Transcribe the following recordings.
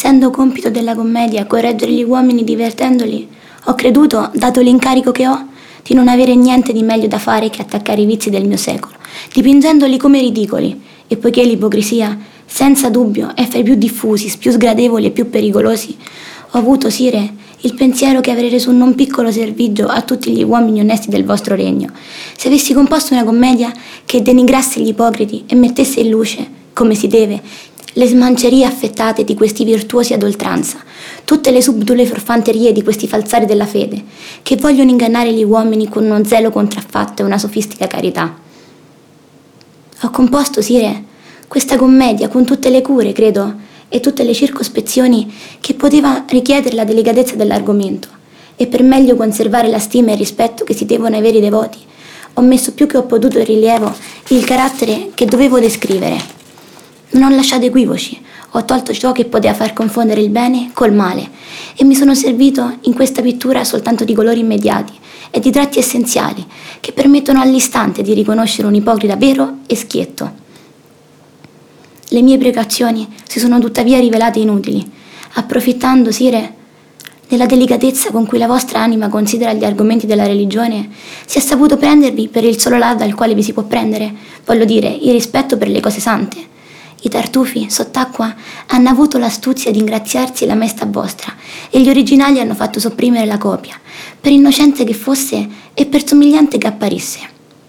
essendo compito della commedia correggere gli uomini divertendoli, ho creduto, dato l'incarico che ho, di non avere niente di meglio da fare che attaccare i vizi del mio secolo, dipingendoli come ridicoli, e poiché l'ipocrisia, senza dubbio, è fra i più diffusi, più sgradevoli e più pericolosi, ho avuto, sire, il pensiero che avrei reso un non piccolo servigio a tutti gli uomini onesti del vostro regno, se avessi composto una commedia che denigrasse gli ipocriti e mettesse in luce, come si deve, le smancerie affettate di questi virtuosi ad oltranza, tutte le subdole forfanterie di questi falsari della fede, che vogliono ingannare gli uomini con uno zelo contraffatto e una sofistica carità. Ho composto, sire, questa commedia con tutte le cure, credo, e tutte le circospezioni che poteva richiedere la delicatezza dell'argomento, e per meglio conservare la stima e il rispetto che si devono ai veri devoti, ho messo più che ho potuto in rilievo il carattere che dovevo descrivere. Non ho lasciato equivoci, ho tolto ciò che poteva far confondere il bene col male, e mi sono servito in questa pittura soltanto di colori immediati e di tratti essenziali che permettono all'istante di riconoscere un ipocrita vero e schietto. Le mie precauzioni si sono tuttavia rivelate inutili, approfittando, sire, della delicatezza con cui la vostra anima considera gli argomenti della religione, si è saputo prendervi per il solo lato al quale vi si può prendere, voglio dire, il rispetto per le cose sante. I tartufi, sott'acqua, hanno avuto l'astuzia di ingraziarsi la maestà vostra, e gli originali hanno fatto sopprimere la copia, per innocente che fosse e per somigliante che apparisse.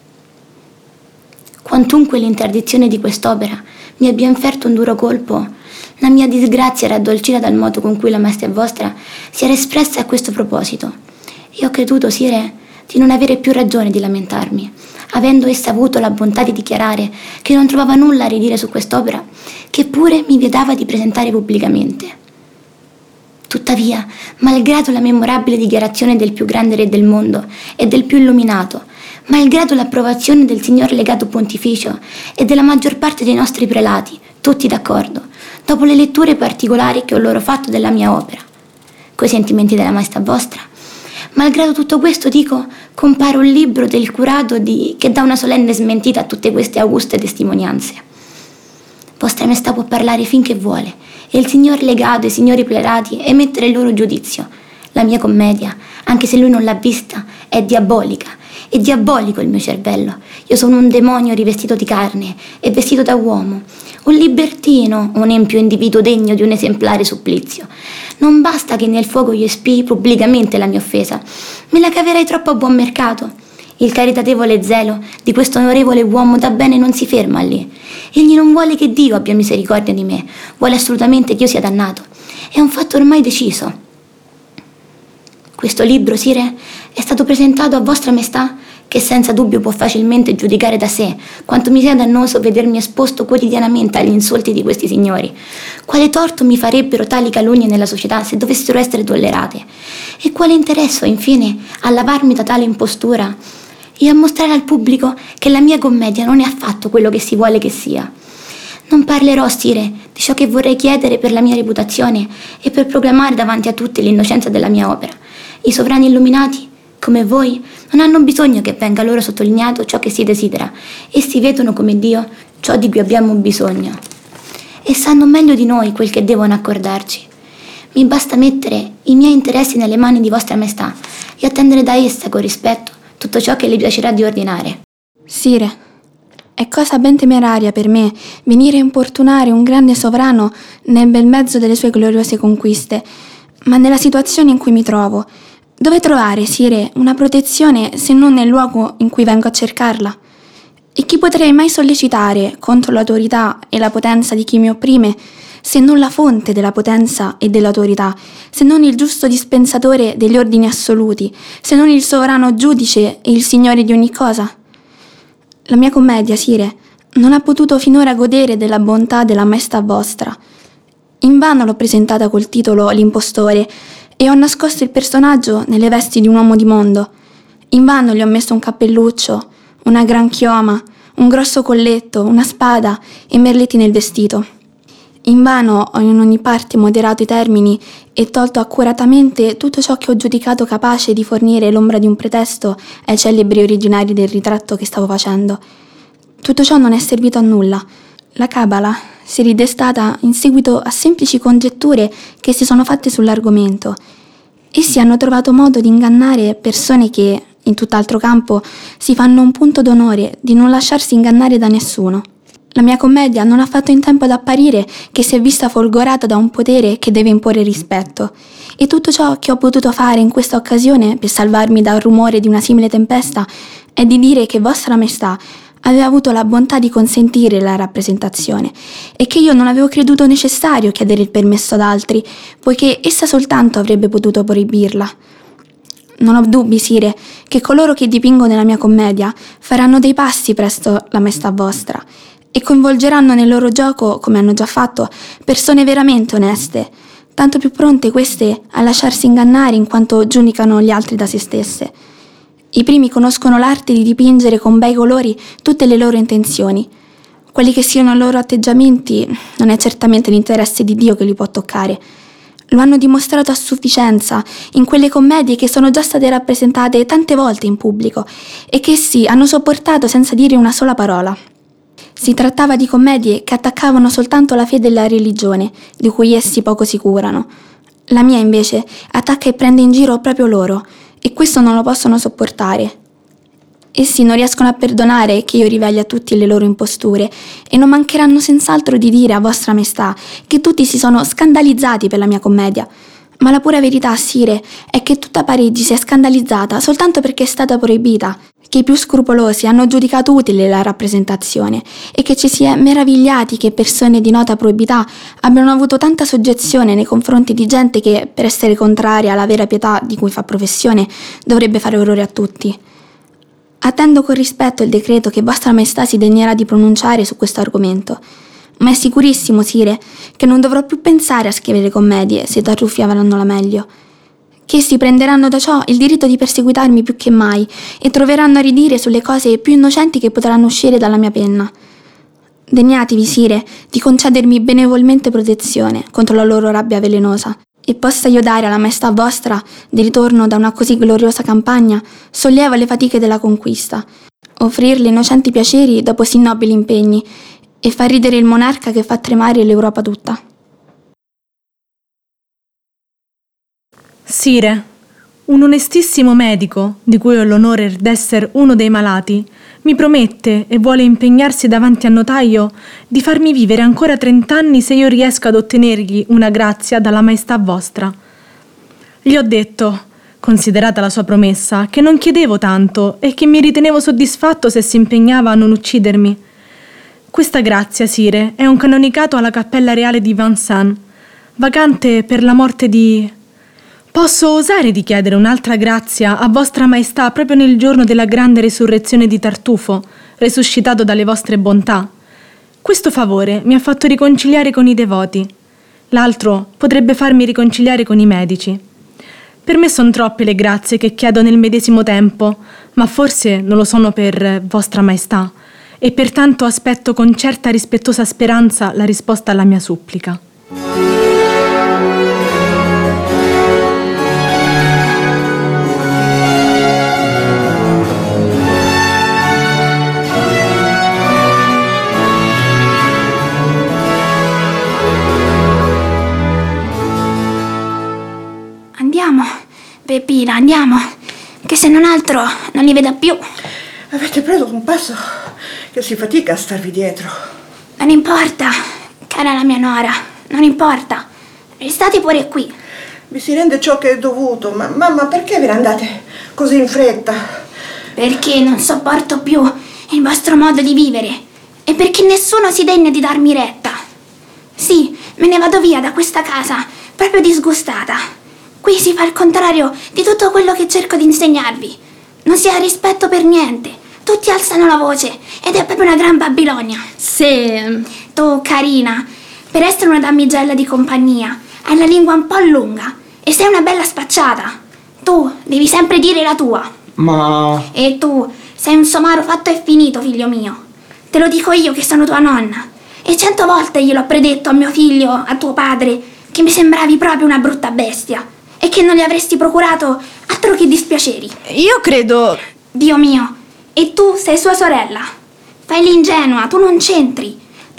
Quantunque l'interdizione di quest'opera mi abbia inferto un duro colpo, la mia disgrazia era addolcita dal modo con cui la maestà vostra si era espressa a questo proposito, e ho creduto, sire, di non avere più ragione di lamentarmi, avendo essa avuto la bontà di dichiarare che non trovava nulla a ridire su quest'opera, che pure mi vietava di presentare pubblicamente. Tuttavia, malgrado la memorabile dichiarazione del più grande re del mondo e del più illuminato, malgrado l'approvazione del signor legato pontificio e della maggior parte dei nostri prelati, tutti d'accordo, dopo le letture particolari che ho loro fatto della mia opera, coi sentimenti della maestà vostra, malgrado tutto questo, dico, compare un libro del curato che dà una solenne smentita a tutte queste auguste testimonianze. Vostra maestà può parlare finché vuole, e il signor legato e i signori prelati emettere il loro giudizio. La mia commedia, anche se lui non l'ha vista, è diabolica. È diabolico il mio cervello. Io sono un demonio rivestito di carne e vestito da uomo, un libertino, un empio individuo degno di un esemplare supplizio. Non basta che nel fuoco io espii pubblicamente la mia offesa, me la caverai troppo a buon mercato. Il caritatevole zelo di questo onorevole uomo da bene non si ferma lì. Egli non vuole che Dio abbia misericordia di me, vuole assolutamente che io sia dannato. È un fatto ormai deciso. Questo libro, sire, è stato presentato a vostra maestà, che senza dubbio può facilmente giudicare da sé quanto mi sia dannoso vedermi esposto quotidianamente agli insulti di questi signori. Quale torto mi farebbero tali calunnie nella società se dovessero essere tollerate? E quale interesse ho, infine, a lavarmi da tale impostura e a mostrare al pubblico che la mia commedia non è affatto quello che si vuole che sia? Non parlerò, sire, di ciò che vorrei chiedere per la mia reputazione e per proclamare davanti a tutti l'innocenza della mia opera. I sovrani illuminati, come voi, non hanno bisogno che venga loro sottolineato ciò che si desidera. Essi vedono come Dio ciò di cui abbiamo bisogno e sanno meglio di noi quel che devono accordarci. Mi basta mettere i miei interessi nelle mani di vostra maestà e attendere da essa con rispetto tutto ciò che le piacerà di ordinare. Sire, è cosa ben temeraria per me venire a importunare un grande sovrano nel bel mezzo delle sue gloriose conquiste, ma nella situazione in cui mi trovo, dove trovare, sire, una protezione se non nel luogo in cui vengo a cercarla? E chi potrei mai sollecitare contro l'autorità e la potenza di chi mi opprime, se non la fonte della potenza e dell'autorità, se non il giusto dispensatore degli ordini assoluti, se non il sovrano giudice e il signore di ogni cosa? La mia commedia, sire, non ha potuto finora godere della bontà della maestà vostra. Invano l'ho presentata col titolo L'impostore e ho nascosto il personaggio nelle vesti di un uomo di mondo. Invano gli ho messo un cappelluccio, una gran chioma, un grosso colletto, una spada e merletti nel vestito. Invano ho in ogni parte moderato i termini e tolto accuratamente tutto ciò che ho giudicato capace di fornire l'ombra di un pretesto ai celebri originari del ritratto che stavo facendo. Tutto ciò non è servito a nulla. La Cabala si è ridestata in seguito a semplici congetture che si sono fatte sull'argomento. Essi hanno trovato modo di ingannare persone che, in tutt'altro campo, si fanno un punto d'onore di non lasciarsi ingannare da nessuno. La mia commedia non ha fatto in tempo ad apparire che si è vista folgorata da un potere che deve imporre rispetto, e tutto ciò che ho potuto fare in questa occasione per salvarmi dal rumore di una simile tempesta è di dire che Vostra Maestà aveva avuto la bontà di consentire la rappresentazione e che io non avevo creduto necessario chiedere il permesso ad altri, poiché essa soltanto avrebbe potuto proibirla. Non ho dubbi, Sire, che coloro che dipingono nella mia commedia faranno dei passi presto la Maestà vostra e coinvolgeranno nel loro gioco, come hanno già fatto, persone veramente oneste, tanto più pronte queste a lasciarsi ingannare in quanto giudicano gli altri da se stesse. I primi conoscono l'arte di dipingere con bei colori tutte le loro intenzioni. Quelli che siano i loro atteggiamenti non è certamente l'interesse di Dio che li può toccare. Lo hanno dimostrato a sufficienza in quelle commedie che sono già state rappresentate tante volte in pubblico e che essi hanno sopportato senza dire una sola parola. Si trattava di commedie che attaccavano soltanto la fede e la religione, di cui essi poco si curano. La mia, invece, attacca e prende in giro proprio loro, e questo non lo possono sopportare. Essi non riescono a perdonare che io riveli a tutti le loro imposture e non mancheranno senz'altro di dire a Vostra Maestà che tutti si sono scandalizzati per la mia commedia. Ma la pura verità, Sire, è che tutta Parigi si è scandalizzata soltanto perché è stata proibita, che i più scrupolosi hanno giudicato utile la rappresentazione e che ci si è meravigliati che persone di nota probità abbiano avuto tanta soggezione nei confronti di gente che, per essere contraria alla vera pietà di cui fa professione, dovrebbe fare orrore a tutti. Attendo con rispetto il decreto che Vostra Maestà si degnerà di pronunciare su questo argomento, ma è sicurissimo, Sire, che non dovrò più pensare a scrivere commedie se i tartuffi avranno la meglio. Che essi prenderanno da ciò il diritto di perseguitarmi più che mai e troveranno a ridire sulle cose più innocenti che potranno uscire dalla mia penna. Degnatevi, Sire, di concedermi benevolmente protezione contro la loro rabbia velenosa, e possa io dare alla Maestà vostra, di ritorno da una così gloriosa campagna, sollievo alle fatiche della conquista, offrirle innocenti piaceri dopo sì nobili impegni, e far ridere il monarca che fa tremare l'Europa tutta. Sire, un onestissimo medico, di cui ho l'onore d'essere uno dei malati, mi promette e vuole impegnarsi davanti a notaio di farmi vivere ancora 30 anni se io riesco ad ottenergli una grazia dalla Maestà vostra. Gli ho detto, considerata la sua promessa, che non chiedevo tanto e che mi ritenevo soddisfatto se si impegnava a non uccidermi. Questa grazia, Sire, è un canonicato alla Cappella Reale di Vincennes, vacante per la morte di... Posso osare di chiedere un'altra grazia a Vostra Maestà proprio nel giorno della grande resurrezione di Tartufo, resuscitato dalle vostre bontà. Questo favore mi ha fatto riconciliare con i devoti. L'altro potrebbe farmi riconciliare con i medici. Per me sono troppe le grazie che chiedo nel medesimo tempo, ma forse non lo sono per Vostra Maestà, e pertanto aspetto con certa rispettosa speranza la risposta alla mia supplica. Andiamo, Peppina, andiamo, che se non altro non li veda più. Avete preso un passo che si fatica a starvi dietro. Non importa, cara la mia Nora, non importa. Restate pure qui. Vi si rende ciò che è dovuto, ma mamma, perché ve ne andate così in fretta? Perché non sopporto più il vostro modo di vivere e perché nessuno si degna di darmi retta. Sì, me ne vado via da questa casa, proprio disgustata. Qui si fa il contrario di tutto quello che cerco di insegnarvi. Non si ha rispetto per niente. Tutti alzano la voce ed è proprio una gran Babilonia. Se... Tu, carina, per essere una damigella di compagnia, hai la lingua un po' lunga e sei una bella spacciata. Tu devi sempre dire la tua. Ma... E tu sei un somaro fatto e finito, figlio mio. Te lo dico io che sono tua nonna. E 100 volte gliel'ho predetto a mio figlio, a tuo padre, che mi sembravi proprio una brutta bestia e che non gli avresti procurato altro che dispiaceri. Io credo... Dio mio, e tu sei sua sorella. Fai l'ingenua, tu non c'entri.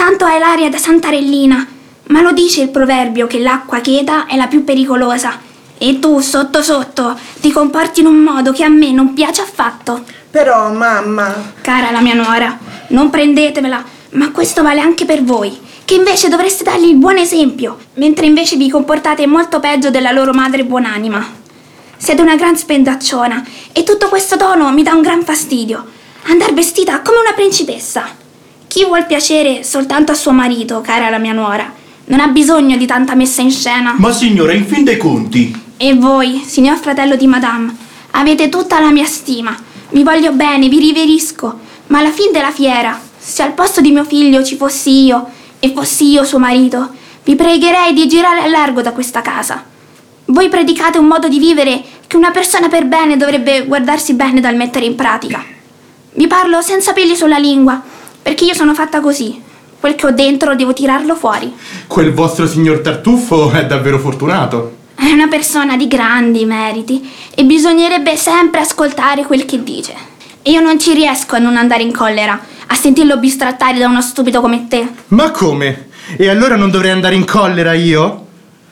Tanto hai l'aria da santarellina, ma lo dice il proverbio che l'acqua cheta è la più pericolosa. E tu, sotto sotto, ti comporti in un modo che a me non piace affatto. Però, mamma... Cara la mia nuora, non prendetevela, ma questo vale anche per voi, che invece dovreste dargli il buon esempio, mentre invece vi comportate molto peggio della loro madre buonanima. Siete una gran spendacciona e tutto questo tono mi dà un gran fastidio. Andar vestita come una principessa. Chi vuol piacere soltanto a suo marito, cara la mia nuora, non ha bisogno di tanta messa in scena. Ma signora, in fin dei conti... E voi, signor fratello di Madame, avete tutta la mia stima. Vi voglio bene, vi riverisco, ma alla fin della fiera, se al posto di mio figlio ci fossi io, e fossi io suo marito, vi pregherei di girare a largo da questa casa. Voi predicate un modo di vivere che una persona per bene dovrebbe guardarsi bene dal mettere in pratica. Vi parlo senza peli sulla lingua, perché io sono fatta così. Quel che ho dentro devo tirarlo fuori. Quel vostro signor Tartuffo è davvero fortunato. È una persona di grandi meriti e bisognerebbe sempre ascoltare quel che dice. E io non ci riesco a non andare in collera, a sentirlo bistrattare da uno stupido come te. Ma come? E allora non dovrei andare in collera io?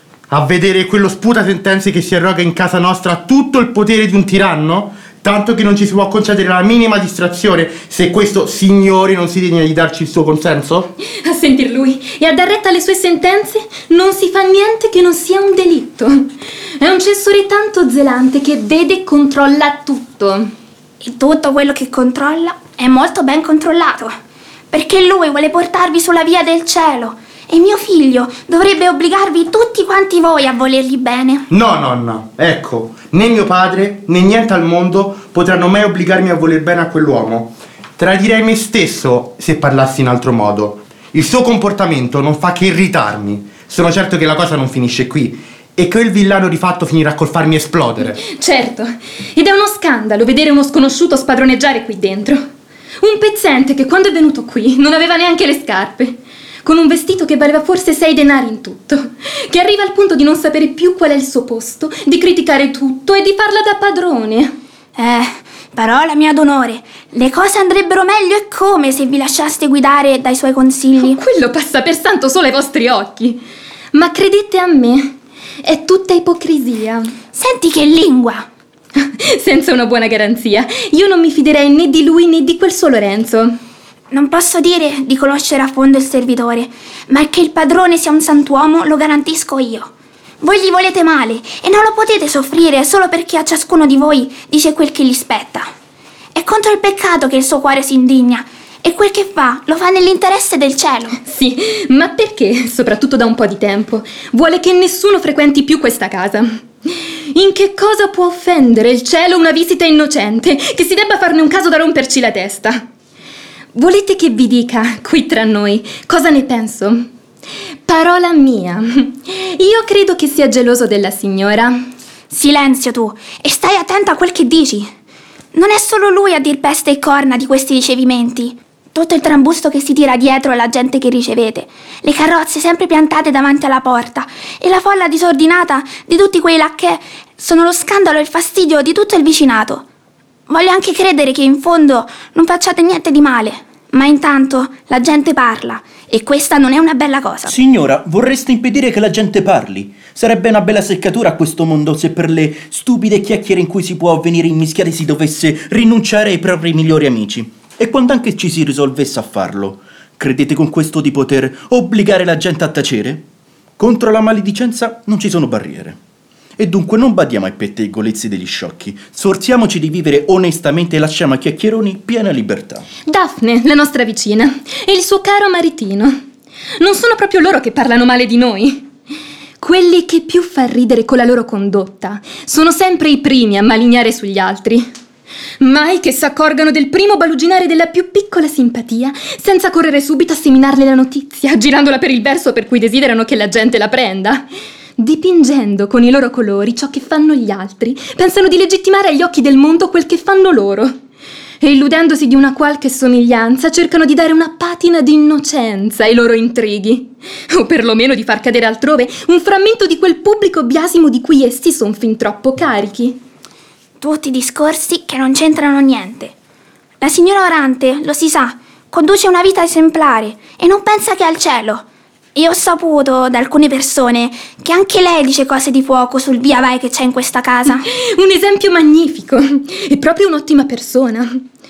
A vedere quello sputasentenze che si arroga in casa nostra tutto il potere di un tiranno? Tanto che non ci si può concedere la minima distrazione se questo signore non si degna di darci il suo consenso? A sentir lui e a dar retta alle sue sentenze non si fa niente che non sia un delitto. È un censore tanto zelante che vede e controlla tutto. E tutto quello che controlla è molto ben controllato, perché lui vuole portarvi sulla via del cielo e mio figlio dovrebbe obbligarvi tutti quanti voi a volergli bene. No, nonna, ecco, né mio padre né niente al mondo potranno mai obbligarmi a voler bene a quell'uomo. Tradirei me stesso se parlassi in altro modo. Il suo comportamento non fa che irritarmi. Sono certo che la cosa non finisce qui e che il villano di fatto finirà col farmi esplodere. Certo, ed è uno scandalo vedere uno sconosciuto spadroneggiare qui dentro. Un pezzente che quando è venuto qui non aveva neanche le scarpe, con un vestito che valeva forse 6 denari in tutto, che arriva al punto di non sapere più qual è il suo posto, di criticare tutto e di farla da padrone. Parola mia d'onore, le cose andrebbero meglio e come se vi lasciaste guidare dai suoi consigli. Quello passa per santo solo ai vostri occhi. Ma credete a me, è tutta ipocrisia. Senti che lingua! Senza una buona garanzia, io non mi fiderei né di lui né di quel suo Lorenzo. Non posso dire di conoscere a fondo il servitore, ma che il padrone sia un santuomo lo garantisco io. Voi gli volete male e non lo potete soffrire solo perché a ciascuno di voi dice quel che gli spetta. È contro il peccato che il suo cuore si indigna e quel che fa lo fa nell'interesse del cielo. Sì, ma perché, soprattutto da un po' di tempo, vuole che nessuno frequenti più questa casa? In che cosa può offendere il cielo una visita innocente, che si debba farne un caso da romperci la testa? Volete che vi dica, qui tra noi, cosa ne penso? Parola mia, io credo che sia geloso della signora. Silenzio tu, e stai attenta a quel che dici. Non è solo lui a dir peste e corna di questi ricevimenti. Tutto il trambusto che si tira dietro alla gente che ricevete, le carrozze sempre piantate davanti alla porta e la folla disordinata di tutti quei lacchè sono lo scandalo e il fastidio di tutto il vicinato. Voglio anche credere che in fondo non facciate niente di male, ma intanto la gente parla e questa non è una bella cosa. Signora, vorreste impedire che la gente parli? Sarebbe una bella seccatura a questo mondo se per le stupide chiacchiere in cui si può venire immischiati si dovesse rinunciare ai propri migliori amici. E quando anche ci si risolvesse a farlo, credete con questo di poter obbligare la gente a tacere? Contro la maledicenza non ci sono barriere. E dunque non badiamo ai pettegolezzi degli sciocchi, sforziamoci di vivere onestamente e lasciamo ai chiacchieroni piena libertà. Daphne, la nostra vicina, e il suo caro maritino. Non sono proprio loro che parlano male di noi. Quelli che più fa ridere con la loro condotta sono sempre i primi a malignare sugli altri. Mai che s'accorgano del primo baluginare della più piccola simpatia senza correre subito a seminarle la notizia, girandola per il verso per cui desiderano che la gente la prenda. Dipingendo con i loro colori ciò che fanno gli altri, pensano di legittimare agli occhi del mondo quel che fanno loro. E illudendosi di una qualche somiglianza, cercano di dare una patina di innocenza ai loro intrighi. O perlomeno di far cadere altrove un frammento di quel pubblico biasimo di cui essi son fin troppo carichi. Tutti discorsi che non c'entrano niente. La signora Orante, lo si sa, conduce una vita esemplare e non pensa che al cielo. E ho saputo da alcune persone che anche lei dice cose di fuoco sul via vai che c'è in questa casa. Un esempio magnifico, è proprio un'ottima persona.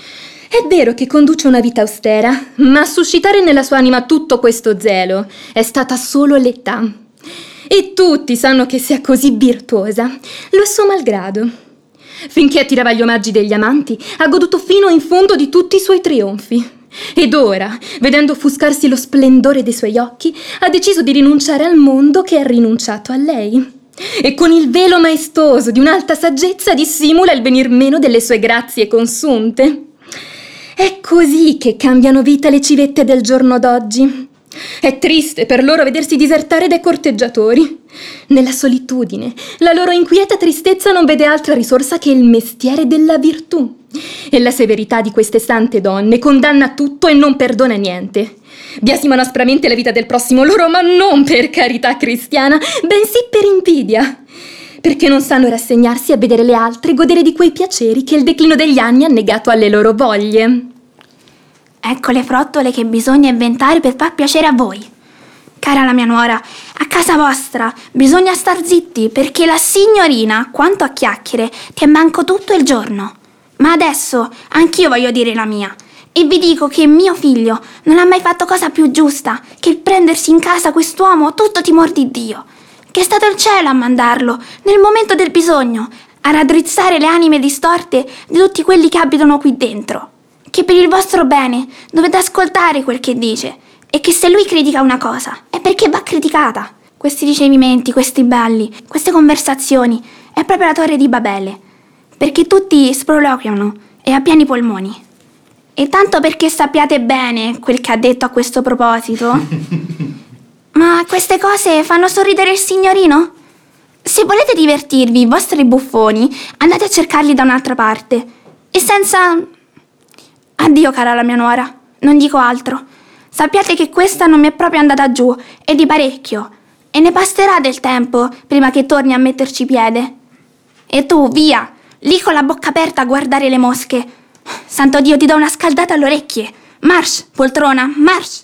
È vero che conduce una vita austera, ma a suscitare nella sua anima tutto questo zelo è stata solo l'età. E tutti sanno che sia così virtuosa, lo è suo malgrado. Finché attirava gli omaggi degli amanti, ha goduto fino in fondo di tutti i suoi trionfi. Ed ora, vedendo offuscarsi lo splendore dei suoi occhi, ha deciso di rinunciare al mondo che ha rinunciato a lei. E con il velo maestoso di un'alta saggezza dissimula il venir meno delle sue grazie consunte. È così che cambiano vita le civette del giorno d'oggi. È triste per loro vedersi disertare dai corteggiatori. Nella solitudine, la loro inquieta tristezza non vede altra risorsa che il mestiere della virtù. E la severità di queste sante donne condanna tutto e non perdona niente. Biasimano aspramente la vita del prossimo loro, ma non per carità cristiana, bensì per invidia. Perché non sanno rassegnarsi a vedere le altre godere di quei piaceri che il declino degli anni ha negato alle loro voglie. Ecco le frottole che bisogna inventare per far piacere a voi. Cara la mia nuora, a casa vostra bisogna star zitti perché la signorina, quanto a chiacchiere, ti è manco tutto il giorno. Ma adesso anch'io voglio dire la mia. E vi dico che mio figlio non ha mai fatto cosa più giusta che il prendersi in casa quest'uomo tutto timor di Dio, che è stato il cielo a mandarlo nel momento del bisogno, a raddrizzare le anime distorte di tutti quelli che abitano qui dentro. Che per il vostro bene dovete ascoltare quel che dice e che se lui critica una cosa è perché va criticata. Questi ricevimenti, questi balli, queste conversazioni è proprio la torre di Babele, perché tutti sproloquiano e a pieni polmoni. E tanto perché sappiate bene quel che ha detto a questo proposito. Ma queste cose fanno sorridere il signorino? Se volete divertirvi, i vostri buffoni, andate a cercarli da un'altra parte e senza... Addio cara la mia nuora, non dico altro. Sappiate che questa non mi è proprio andata giù, e di parecchio. E ne basterà del tempo prima che torni a metterci piede. E tu, via, lì con la bocca aperta a guardare le mosche. Santo Dio, ti do una scaldata alle orecchie. March, poltrona, march.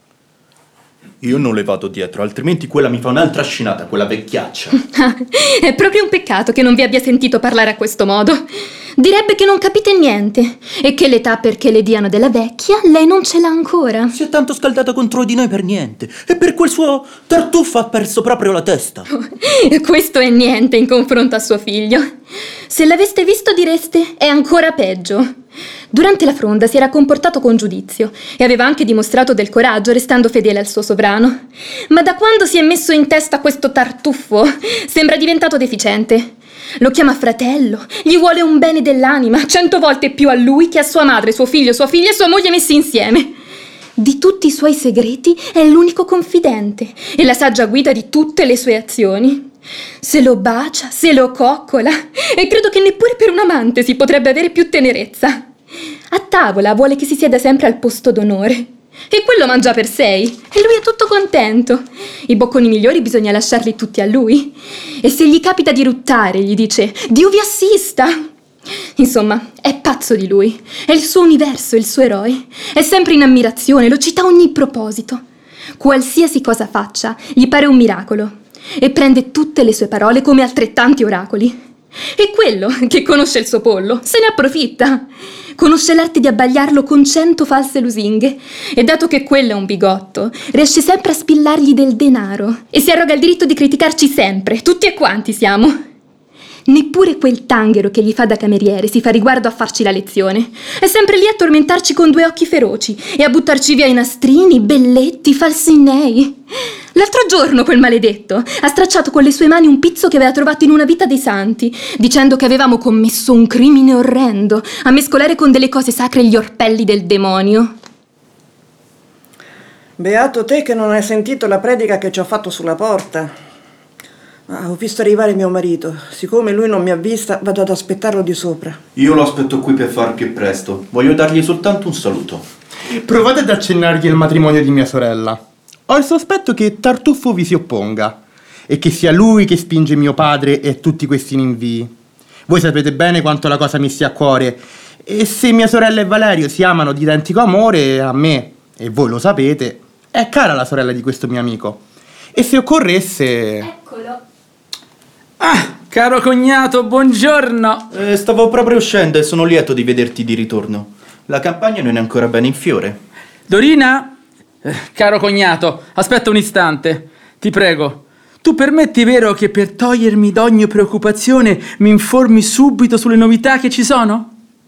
Io non le vado dietro, altrimenti quella mi fa un'altra scenata, quella vecchiaccia. È proprio un peccato che non vi abbia sentito parlare a questo modo. Direbbe che non capite niente e che l'età perché le diano della vecchia lei non ce l'ha ancora. Si è tanto scaldata contro di noi per niente e per quel suo tartufo ha perso proprio la testa. Questo è niente in confronto a suo figlio. Se l'aveste visto direste è ancora peggio. Durante la fronda si era comportato con giudizio e aveva anche dimostrato del coraggio restando fedele al suo sovrano. Ma da quando si è messo in testa questo tartuffo sembra diventato deficiente. Lo chiama fratello, gli vuole un bene dell'anima, 100 volte più a lui che a sua madre, suo figlio, sua figlia e sua moglie messi insieme. Di tutti i suoi segreti è l'unico confidente e la saggia guida di tutte le sue azioni. Se lo bacia, se lo coccola e credo che neppure per un amante si potrebbe avere più tenerezza. A tavola vuole che si sieda sempre al posto d'onore. E quello mangia per 6 e lui è tutto contento. I bocconi migliori bisogna lasciarli tutti a lui. E se gli capita di ruttare gli dice Dio vi assista. Insomma, è pazzo di lui. È il suo universo, il suo eroe. È sempre in ammirazione, lo cita a ogni proposito. Qualsiasi cosa faccia gli pare un miracolo e prende tutte le sue parole come altrettanti oracoli. E quello che conosce il suo pollo se ne approfitta. Conosce l'arte di abbagliarlo con 100 false lusinghe e dato che quello è un bigotto, riesce sempre a spillargli del denaro e si arroga il diritto di criticarci sempre, tutti e quanti siamo. Neppure quel tanghero che gli fa da cameriere si fa riguardo a farci la lezione. È sempre lì a tormentarci con 2 occhi feroci e a buttarci via i nastrini, belletti, falsinnei. L'altro giorno quel maledetto ha stracciato con le sue mani un pizzo che aveva trovato in una vita dei santi, dicendo che avevamo commesso un crimine orrendo a mescolare con delle cose sacre gli orpelli del demonio. Beato te che non hai sentito la predica che ci ho fatto sulla porta. Ho visto arrivare mio marito. Siccome lui non mi ha vista, vado ad aspettarlo di sopra. Io lo aspetto qui per far più presto. Voglio dargli soltanto un saluto. Provate ad accennargli il matrimonio di mia sorella. Ho il sospetto che Tartuffo vi si opponga e che sia lui che spinge mio padre e tutti questi rinvii. Voi sapete bene quanto la cosa mi stia a cuore E se mia sorella e Valerio si amano di identico amore, a me, e voi lo sapete, è cara la sorella di questo mio amico. E se occorresse... Eccolo. Ah, caro cognato, buongiorno. Stavo proprio uscendo e sono lieto di vederti di ritorno. La campagna non è ancora bene in fiore. Dorina? Caro cognato, aspetta un istante, ti prego. Tu permetti, vero, che per togliermi d'ogni preoccupazione mi informi subito sulle novità che ci sono?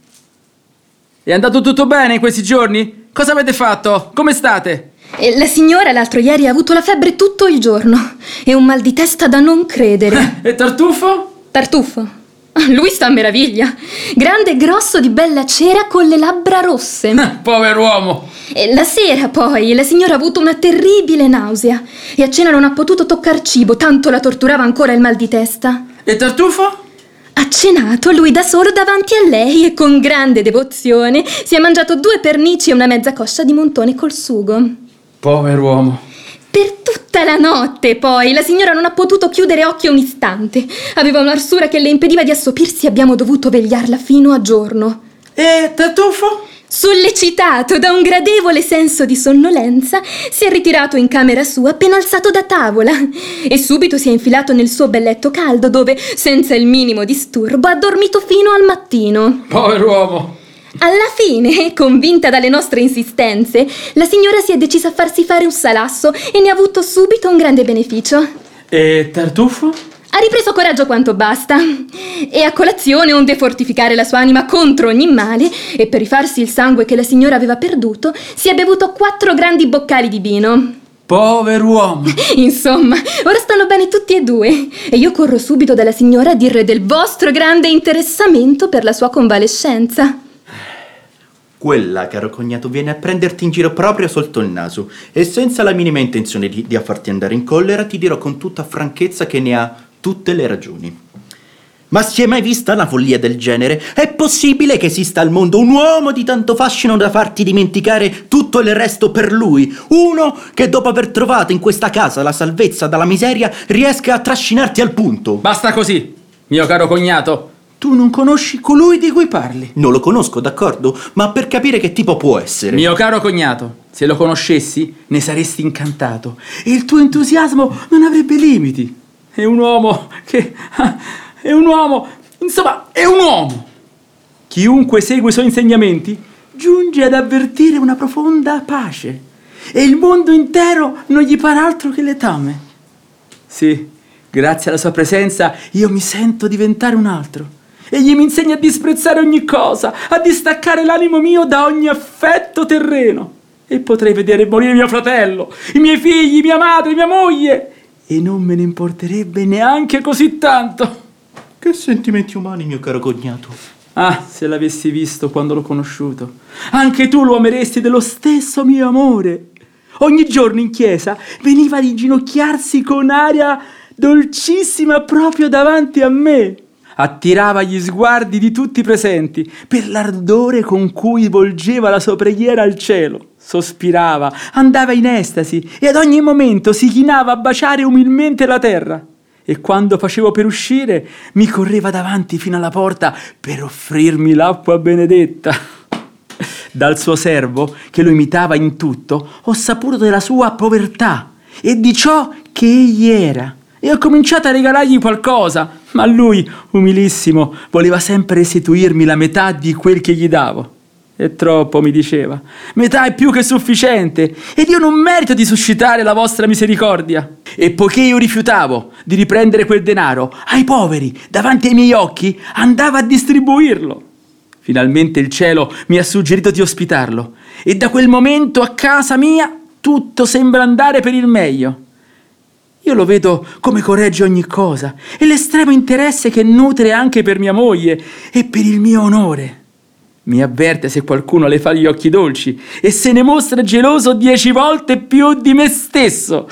È andato tutto bene in questi giorni? Cosa avete fatto? Come state? La signora l'altro ieri ha avuto la febbre tutto il giorno e un mal di testa da non credere. E Tartufo? Tartufo? Lui sta a meraviglia. Grande e grosso di bella cera con le labbra rosse. Pover'uomo. E la sera poi la signora ha avuto una terribile nausea e a cena non ha potuto toccar cibo, tanto la torturava ancora il mal di testa. E Tartufo? Ha cenato lui da solo davanti a lei e con grande devozione si è mangiato 2 pernici e una mezza coscia di montone col sugo. Pover'uomo. Per tutta la notte, poi, la signora non ha potuto chiudere occhio un istante. Aveva un'arsura che le impediva di assopirsi e abbiamo dovuto vegliarla fino a giorno. E Tartufo? Sollecitato da un gradevole senso di sonnolenza, si è ritirato in camera sua appena alzato da tavola e subito si è infilato nel suo bel letto caldo dove, senza il minimo disturbo, ha dormito fino al mattino. Pover'uomo. Alla fine, convinta dalle nostre insistenze, la signora si è decisa a farsi fare un salasso e ne ha avuto subito un grande beneficio. E Tartufo? Ha ripreso coraggio quanto basta e a colazione, onde fortificare la sua anima contro ogni male e per rifarsi il sangue che la signora aveva perduto, si è bevuto 4 grandi boccali di vino. Pover'uomo. Insomma, ora stanno bene tutti e 2 e io corro subito dalla signora a dirle del vostro grande interessamento per la sua convalescenza. Quella, caro cognato, viene a prenderti in giro proprio sotto il naso e senza la minima intenzione di farti andare in collera ti dirò con tutta franchezza che ne ha tutte le ragioni. Ma si è mai vista una follia del genere? È possibile che esista al mondo un uomo di tanto fascino da farti dimenticare tutto il resto per lui? Uno che dopo aver trovato in questa casa la salvezza dalla miseria riesca a trascinarti al punto? Basta così, mio caro cognato. Tu non conosci colui di cui parli. Non lo conosco, d'accordo, ma per capire che tipo può essere. Mio caro cognato, se lo conoscessi ne saresti incantato e il tuo entusiasmo non avrebbe limiti. È un uomo che... è un uomo... Insomma, è un uomo. Chiunque segue i suoi insegnamenti giunge ad avvertire una profonda pace e il mondo intero non gli pare altro che letame. Sì, grazie alla sua presenza io mi sento diventare un altro. Egli mi insegna a disprezzare ogni cosa, a distaccare l'animo mio da ogni affetto terreno. E potrei vedere morire mio fratello, i miei figli, mia madre, mia moglie, e non me ne importerebbe neanche così tanto. Che sentimenti umani, mio caro cognato. Ah, se l'avessi visto quando l'ho conosciuto, anche tu lo ameresti dello stesso mio amore. Ogni giorno in chiesa veniva ad inginocchiarsi con aria dolcissima proprio davanti a me. Attirava gli sguardi di tutti i presenti per l'ardore con cui volgeva la sua preghiera al cielo. Sospirava, andava in estasi e ad ogni momento si chinava a baciare umilmente la terra. E quando facevo per uscire mi correva davanti fino alla porta per offrirmi l'acqua benedetta. Dal suo servo, che lo imitava in tutto, ho saputo della sua povertà e di ciò che egli era. E ho cominciato a regalargli qualcosa, ma lui, umilissimo, voleva sempre restituirmi la metà di quel che gli davo. E troppo, mi diceva, metà è più che sufficiente, ed io non merito di suscitare la vostra misericordia. E poiché io rifiutavo di riprendere quel denaro ai poveri davanti ai miei occhi, andava a distribuirlo. Finalmente il cielo mi ha suggerito di ospitarlo, e da quel momento a casa mia tutto sembra andare per il meglio. Io lo vedo come corregge ogni cosa e l'estremo interesse che nutre anche per mia moglie e per il mio onore. Mi avverte se qualcuno le fa gli occhi dolci e se ne mostra geloso 10 volte più di me stesso.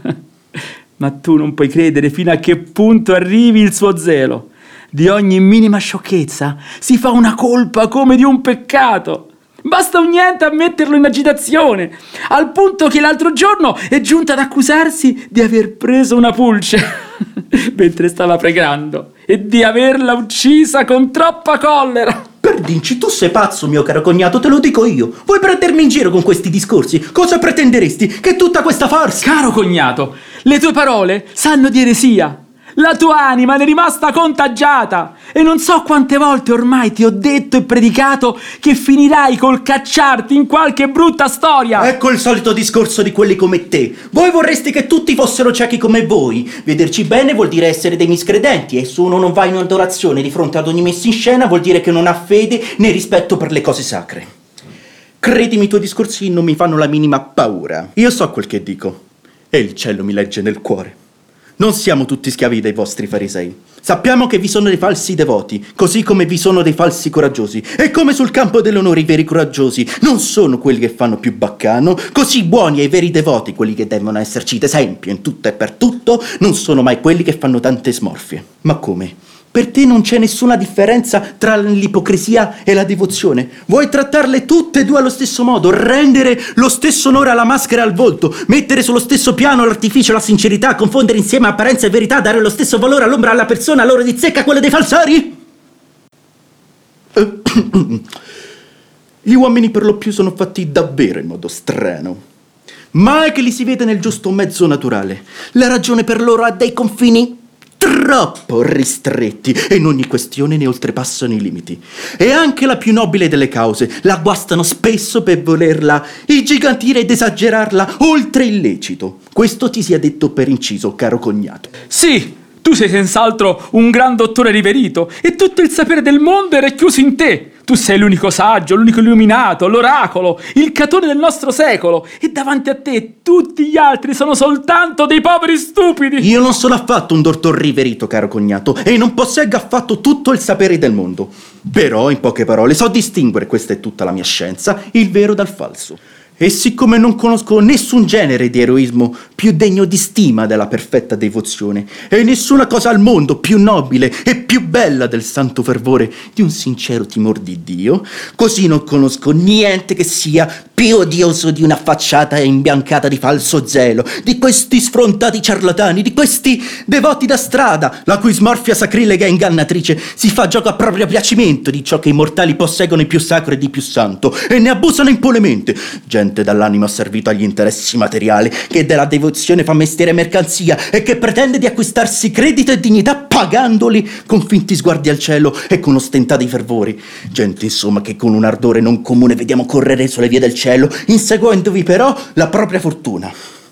Ma tu non puoi credere fino a che punto arrivi il suo zelo. Di ogni minima sciocchezza si fa una colpa come di un peccato. Basta un niente a metterlo in agitazione, al punto che l'altro giorno è giunta ad accusarsi di aver preso una pulce mentre stava pregando e di averla uccisa con troppa collera. Perdinci, tu sei pazzo, mio caro cognato, te lo dico io. Vuoi prendermi in giro con questi discorsi? Cosa pretenderesti? Che tutta questa farsa? Caro cognato, le tue parole sanno di eresia. La tua anima ne è rimasta contagiata e non so quante volte ormai ti ho detto e predicato che finirai col cacciarti in qualche brutta storia. Ecco il solito discorso di quelli come te. Voi vorreste che tutti fossero ciechi come voi. Vederci bene vuol dire essere dei miscredenti, e se uno non va in adorazione di fronte ad ogni messa in scena vuol dire che non ha fede né rispetto per le cose sacre. Credimi, i tuoi discorsi non mi fanno la minima paura. Io so quel che dico e il cielo mi legge nel cuore. Non siamo tutti schiavi dei vostri farisei. Sappiamo che vi sono dei falsi devoti, così come vi sono dei falsi coraggiosi. E come sul campo dell'onore i veri coraggiosi non sono quelli che fanno più baccano, così buoni e i veri devoti, quelli che devono esserci d'esempio in tutto e per tutto, non sono mai quelli che fanno tante smorfie. Ma come? Per te non c'è nessuna differenza tra l'ipocrisia e la devozione. Vuoi trattarle tutte e due allo stesso modo, rendere lo stesso onore alla maschera e al volto, mettere sullo stesso piano l'artificio e la sincerità, confondere insieme apparenza e verità, dare lo stesso valore all'ombra alla persona, all'ora di zecca a quella dei falsari? Gli uomini per lo più sono fatti davvero in modo strano. Mai che li si vede nel giusto mezzo naturale. La ragione per loro ha dei confini troppo ristretti e in ogni questione ne oltrepassano i limiti. E anche la più nobile delle cause la guastano spesso per volerla ingigantire ed esagerarla oltre il lecito. Questo ti sia detto per inciso, caro cognato. Sì, tu sei senz'altro un gran dottore riverito e tutto il sapere del mondo è racchiuso in te. Tu sei l'unico saggio, l'unico illuminato, l'oracolo, il Catone del nostro secolo, e davanti a te tutti gli altri sono soltanto dei poveri stupidi. Io non sono affatto un dottor riverito, caro cognato, e non posseggo affatto tutto il sapere del mondo. Però, in poche parole, so distinguere, questa è tutta la mia scienza, il vero dal falso. E siccome non conosco nessun genere di eroismo più degno di stima della perfetta devozione, e nessuna cosa al mondo più nobile e più bella del santo fervore di un sincero timor di Dio, così non conosco niente che sia più odioso di una facciata imbiancata di falso zelo, di questi sfrontati ciarlatani, di questi devoti da strada, la cui smorfia sacrilega e ingannatrice si fa gioco a proprio piacimento di ciò che i mortali posseggono di più sacro e di più santo, e ne abusano impunemente. Gente dall'animo asservito agli interessi materiali, che della devozione fa mestiere e mercanzia e che pretende di acquistarsi credito e dignità pagandoli con finti sguardi al cielo e con ostentati fervori. Gente, insomma, che con un ardore non comune vediamo correre sulle vie del cielo, inseguendovi però la propria fortuna.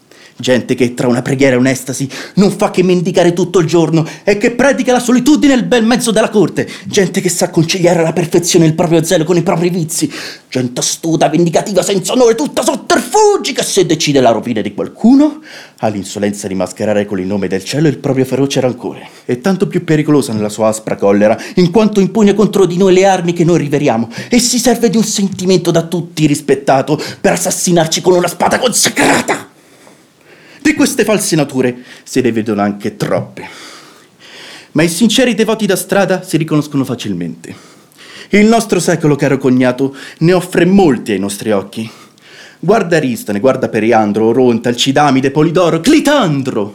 Gente che tra una preghiera e un'estasi non fa che mendicare tutto il giorno e che predica la solitudine nel bel mezzo della corte. Gente che sa conciliare alla perfezione il proprio zelo con i propri vizi. Gente astuta, vendicativa, senza onore, tutta sotterfugi, che se decide la rovina di qualcuno ha l'insolenza di mascherare con il nome del cielo il proprio feroce rancore. È tanto più pericolosa nella sua aspra collera, in quanto impugna contro di noi le armi che noi riveriamo e si serve di un sentimento da tutti rispettato per assassinarci con una spada consacrata. Di queste false nature se ne vedono anche troppe, ma i sinceri devoti da strada si riconoscono facilmente. Il nostro secolo, caro cognato, ne offre molti ai nostri occhi. Guarda Aristone, guarda Periandro, Oronte, Alcidamide, Polidoro, Clitandro.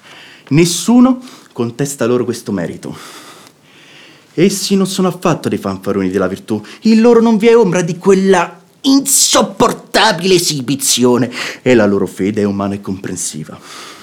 Nessuno contesta loro questo merito. Essi non sono affatto dei fanfaroni della virtù, in loro non vi è ombra di quella insopportabile esibizione e la loro fede è umana e comprensiva.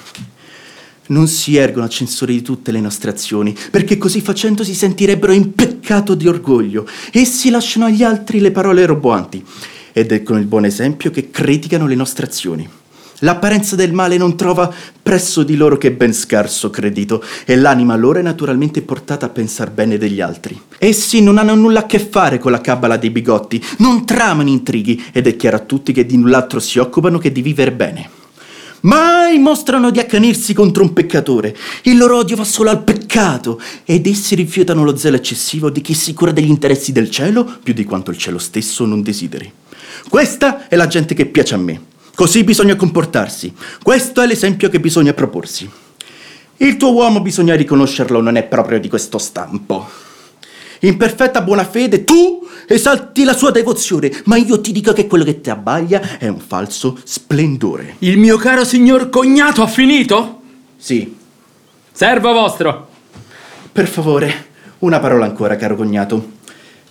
Non si ergono a censore di tutte le nostre azioni, perché così facendo si sentirebbero in peccato di orgoglio. Essi lasciano agli altri le parole roboanti ed è con il buon esempio che criticano le nostre azioni. L'apparenza del male non trova presso di loro che ben scarso credito, e l'anima loro è naturalmente portata a pensar bene degli altri. Essi non hanno nulla a che fare con la cabala dei bigotti, non tramano intrighi, ed è chiaro a tutti che di null'altro si occupano che di vivere bene. Mai mostrano di accanirsi contro un peccatore, il loro odio va solo al peccato, ed essi rifiutano lo zelo eccessivo di chi si cura degli interessi del cielo più di quanto il cielo stesso non desideri. Questa è la gente che piace a me. Così bisogna comportarsi. Questo è l'esempio che bisogna proporsi. Il tuo uomo, bisogna riconoscerlo, non è proprio di questo stampo. In perfetta buona fede tu esalti la sua devozione, ma io ti dico che quello che ti abbaglia è un falso splendore. Il mio caro signor cognato ha finito? Sì. Servo vostro. Per favore, una parola ancora, caro cognato.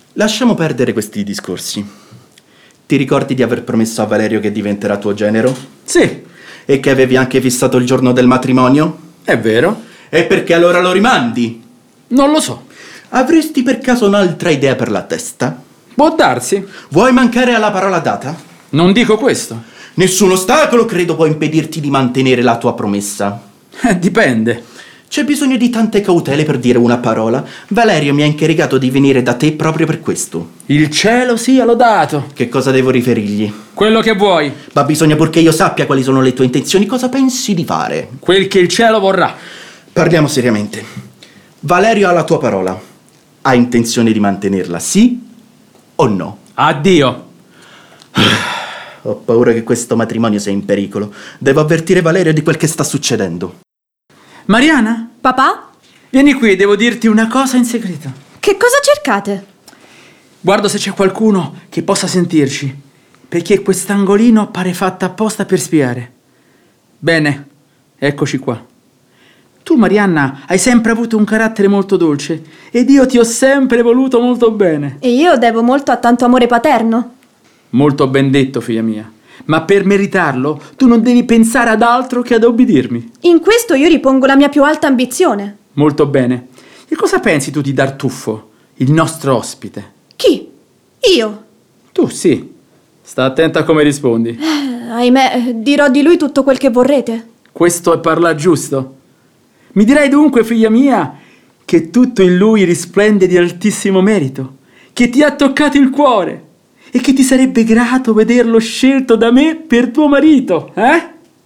Lasciamo perdere questi discorsi. Ti ricordi di aver promesso a Valerio che diventerà tuo genero? Sì, E che avevi anche fissato il giorno del matrimonio? è vero. E perché allora lo rimandi? Non lo so. Avresti per caso un'altra idea per la testa? Può darsi. Vuoi mancare alla parola data? Non dico questo. Nessun ostacolo credo può impedirti di mantenere la tua promessa. Dipende. C'è bisogno di tante cautele per dire una parola. Valerio mi ha incaricato di venire da te proprio per questo. Il cielo sia lodato. Che cosa devo riferirgli? Quello che vuoi. Ma bisogna purché io sappia quali sono le tue intenzioni. Cosa pensi di fare? Quel che il cielo vorrà. Parliamo seriamente. Valerio ha la tua parola. Ha intenzione di mantenerla, sì o no? Addio. Ho paura che questo matrimonio sia in pericolo. Devo avvertire Valerio di quel che sta succedendo. Mariana, Papà? vieni qui, devo dirti una cosa in segreto. Che cosa cercate? Guardo se c'è qualcuno che possa sentirci, perché quest'angolino pare fatta apposta per spiare. Bene, eccoci qua. Tu, Marianna, hai sempre avuto un carattere molto dolce ed io ti ho sempre voluto molto bene. E io devo molto a tanto amore paterno. Molto ben detto, figlia mia. Ma per meritarlo, tu non devi pensare ad altro che ad obbedirmi. In questo io ripongo la mia più alta ambizione. Molto bene. E cosa pensi tu di Tartuffo, il nostro ospite? Chi? Io? Tu sì. Sta attenta a come rispondi. Ahimè, dirò di lui tutto quel che vorrete. Questo è parlar giusto. Mi dirai dunque, figlia mia, che tutto in lui risplende di altissimo merito, che ti ha toccato il cuore e che ti sarebbe grato vederlo scelto da me per tuo marito, eh?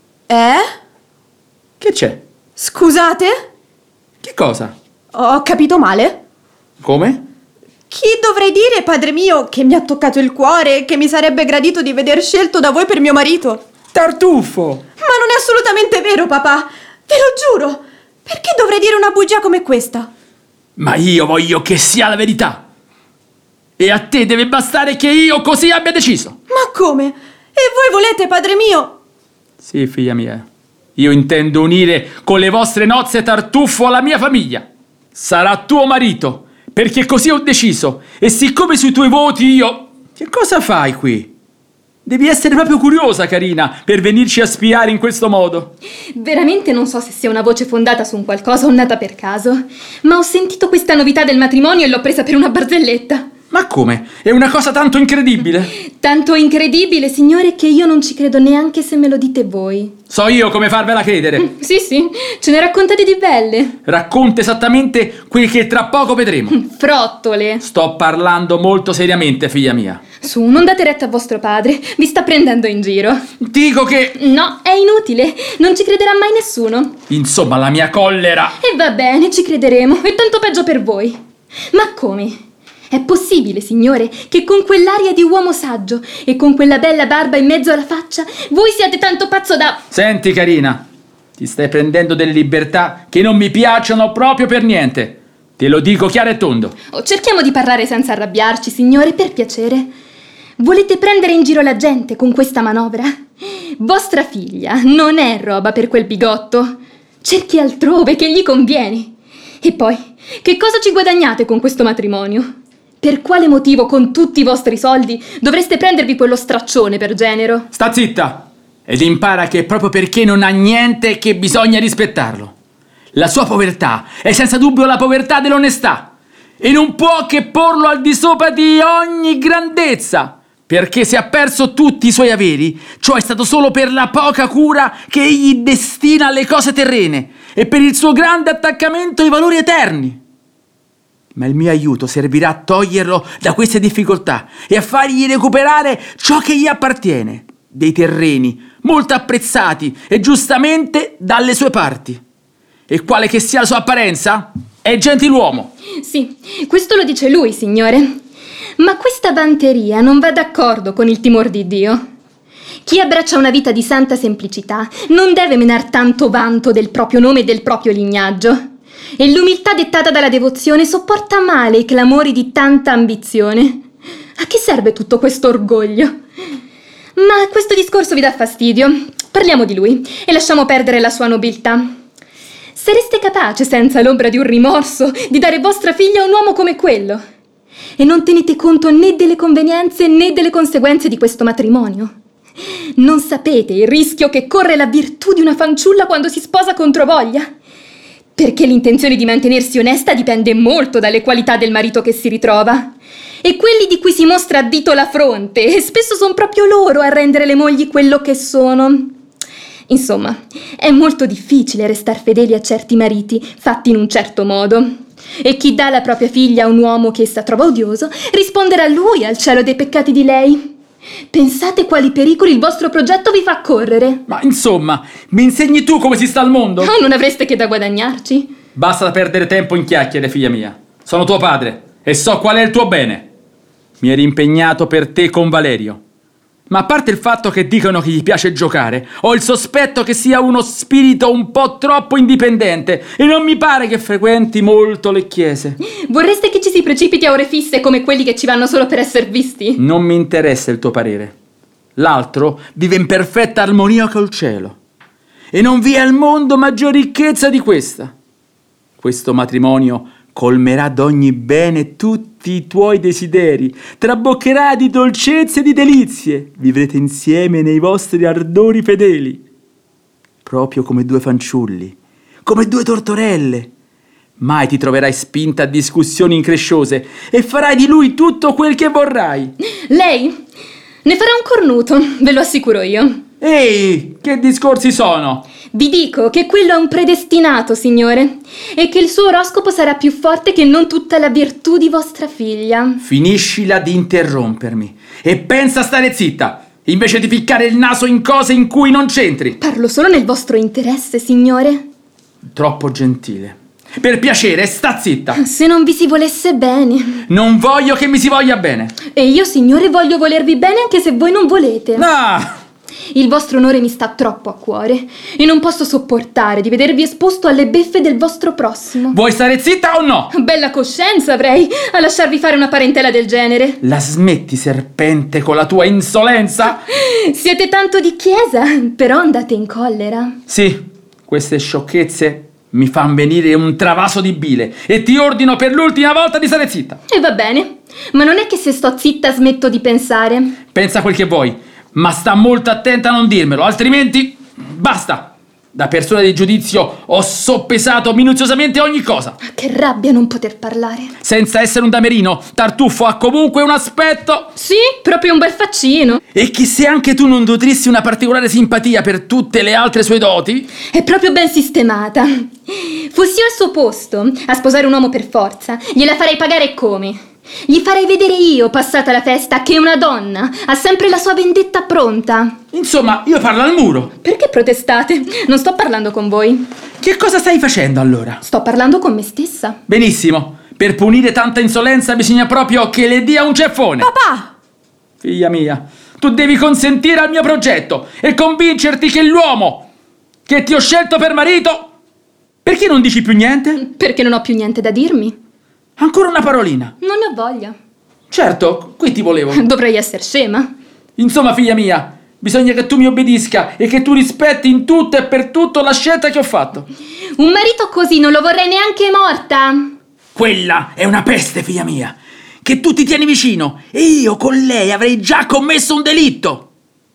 Che c'è? Scusate? Che cosa? Ho capito male? Come? Chi dovrei dire, padre mio, che mi ha toccato il cuore e che mi sarebbe gradito di veder scelto da voi per mio marito? Tartuffo! Ma non è assolutamente vero, papà! Ve lo giuro! Perché dovrei dire una bugia come questa? Ma io voglio che sia la verità. E a te deve bastare che io così abbia deciso. Ma come? E voi volete, padre mio? Sì, figlia mia. Io intendo unire con le vostre nozze Tartuffo alla mia famiglia. Sarà tuo marito, perché così ho deciso. E siccome sui tuoi voti io... Che cosa fai qui? Devi essere proprio curiosa, carina, per venirci a spiare in questo modo. Veramente non so se sia una voce fondata su un qualcosa o nata per caso, ma ho sentito questa novità del matrimonio e l'ho presa per una barzelletta. Ma come? È una cosa tanto incredibile. Tanto incredibile, signore, che io non ci credo neanche se me lo dite voi. So io come farvela credere. Sì, ce ne raccontate di belle. Racconta esattamente quel che tra poco vedremo. Frottole. Sto parlando molto seriamente, figlia mia. Su, non date retta a vostro padre, vi sta prendendo in giro. Dico che... No, è inutile, non ci crederà mai nessuno. Insomma, la mia collera... E va bene, ci crederemo, è tanto peggio per voi. Ma come? È possibile, signore, che con quell'aria di uomo saggio e con quella bella barba in mezzo alla faccia voi siate tanto pazzo da... Senti, carina, ti stai prendendo delle libertà che non mi piacciono proprio per niente. Te lo dico chiaro e tondo. Cerchiamo di parlare senza arrabbiarci, signore, per piacere. Volete prendere in giro la gente con questa manovra? Vostra figlia non è roba per quel bigotto. Cerchi altrove che gli conviene. E poi, che cosa ci guadagnate con questo matrimonio? Per quale motivo con tutti i vostri soldi dovreste prendervi quello straccione per genero? Sta zitta ed impara che è proprio perché non ha niente che bisogna rispettarlo. La sua povertà è senza dubbio la povertà dell'onestà e non può che porlo al di sopra di ogni grandezza, perché se ha perso tutti i suoi averi, ciò è stato solo per la poca cura che egli destina alle cose terrene e per il suo grande attaccamento ai valori eterni. Ma il mio aiuto servirà a toglierlo da queste difficoltà e a fargli recuperare ciò che gli appartiene, dei terreni molto apprezzati e giustamente dalle sue parti. E quale che sia la sua apparenza, è gentiluomo. Sì, questo lo dice lui, signore. Ma questa vanteria non va d'accordo con il timor di Dio. Chi abbraccia una vita di santa semplicità non deve menar tanto vanto del proprio nome e del proprio lignaggio. E l'umiltà dettata dalla devozione sopporta male i clamori di tanta ambizione. A che serve tutto questo orgoglio? Ma questo discorso vi dà fastidio. Parliamo di lui e lasciamo perdere la sua nobiltà. Sareste capace, senza l'ombra di un rimorso, di dare vostra figlia a un uomo come quello? e non tenete conto né delle convenienze né delle conseguenze di questo matrimonio. Non sapete il rischio che corre la virtù di una fanciulla quando si sposa controvoglia? Perché l'intenzione di mantenersi onesta dipende molto dalle qualità del marito che si ritrova. E quelli di cui si mostra addito la fronte, e spesso sono proprio loro a rendere le mogli quello che sono. Insomma, è molto difficile restar fedeli a certi mariti fatti in un certo modo. E chi dà la propria figlia a un uomo che essa trova odioso risponderà lui al cielo dei peccati di lei. Pensate quali pericoli il vostro progetto vi fa correre. Ma insomma, mi insegni tu come si sta al mondo? Oh, non avreste che da guadagnarci. Basta perdere tempo in chiacchiere, figlia mia. Sono tuo padre e so qual è il tuo bene. Mi eri impegnato per te con Valerio. Ma a parte il fatto che dicono che gli piace giocare, ho il sospetto che sia uno spirito un po' troppo indipendente e non mi pare che frequenti molto le chiese. Vorreste che ci si precipiti a ore fisse come quelli che ci vanno solo per essere visti? Non mi interessa il tuo parere. L'altro vive in perfetta armonia col cielo. E non vi è al mondo maggior ricchezza di questa. Questo matrimonio colmerà d'ogni bene tutti i tuoi desideri, traboccherà di dolcezze e di delizie, vivrete insieme nei vostri ardori fedeli, proprio come due fanciulli, come due tortorelle. Mai ti troverai spinta a discussioni incresciose e farai di lui tutto quel che vorrai. Lei ne farà un cornuto, ve lo assicuro io. Ehi, che discorsi sono? Vi dico che quello è un predestinato, signore, e che il suo oroscopo sarà più forte che non tutta la virtù di vostra figlia. Finiscila di interrompermi e pensa a stare zitta, invece di ficcare il naso in cose in cui non c'entri. Parlo solo nel vostro interesse, signore. Troppo gentile. Per piacere, sta zitta. Se non vi si volesse bene. Non voglio che mi si voglia bene. E io, signore, voglio volervi bene anche se voi non volete. Ah! Il vostro onore mi sta troppo a cuore e non posso sopportare di vedervi esposto alle beffe del vostro prossimo. Vuoi stare zitta o no? Bella coscienza avrei a lasciarvi fare una parentela del genere. La smetti, serpente, con la tua insolenza? Siete tanto di chiesa, però andate in collera. Sì, queste sciocchezze mi fanno venire un travaso di bile e ti ordino per l'ultima volta di stare zitta. E va bene, ma non è che se sto zitta smetto di pensare. Pensa quel che vuoi. Ma sta molto attenta a non dirmelo, altrimenti basta! Da persona di giudizio ho soppesato minuziosamente ogni cosa. Che rabbia non poter parlare. Senza essere un damerino, Tartuffo ha comunque un aspetto... Sì, proprio un bel faccino. E che se anche tu non nutrissi una particolare simpatia per tutte le altre sue doti... È proprio ben sistemata. Fossi io al suo posto a sposare un uomo per forza, gliela farei pagare come? Gli farei vedere io, passata la festa, che una donna ha sempre la sua vendetta pronta. Insomma, io parlo al muro. Perché protestate? Non sto parlando con voi. Che cosa stai facendo allora? Sto parlando con me stessa. Benissimo. Per punire tanta insolenza bisogna proprio che le dia un ceffone. Papà! Figlia mia, tu devi consentire al mio progetto e convincerti che l'uomo che ti ho scelto per marito... Perché non dici più niente? Perché non ho più niente da dirmi. Ancora una parolina. Non ne ho voglia. Certo, qui ti volevo. Dovrei essere scema. Insomma, figlia mia, bisogna che tu mi obbedisca e che tu rispetti in tutto e per tutto la scelta che ho fatto. Un marito così non lo vorrei neanche morta. Quella è una peste, figlia mia, che tu ti tieni vicino e io con lei avrei già commesso un delitto.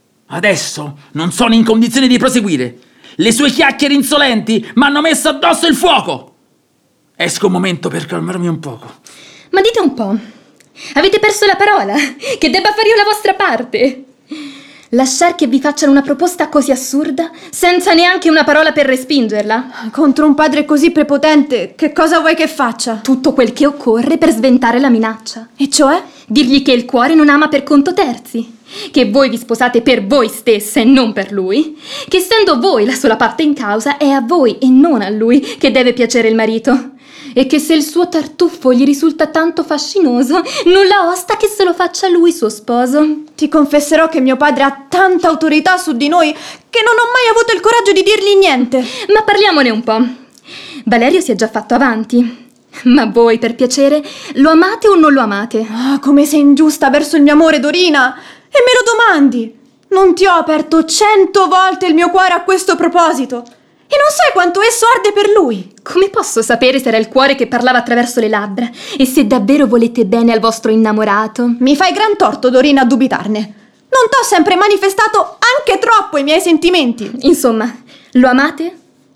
Adesso non sono in condizione di proseguire. Le sue chiacchiere insolenti mi hanno messo addosso il fuoco. Esco un momento per calmarmi un poco. Ma dite un po', avete perso la parola? Che debba fare io la vostra parte? Lasciar che vi facciano una proposta così assurda, senza neanche una parola per respingerla? Contro un padre così prepotente, che cosa vuoi che faccia? Tutto quel che occorre per sventare la minaccia. E cioè? Dirgli che il cuore non ama per conto terzi, che voi vi sposate per voi stesse e non per lui, che essendo voi la sola parte in causa è a voi e non a lui che deve piacere il marito, e che se il suo tartuffo gli risulta tanto fascinoso, nulla osta che se lo faccia lui suo sposo. Ti confesserò che mio padre ha tanta autorità su di noi che non ho mai avuto il coraggio di dirgli niente. Ma parliamone un po'. Valerio si è già fatto avanti. Ma voi, per piacere, lo amate o non lo amate? Ah, come sei ingiusta verso il mio amore, Dorina! E me lo domandi! Non ti ho aperto 100 volte il mio cuore a questo proposito! E non sai quanto esso arde per lui. Come posso sapere se era il cuore che parlava attraverso le labbra e se davvero volete bene al vostro innamorato? Mi fai gran torto, Dorina, a dubitarne. Non t'ho sempre manifestato anche troppo i miei sentimenti. Insomma, lo amate?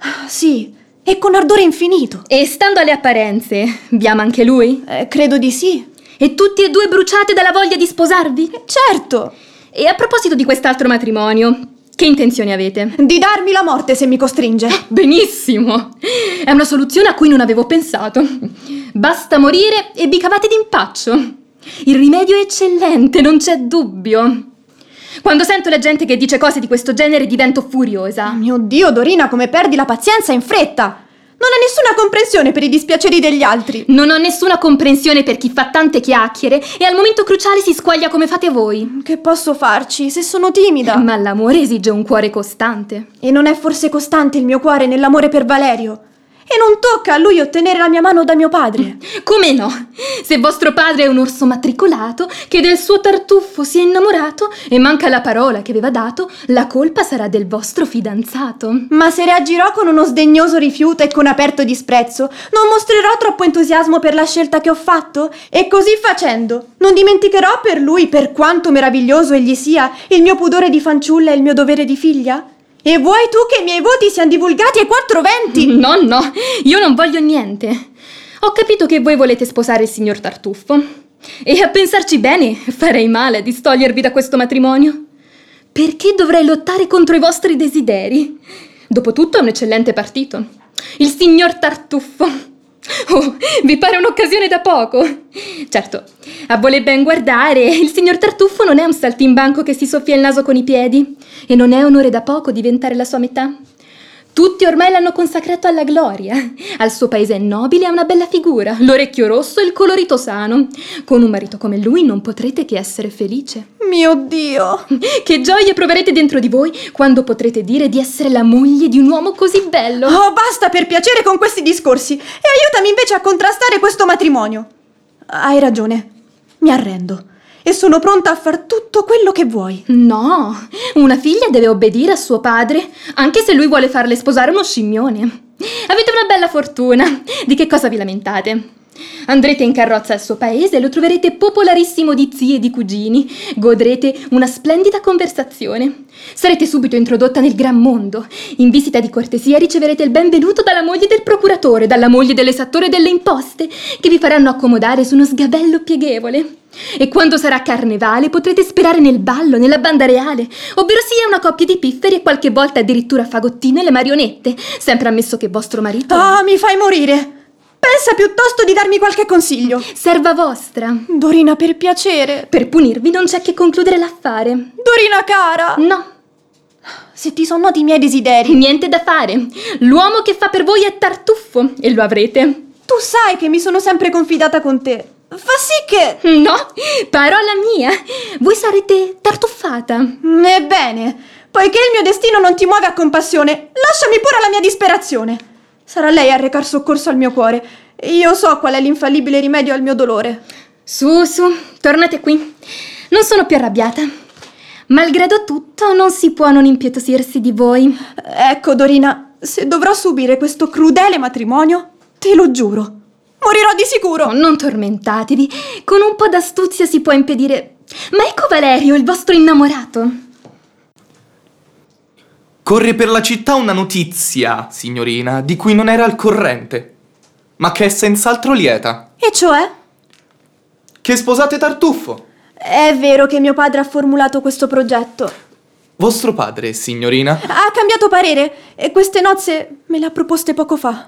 Sì, e con ardore infinito. E stando alle apparenze, vi ama anche lui? Credo di sì. E tutti e due bruciate dalla voglia di sposarvi? Certo. E a proposito di quest'altro matrimonio, che intenzioni avete? Di darmi la morte se mi costringe. Benissimo! È una soluzione a cui non avevo pensato. Basta morire e vi cavate d'impaccio. Il rimedio è eccellente, non c'è dubbio. Quando sento la gente che dice cose di questo genere divento furiosa. Mio Dio, Dorina, come perdi la pazienza in fretta! Non hai nessuna comprensione per i dispiaceri degli altri. Non ho nessuna comprensione per chi fa tante chiacchiere e al momento cruciale si squaglia come fate voi. Che posso farci se sono timida? Ma l'amore esige un cuore costante. E non è forse costante il mio cuore nell'amore per Valerio? E non tocca a lui ottenere la mia mano da mio padre. Come no? Se vostro padre è un orso matricolato che del suo tartuffo si è innamorato e manca la parola che aveva dato, la colpa sarà del vostro fidanzato. Ma se reagirò con uno sdegnoso rifiuto e con aperto disprezzo, non mostrerò troppo entusiasmo per la scelta che ho fatto? E così facendo, non dimenticherò per lui, per quanto meraviglioso egli sia, il mio pudore di fanciulla e il mio dovere di figlia? E vuoi tu che i miei voti siano divulgati ai 420? No, io non voglio niente. Ho capito che voi volete sposare il signor Tartuffo. E a pensarci bene, farei male a distogliervi da questo matrimonio. Perché dovrei lottare contro i vostri desideri? Dopotutto è un eccellente partito. Il signor Tartuffo. Oh, vi pare un'occasione da poco? Certo, a voler ben guardare, il signor Tartuffo non è un saltimbanco che si soffia il naso con i piedi e non è onore da poco diventare la sua metà. Tutti ormai l'hanno consacrato alla gloria. Al suo paese è nobile, ha una bella figura, l'orecchio rosso e il colorito sano. Con un marito come lui non potrete che essere felice. Mio Dio! Che gioia proverete dentro di voi quando potrete dire di essere la moglie di un uomo così bello. Oh, basta per piacere con questi discorsi e aiutami invece a contrastare questo matrimonio. Hai ragione, mi arrendo. E sono pronta a far tutto quello che vuoi. No, una figlia deve obbedire a suo padre, anche se lui vuole farle sposare uno scimmione. Avete una bella fortuna. Di che cosa vi lamentate? Andrete in carrozza al suo paese e lo troverete popolarissimo di zii e di cugini. Godrete una splendida conversazione. Sarete subito introdotta nel gran mondo. In visita di cortesia riceverete il benvenuto dalla moglie del procuratore, dalla moglie dell'esattore delle imposte, che vi faranno accomodare su uno sgabello pieghevole. E quando sarà carnevale potrete sperare nel ballo, nella banda reale, ovvero sia una coppia di pifferi e qualche volta addirittura fagottine e le marionette, sempre ammesso che vostro marito... Ah, mi fai morire! Pensa piuttosto di darmi qualche consiglio. Serva vostra. Dorina, per piacere. Per punirvi non c'è che concludere l'affare. Dorina cara. No. Se ti sono noti i miei desideri. Niente da fare. L'uomo che fa per voi è Tartuffo e lo avrete. Tu sai che mi sono sempre confidata con te. Fa sì che... No, parola mia. Voi sarete tartuffata. Ebbene, poiché il mio destino non ti muove a compassione, lasciami pure la mia disperazione. Sarà lei a recar soccorso al mio cuore. Io so qual è l'infallibile rimedio al mio dolore. Su, tornate qui. Non sono più arrabbiata. Malgrado tutto, non si può non impietosirsi di voi. Ecco, Dorina, se dovrò subire questo crudele matrimonio, te lo giuro, morirò di sicuro. Oh, non tormentatevi. Con un po' d'astuzia si può impedire. Ma ecco Valerio, il vostro innamorato. Corre per la città una notizia, signorina, di cui non era al corrente, ma che è senz'altro lieta. E cioè? Che sposate Tartuffo. È vero che mio padre ha formulato questo progetto. Vostro padre, signorina? Ha cambiato parere e queste nozze me le ha proposte poco fa.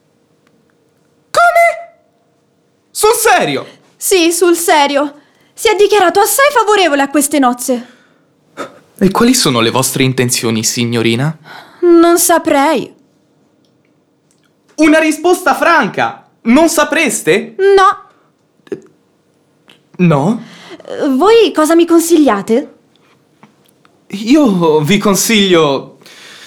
Come? Sul serio? Sì, sul serio. Si è dichiarato assai favorevole a queste nozze. E quali sono le vostre intenzioni, signorina? Non saprei. Una risposta franca! Non sapreste? No. No? Voi cosa mi consigliate? Io vi consiglio...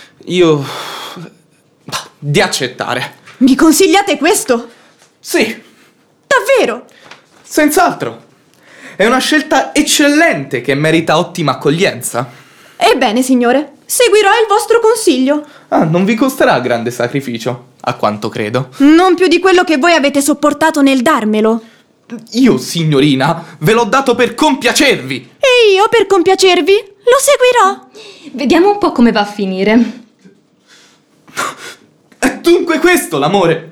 di accettare. Mi consigliate questo? Sì. Davvero? Senz'altro. È una scelta eccellente che merita ottima accoglienza. Ebbene, signore, Seguirò il vostro consiglio. Ah, non vi costerà grande sacrificio, a quanto credo. Non più di quello che voi avete sopportato nel darmelo. Io, signorina, ve l'ho dato per compiacervi. E io, per compiacervi, lo seguirò. Vediamo un po' come va a finire. È dunque questo l'amore?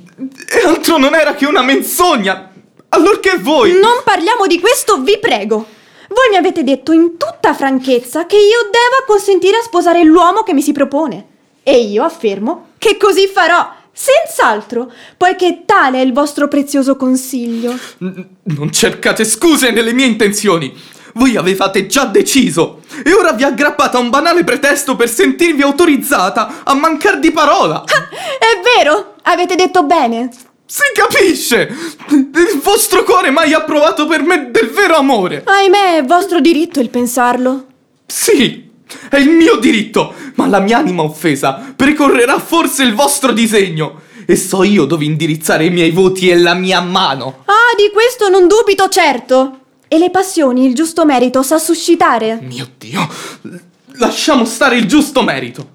E altro non era che una menzogna, allorché voi... Non parliamo di questo, vi prego. Voi mi avete detto in tutta franchezza che io deva consentire a sposare l'uomo che mi si propone. E io affermo che così farò, senz'altro, poiché tale è il vostro prezioso consiglio. Non cercate scuse nelle mie intenzioni. Voi avevate già deciso e ora vi aggrappate a un banale pretesto per sentirvi autorizzata a mancar di parola. È vero, avete detto bene. Si capisce! Il vostro cuore mai ha provato per me del vero amore. Ahimè, è vostro diritto il pensarlo. Sì, è il mio diritto, ma la mia anima offesa precorrerà forse il vostro disegno. E so io dove indirizzare i miei voti e la mia mano. Ah, di questo non dubito certo. E le passioni il giusto merito sa suscitare. Mio Dio, lasciamo stare il giusto merito.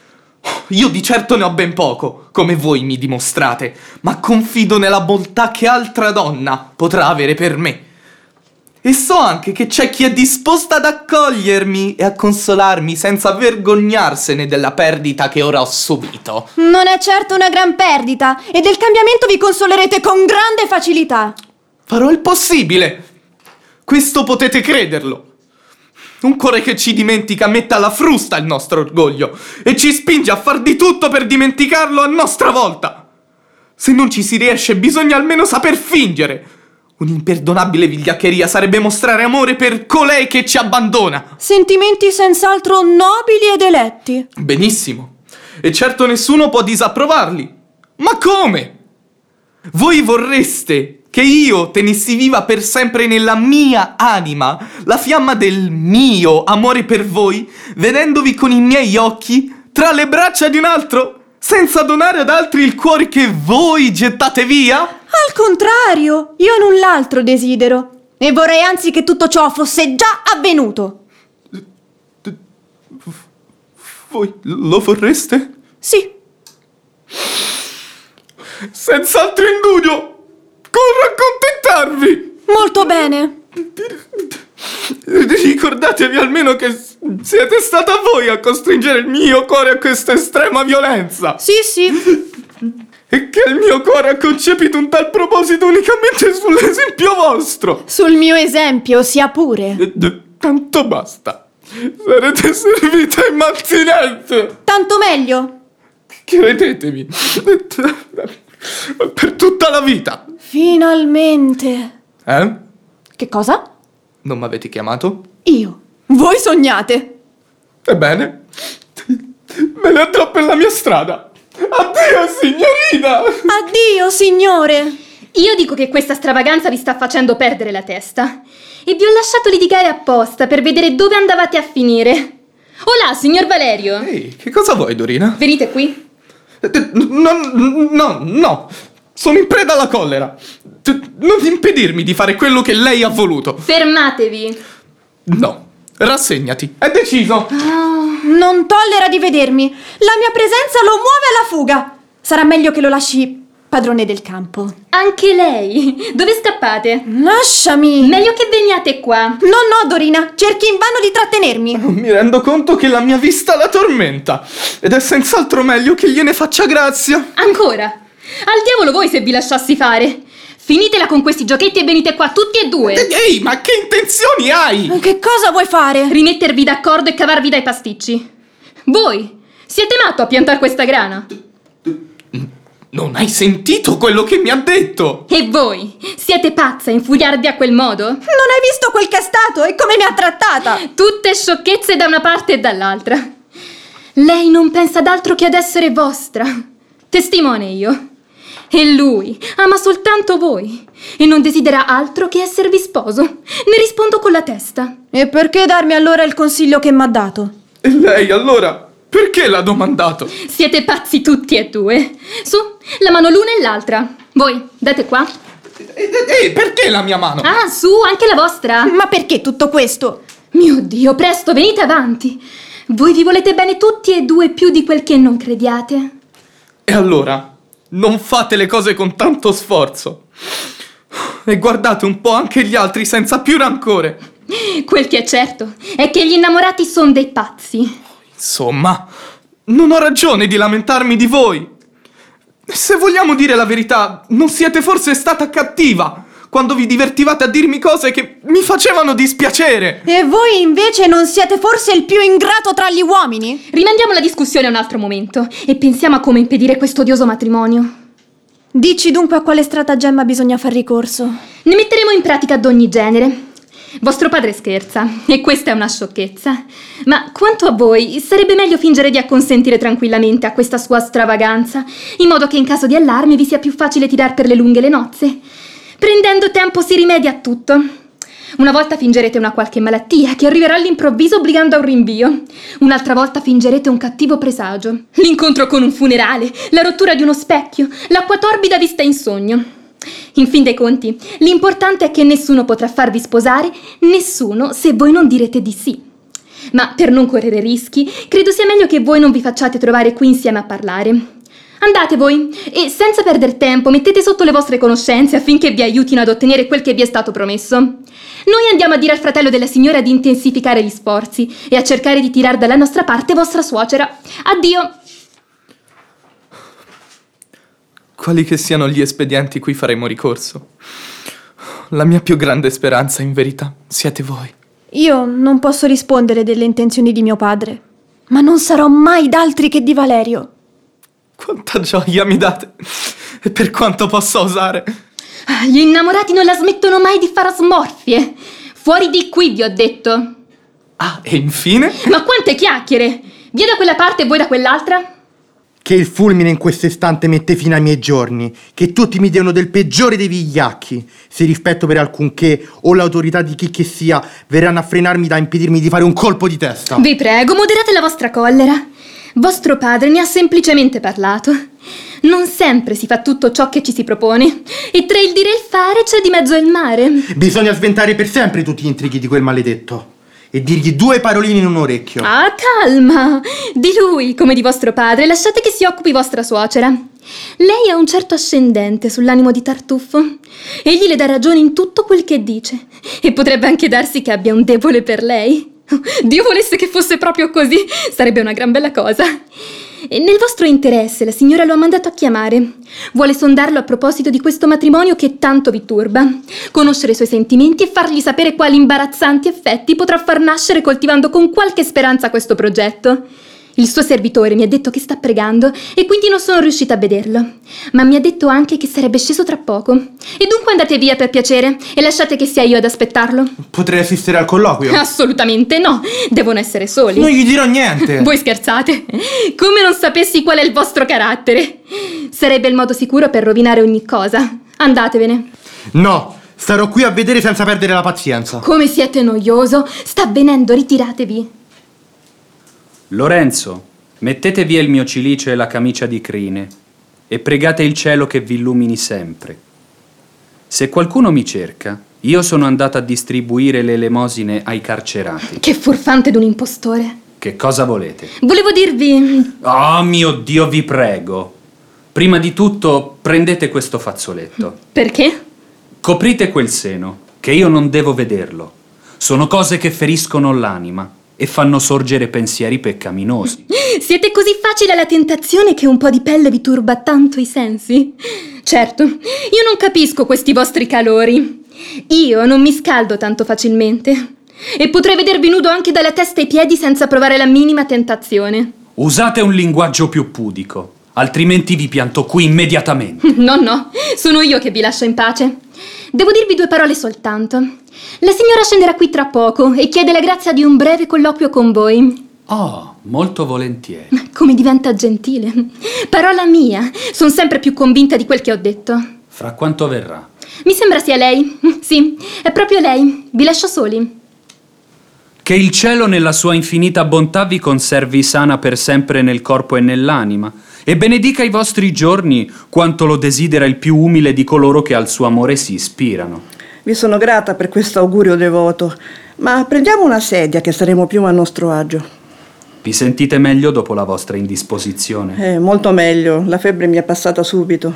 Io di certo ne ho ben poco, come voi mi dimostrate, ma confido nella bontà che altra donna potrà avere per me. E so anche che c'è chi è disposta ad accogliermi e a consolarmi senza vergognarsene della perdita che ora ho subito. Non è certo una gran perdita, e del cambiamento vi consolerete con grande facilità. Farò il possibile. Questo potete crederlo. Un cuore che ci dimentica mette alla frusta il nostro orgoglio e ci spinge a far di tutto per dimenticarlo a nostra volta. Se non ci si riesce, bisogna almeno saper fingere. Un'imperdonabile vigliaccheria sarebbe mostrare amore per colei che ci abbandona. Sentimenti senz'altro nobili ed eletti. Benissimo. E certo nessuno può disapprovarli. Ma come? Voi vorreste che io tenessi viva per sempre nella mia anima la fiamma del mio amore per voi, vedendovi con i miei occhi tra le braccia di un altro, senza donare ad altri il cuore che voi gettate via? Al contrario, io null'altro desidero, e vorrei anzi che tutto ciò fosse già avvenuto. Voi lo vorreste? Sì. Senz'altro indubbio. Corro a accontentarvi! Molto bene. Ricordatevi almeno che siete stata voi a costringere il mio cuore a questa estrema violenza. Sì, sì. E che il mio cuore ha concepito un tal proposito unicamente sull'esempio vostro. Sul mio esempio, sia pure. Tanto basta. Sarete servita immantinente. Tanto meglio. Credetemi. Per tutta la vita. Finalmente. Che cosa? Non m'avete chiamato? Io. Voi sognate. Ebbene, me ne andrò per la mia strada. Addio, signorina! Addio, signore! Io dico che questa stravaganza vi sta facendo perdere la testa. E vi ho lasciato litigare apposta per vedere dove andavate a finire. Olà, signor Valerio! Ehi, che cosa vuoi, Dorina? Venite qui. No, sono in preda alla collera. Non impedirmi di fare quello che lei ha voluto. Fermatevi. No, rassegnati, è deciso. Non tollera di vedermi. La mia presenza lo muove alla fuga. Sarà meglio che lo lasci padrone del campo. Anche lei? Dove scappate? Lasciami. Meglio che veniate qua. No, Dorina, cerchi invano di trattenermi. Mi rendo conto che la mia vista la tormenta ed è senz'altro meglio che gliene faccia grazia. Ancora? Al diavolo voi se vi lasciassi fare. Finitela con questi giochetti e venite qua tutti e due. Ehi, ma che intenzioni hai? Che cosa vuoi fare? Rimettervi d'accordo e cavarvi dai pasticci. Voi siete matto a piantare questa grana? Non hai sentito quello che mi ha detto? E voi siete pazza a infuriarvi a quel modo? Non hai visto quel che è stato e come mi ha trattata? Tutte sciocchezze da una parte e dall'altra. Lei non pensa ad altro che ad essere vostra. Testimone io. E lui ama soltanto voi e non desidera altro che esservi sposo. Ne rispondo con la testa. E perché darmi allora il consiglio che m'ha dato? E lei allora perché l'ha domandato? Siete pazzi tutti e due. Su, la mano l'una e l'altra. Voi, date qua. Perché la mia mano? Ah, su, anche la vostra. Ma perché tutto questo? Mio Dio, presto, venite avanti. Voi vi volete bene tutti e due più di quel che non crediate. E allora, non fate le cose con tanto sforzo. E guardate un po' anche gli altri senza più rancore. Quel che è certo è che gli innamorati sono dei pazzi. Insomma, non ho ragione di lamentarmi di voi. Se vogliamo dire la verità, non siete forse stata cattiva quando vi divertivate a dirmi cose che mi facevano dispiacere. E voi invece non siete forse il più ingrato tra gli uomini? Rimandiamo la discussione a un altro momento e pensiamo a come impedire questo odioso matrimonio. Dici dunque a quale stratagemma bisogna far ricorso? Ne metteremo in pratica ad ogni genere. Vostro padre scherza, e questa è una sciocchezza. Ma quanto a voi, sarebbe meglio fingere di acconsentire tranquillamente a questa sua stravaganza, in modo che in caso di allarme vi sia più facile tirar per le lunghe le nozze. Prendendo tempo si rimedia a tutto. Una volta fingerete una qualche malattia che arriverà all'improvviso obbligando a un rinvio. Un'altra volta fingerete un cattivo presagio, l'incontro con un funerale, la rottura di uno specchio, l'acqua torbida vista in sogno. In fin dei conti, l'importante è che nessuno potrà farvi sposare, nessuno se voi non direte di sì. Ma per non correre rischi, credo sia meglio che voi non vi facciate trovare qui insieme a parlare. Andate voi e senza perdere tempo mettete sotto le vostre conoscenze affinché vi aiutino ad ottenere quel che vi è stato promesso. Noi andiamo a dire al fratello della signora di intensificare gli sforzi e a cercare di tirar dalla nostra parte vostra suocera. Addio! Quali che siano gli espedienti cui faremo ricorso, la mia più grande speranza, in verità, siete voi. Io non posso rispondere delle intenzioni di mio padre, ma non sarò mai d'altri che di Valerio. Quanta gioia mi date! E per quanto posso osare? Gli innamorati non la smettono mai di fare smorfie. Fuori di qui, vi ho detto. Ah, e infine? Ma quante chiacchiere! Via da quella parte e voi da quell'altra. Che il fulmine in questo istante mette fine ai miei giorni, che tutti mi diano del peggiore dei vigliacchi, se rispetto per alcunché o l'autorità di chi che sia verranno a frenarmi da impedirmi di fare un colpo di testa. Vi prego, moderate la vostra collera. Vostro padre ne ha semplicemente parlato. Non sempre si fa tutto ciò che ci si propone, e tra il dire e il fare c'è di mezzo il mare. Bisogna sventare per sempre tutti gli intrighi di quel maledetto e dirgli 2 paroline in un orecchio. Ah, calma! Di lui, come di vostro padre, lasciate che si occupi vostra suocera. Lei ha un certo ascendente sull'animo di Tartuffo. Egli le dà ragione in tutto quel che dice, e potrebbe anche darsi che abbia un debole per lei. Dio volesse che fosse proprio così, sarebbe una gran bella cosa. E nel vostro interesse la signora lo ha mandato a chiamare. Vuole sondarlo a proposito di questo matrimonio che tanto vi turba, conoscere i suoi sentimenti e fargli sapere quali imbarazzanti effetti potrà far nascere coltivando con qualche speranza questo progetto. Il suo servitore mi ha detto che sta pregando e quindi non sono riuscita a vederlo, ma mi ha detto anche che sarebbe sceso tra poco. E dunque andate via per piacere e lasciate che sia io ad aspettarlo. Potrei assistere al colloquio? Assolutamente no, devono essere soli. Non gli dirò niente. Voi scherzate? Come non sapessi qual è il vostro carattere. Sarebbe il modo sicuro per rovinare ogni cosa. Andatevene. No, starò qui a vedere senza perdere la pazienza. Come siete noioso. Sta avvenendo, ritiratevi. Lorenzo, mettete via il mio cilicio e la camicia di crine e pregate il cielo che vi illumini sempre. Se qualcuno mi cerca, io sono andato a distribuire le elemosine ai carcerati. Che furfante d'un impostore. Che cosa volete? Volevo dirvi... Oh mio Dio, vi prego. Prima di tutto, prendete questo fazzoletto. Perché? Coprite quel seno, che io non devo vederlo. Sono cose che feriscono l'anima e fanno sorgere pensieri peccaminosi. Siete così facili alla tentazione che un po' di pelle vi turba tanto i sensi? Certo, io non capisco questi vostri calori. Io non mi scaldo tanto facilmente. E potrei vedervi nudo anche dalla testa ai piedi senza provare la minima tentazione. Usate un linguaggio più pudico, altrimenti vi pianto qui immediatamente. No, sono io che vi lascio in pace. Devo dirvi 2 parole soltanto. La signora scenderà qui tra poco e chiede la grazia di un breve colloquio con voi. Oh, molto volentieri. Come diventa gentile. Parola mia, sono sempre più convinta di quel che ho detto. Fra quanto verrà? Mi sembra sia lei. Sì, è proprio lei. Vi lascio soli. Che il cielo nella sua infinita bontà vi conservi sana per sempre nel corpo e nell'anima, e benedica i vostri giorni quanto lo desidera il più umile di coloro che al suo amore si ispirano. Vi sono grata per questo augurio devoto, ma prendiamo una sedia che saremo più a nostro agio. Vi sentite meglio dopo la vostra indisposizione? Molto meglio, la febbre mi è passata subito.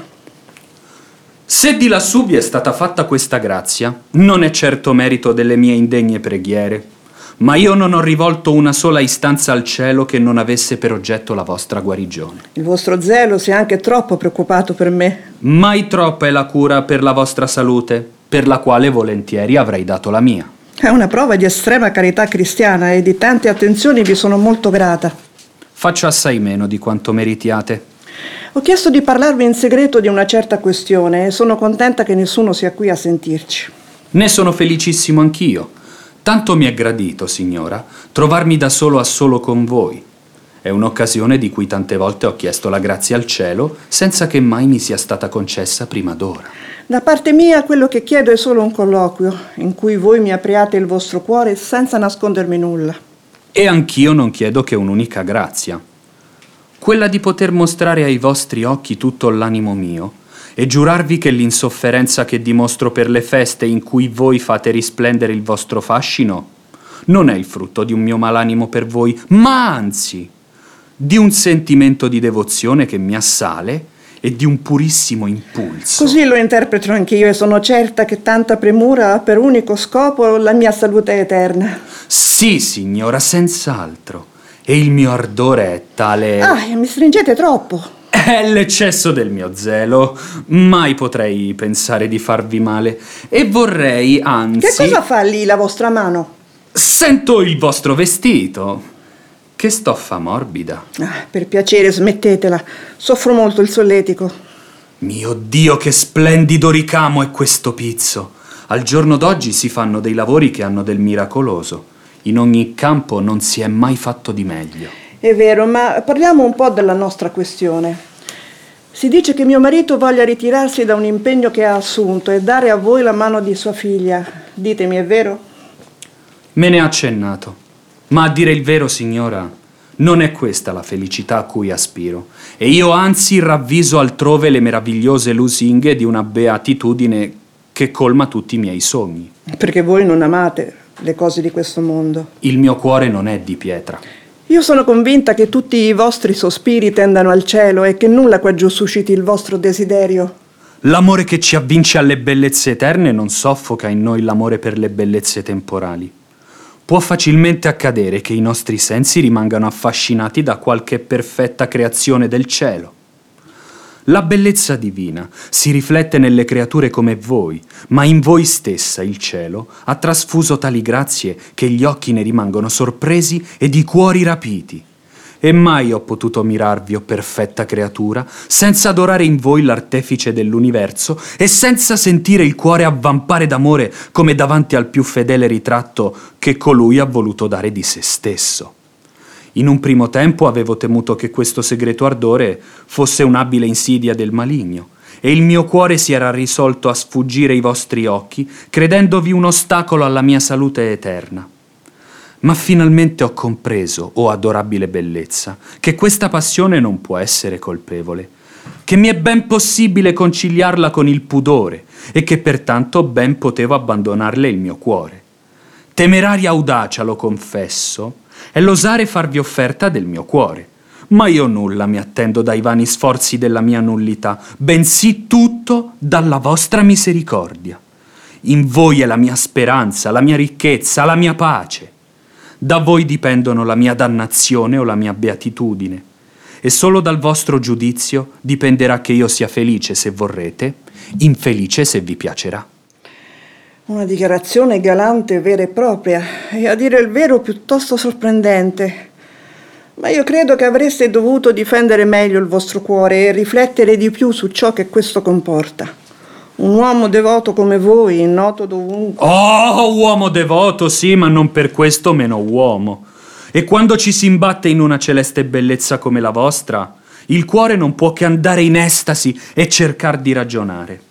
Se di lassù vi è stata fatta questa grazia, non è certo merito delle mie indegne preghiere, ma io non ho rivolto una sola istanza al cielo che non avesse per oggetto la vostra guarigione. Il vostro zelo si è anche troppo preoccupato per me. Mai troppa è la cura per la vostra salute, per la quale volentieri avrei dato la mia. È una prova di estrema carità cristiana e di tante attenzioni vi sono molto grata. Faccio assai meno di quanto meritiate. Ho chiesto di parlarvi in segreto di una certa questione e sono contenta che nessuno sia qui a sentirci. Ne sono felicissimo anch'io. Tanto mi è gradito, signora, trovarmi da solo a solo con voi. È un'occasione di cui tante volte ho chiesto la grazia al cielo, senza che mai mi sia stata concessa prima d'ora. Da parte mia quello che chiedo è solo un colloquio, in cui voi mi apriate il vostro cuore senza nascondermi nulla. E anch'io non chiedo che un'unica grazia, quella di poter mostrare ai vostri occhi tutto l'animo mio e giurarvi che l'insofferenza che dimostro per le feste in cui voi fate risplendere il vostro fascino non è il frutto di un mio malanimo per voi, ma anzi di un sentimento di devozione che mi assale e di un purissimo impulso. Così lo interpreto anch'io e sono certa che tanta premura ha per unico scopo la mia salute eterna. Sì, signora, senz'altro. E il mio ardore è tale... Mi stringete troppo. È l'eccesso del mio zelo. Mai potrei pensare di farvi male. E vorrei, anzi... Che cosa fa lì la vostra mano? Sento il vostro vestito. Che stoffa morbida. Per piacere, smettetela. Soffro molto il solletico. Mio Dio, che splendido ricamo è questo pizzo. Al giorno d'oggi si fanno dei lavori che hanno del miracoloso. In ogni campo non si è mai fatto di meglio. È vero, ma parliamo un po' della nostra questione. Si dice che mio marito voglia ritirarsi da un impegno che ha assunto e dare a voi la mano di sua figlia. Ditemi, è vero? Me ne ha accennato. Ma a dire il vero, signora, non è questa la felicità a cui aspiro. E io anzi ravviso altrove le meravigliose lusinghe di una beatitudine che colma tutti i miei sogni. Perché voi non amate le cose di questo mondo. Il mio cuore non è di pietra. Io sono convinta che tutti i vostri sospiri tendano al cielo e che nulla qua giù susciti il vostro desiderio. L'amore che ci avvince alle bellezze eterne non soffoca in noi l'amore per le bellezze temporali. Può facilmente accadere che i nostri sensi rimangano affascinati da qualche perfetta creazione del cielo. La bellezza divina si riflette nelle creature come voi, ma in voi stessa il cielo ha trasfuso tali grazie che gli occhi ne rimangono sorpresi ed i cuori rapiti. E mai ho potuto mirarvi, o perfetta creatura, senza adorare in voi l'artefice dell'universo e senza sentire il cuore avvampare d'amore come davanti al più fedele ritratto che colui ha voluto dare di se stesso. In un primo tempo avevo temuto che questo segreto ardore fosse un'abile insidia del maligno, e il mio cuore si era risolto a sfuggire ai vostri occhi, credendovi un ostacolo alla mia salute eterna. Ma finalmente ho compreso, o adorabile bellezza, che questa passione non può essere colpevole, che mi è ben possibile conciliarla con il pudore e che pertanto ben potevo abbandonarle il mio cuore. Temeraria audacia, lo confesso, è l'osare farvi offerta del mio cuore, ma io nulla mi attendo dai vani sforzi della mia nullità, bensì tutto dalla vostra misericordia. In voi è la mia speranza, la mia ricchezza, la mia pace. Da voi dipendono la mia dannazione o la mia beatitudine, e solo dal vostro giudizio dipenderà che io sia felice se vorrete, infelice se vi piacerà. Una dichiarazione galante, vera e propria, e a dire il vero piuttosto sorprendente. Ma io credo che avreste dovuto difendere meglio il vostro cuore e riflettere di più su ciò che questo comporta. Un uomo devoto come voi, noto dovunque. Oh, uomo devoto, sì, ma non per questo meno uomo. E quando ci si imbatte in una celeste bellezza come la vostra, il cuore non può che andare in estasi e cercar di ragionare.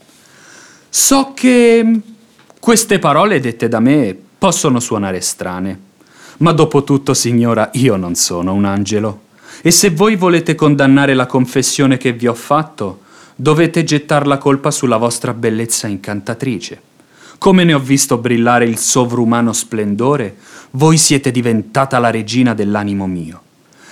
So che queste parole dette da me possono suonare strane, ma dopo tutto, signora, io non sono un angelo. E se voi volete condannare la confessione che vi ho fatto, dovete gettar la colpa sulla vostra bellezza incantatrice. Come ne ho visto brillare il sovrumano splendore, voi siete diventata la regina dell'animo mio.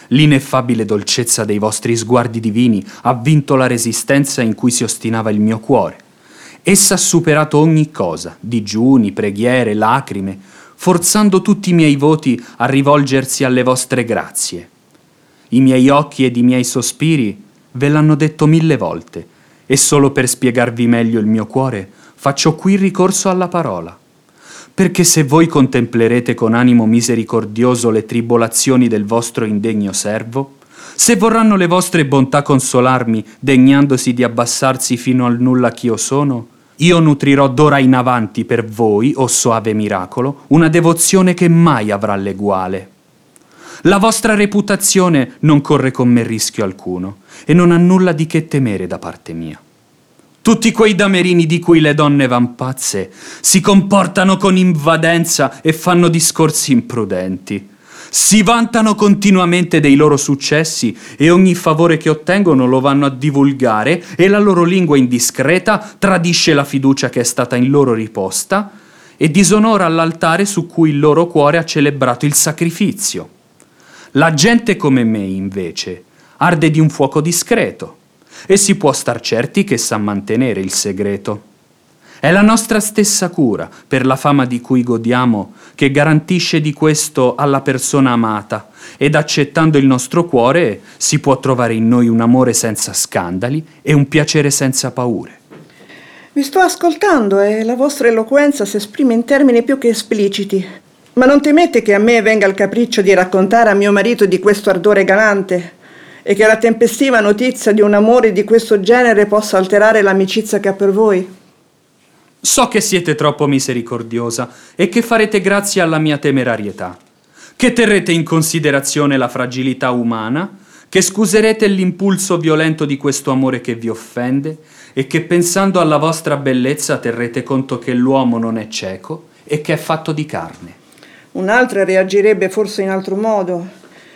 L'ineffabile dolcezza dei vostri sguardi divini ha vinto la resistenza in cui si ostinava il mio cuore. Essa ha superato ogni cosa, digiuni, preghiere, lacrime, forzando tutti i miei voti a rivolgersi alle vostre grazie. I miei occhi ed i miei sospiri ve l'hanno detto 1000 volte, e solo per spiegarvi meglio il mio cuore faccio qui ricorso alla parola. Perché se voi contemplerete con animo misericordioso le tribolazioni del vostro indegno servo, se vorranno le vostre bontà consolarmi, degnandosi di abbassarsi fino al nulla ch'io sono, io nutrirò d'ora in avanti per voi, o soave miracolo, una devozione che mai avrà l'eguale. La vostra reputazione non corre con me rischio alcuno, e non ha nulla di che temere da parte mia. Tutti quei damerini di cui le donne van pazze si comportano con invadenza e fanno discorsi imprudenti. Si vantano continuamente dei loro successi e ogni favore che ottengono lo vanno a divulgare, e la loro lingua indiscreta tradisce la fiducia che è stata in loro riposta e disonora l'altare su cui il loro cuore ha celebrato il sacrificio. La gente come me, invece, arde di un fuoco discreto e si può star certi che sa mantenere il segreto. È la nostra stessa cura, per la fama di cui godiamo, che garantisce di questo alla persona amata, ed accettando il nostro cuore si può trovare in noi un amore senza scandali e un piacere senza paure. Vi sto ascoltando e la vostra eloquenza si esprime in termini più che espliciti. Ma non temete che a me venga il capriccio di raccontare a mio marito di questo ardore galante e che la tempestiva notizia di un amore di questo genere possa alterare l'amicizia che ha per voi? So che siete troppo misericordiosa e che farete grazie alla mia temerarietà, che terrete in considerazione la fragilità umana, che scuserete l'impulso violento di questo amore che vi offende e che pensando alla vostra bellezza terrete conto che l'uomo non è cieco e che è fatto di carne. Un'altra reagirebbe forse in altro modo,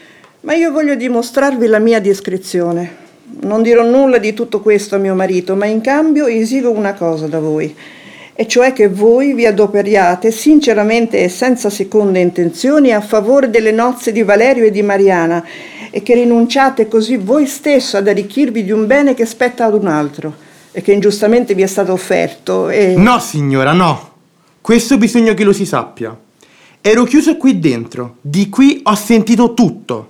ma io voglio dimostrarvi la mia discrezione. Non dirò nulla di tutto questo a mio marito, ma in cambio esigo una cosa da voi, e cioè che voi vi adoperiate sinceramente e senza seconde intenzioni a favore delle nozze di Valerio e di Mariana, e che rinunciate così voi stesso ad arricchirvi di un bene che spetta ad un altro e che ingiustamente vi è stato offerto. No, signora, no. Questo bisogna che lo si sappia. Ero chiuso qui dentro, di qui ho sentito tutto.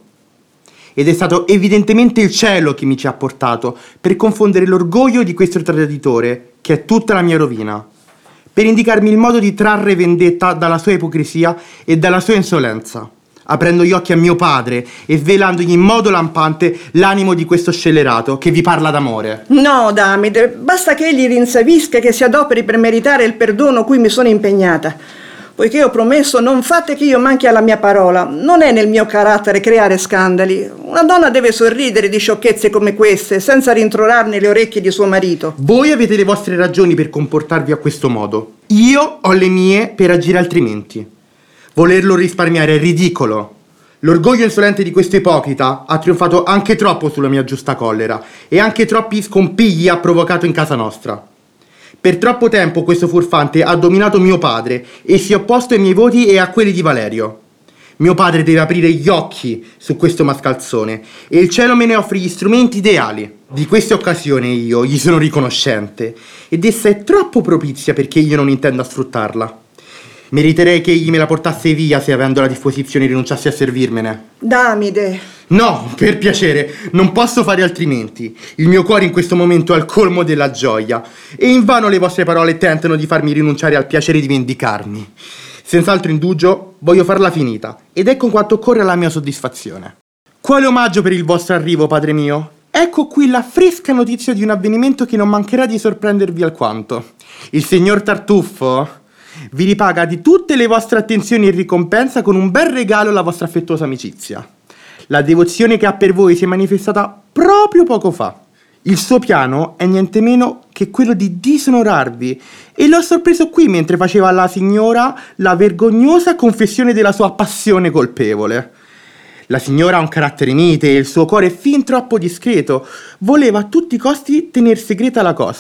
Ed è stato evidentemente il cielo che mi ci ha portato per confondere l'orgoglio di questo traditore, che è tutta la mia rovina, per indicarmi il modo di trarre vendetta dalla sua ipocrisia e dalla sua insolenza, aprendo gli occhi a mio padre e svelandogli in modo lampante l'animo di questo scellerato che vi parla d'amore. No, Damide, basta che egli rinsavisca e che si adoperi per meritare il perdono cui mi sono impegnata. Poiché ho promesso, non fate che io manchi alla mia parola. Non è nel mio carattere creare scandali. Una donna deve sorridere di sciocchezze come queste, senza rintrorarne le orecchie di suo marito. Voi avete le vostre ragioni per comportarvi a questo modo. Io ho le mie per agire altrimenti. Volerlo risparmiare è ridicolo. L'orgoglio insolente di questo ipocrita ha trionfato anche troppo sulla mia giusta collera e anche troppi scompigli ha provocato in casa nostra. Per troppo tempo questo furfante ha dominato mio padre e si è opposto ai miei voti e a quelli di Valerio. Mio padre deve aprire gli occhi su questo mascalzone e il cielo me ne offre gli strumenti ideali. Di questa occasione io gli sono riconoscente ed essa è troppo propizia perché io non intenda sfruttarla. Meriterei che egli me la portasse via se avendo la disposizione rinunciassi a servirmene. Damide! No, per piacere, non posso fare altrimenti. Il mio cuore in questo momento è al colmo della gioia e invano le vostre parole tentano di farmi rinunciare al piacere di vendicarmi. Senz'altro indugio, voglio farla finita ed ecco quanto occorre alla mia soddisfazione. Quale omaggio per il vostro arrivo, padre mio? Ecco qui la fresca notizia di un avvenimento che non mancherà di sorprendervi alquanto. Il signor Tartuffo vi ripaga di tutte le vostre attenzioni e ricompensa con un bel regalo alla vostra affettuosa amicizia. La devozione che ha per voi si è manifestata proprio poco fa. Il suo piano è niente meno che quello di disonorarvi e l'ho sorpreso qui mentre faceva alla signora la vergognosa confessione della sua passione colpevole. La signora ha un carattere mite e il suo cuore è fin troppo discreto. Voleva a tutti i costi tener segreta la cosa.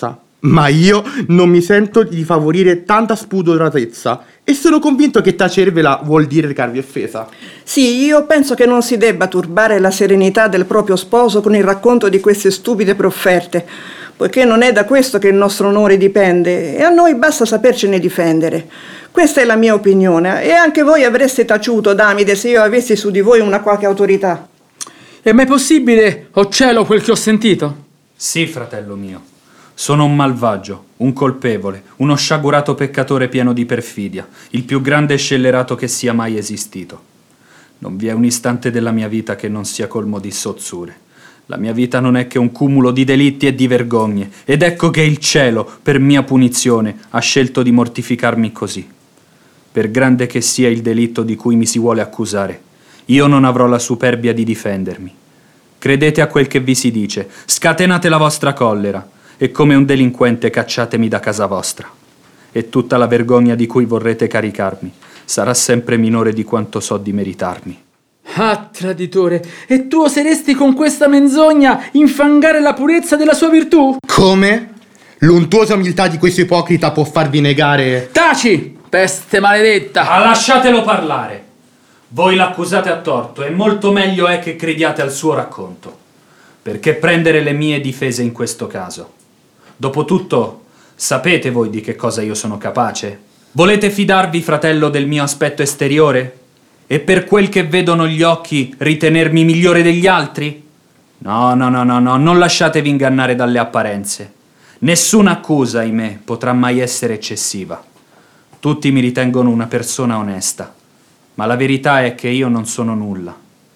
Ma io non mi sento di favorire tanta spudoratezza e sono convinto che tacervela vuol dire recarvi offesa. Sì, io penso che non si debba turbare la serenità del proprio sposo con il racconto di queste stupide profferte, poiché non è da questo che il nostro onore dipende e a noi basta sapercene difendere. Questa è la mia opinione e anche voi avreste taciuto, Damide, se io avessi su di voi una qualche autorità. È mai possibile, o cielo, quel che ho sentito? Sì, fratello mio. Sono un malvagio, un colpevole, uno sciagurato peccatore pieno di perfidia, il più grande scellerato che sia mai esistito. Non vi è un istante della mia vita che non sia colmo di sozzure. La mia vita non è che un cumulo di delitti e di vergogne, ed ecco che il cielo, per mia punizione, ha scelto di mortificarmi così. Per grande che sia il delitto di cui mi si vuole accusare, io non avrò la superbia di difendermi. Credete a quel che vi si dice, scatenate la vostra collera, e come un delinquente cacciatemi da casa vostra. E tutta la vergogna di cui vorrete caricarmi sarà sempre minore di quanto so di meritarmi. Ah, traditore, e tu oseresti con questa menzogna infangare la purezza della sua virtù? Come? L'untuosa umiltà di questo ipocrita può farvi negare... Taci, peste maledetta! Ma lasciatelo parlare! Voi l'accusate a torto e molto meglio è che crediate al suo racconto. Perché prendere le mie difese in questo caso? Dopotutto, sapete voi di che cosa io sono capace? Volete fidarvi, fratello, del mio aspetto esteriore? E per quel che vedono gli occhi ritenermi migliore degli altri? No, non lasciatevi ingannare dalle apparenze. Nessuna accusa, ahimè, potrà mai essere eccessiva. Tutti mi ritengono una persona onesta, ma la verità è che io non sono nulla.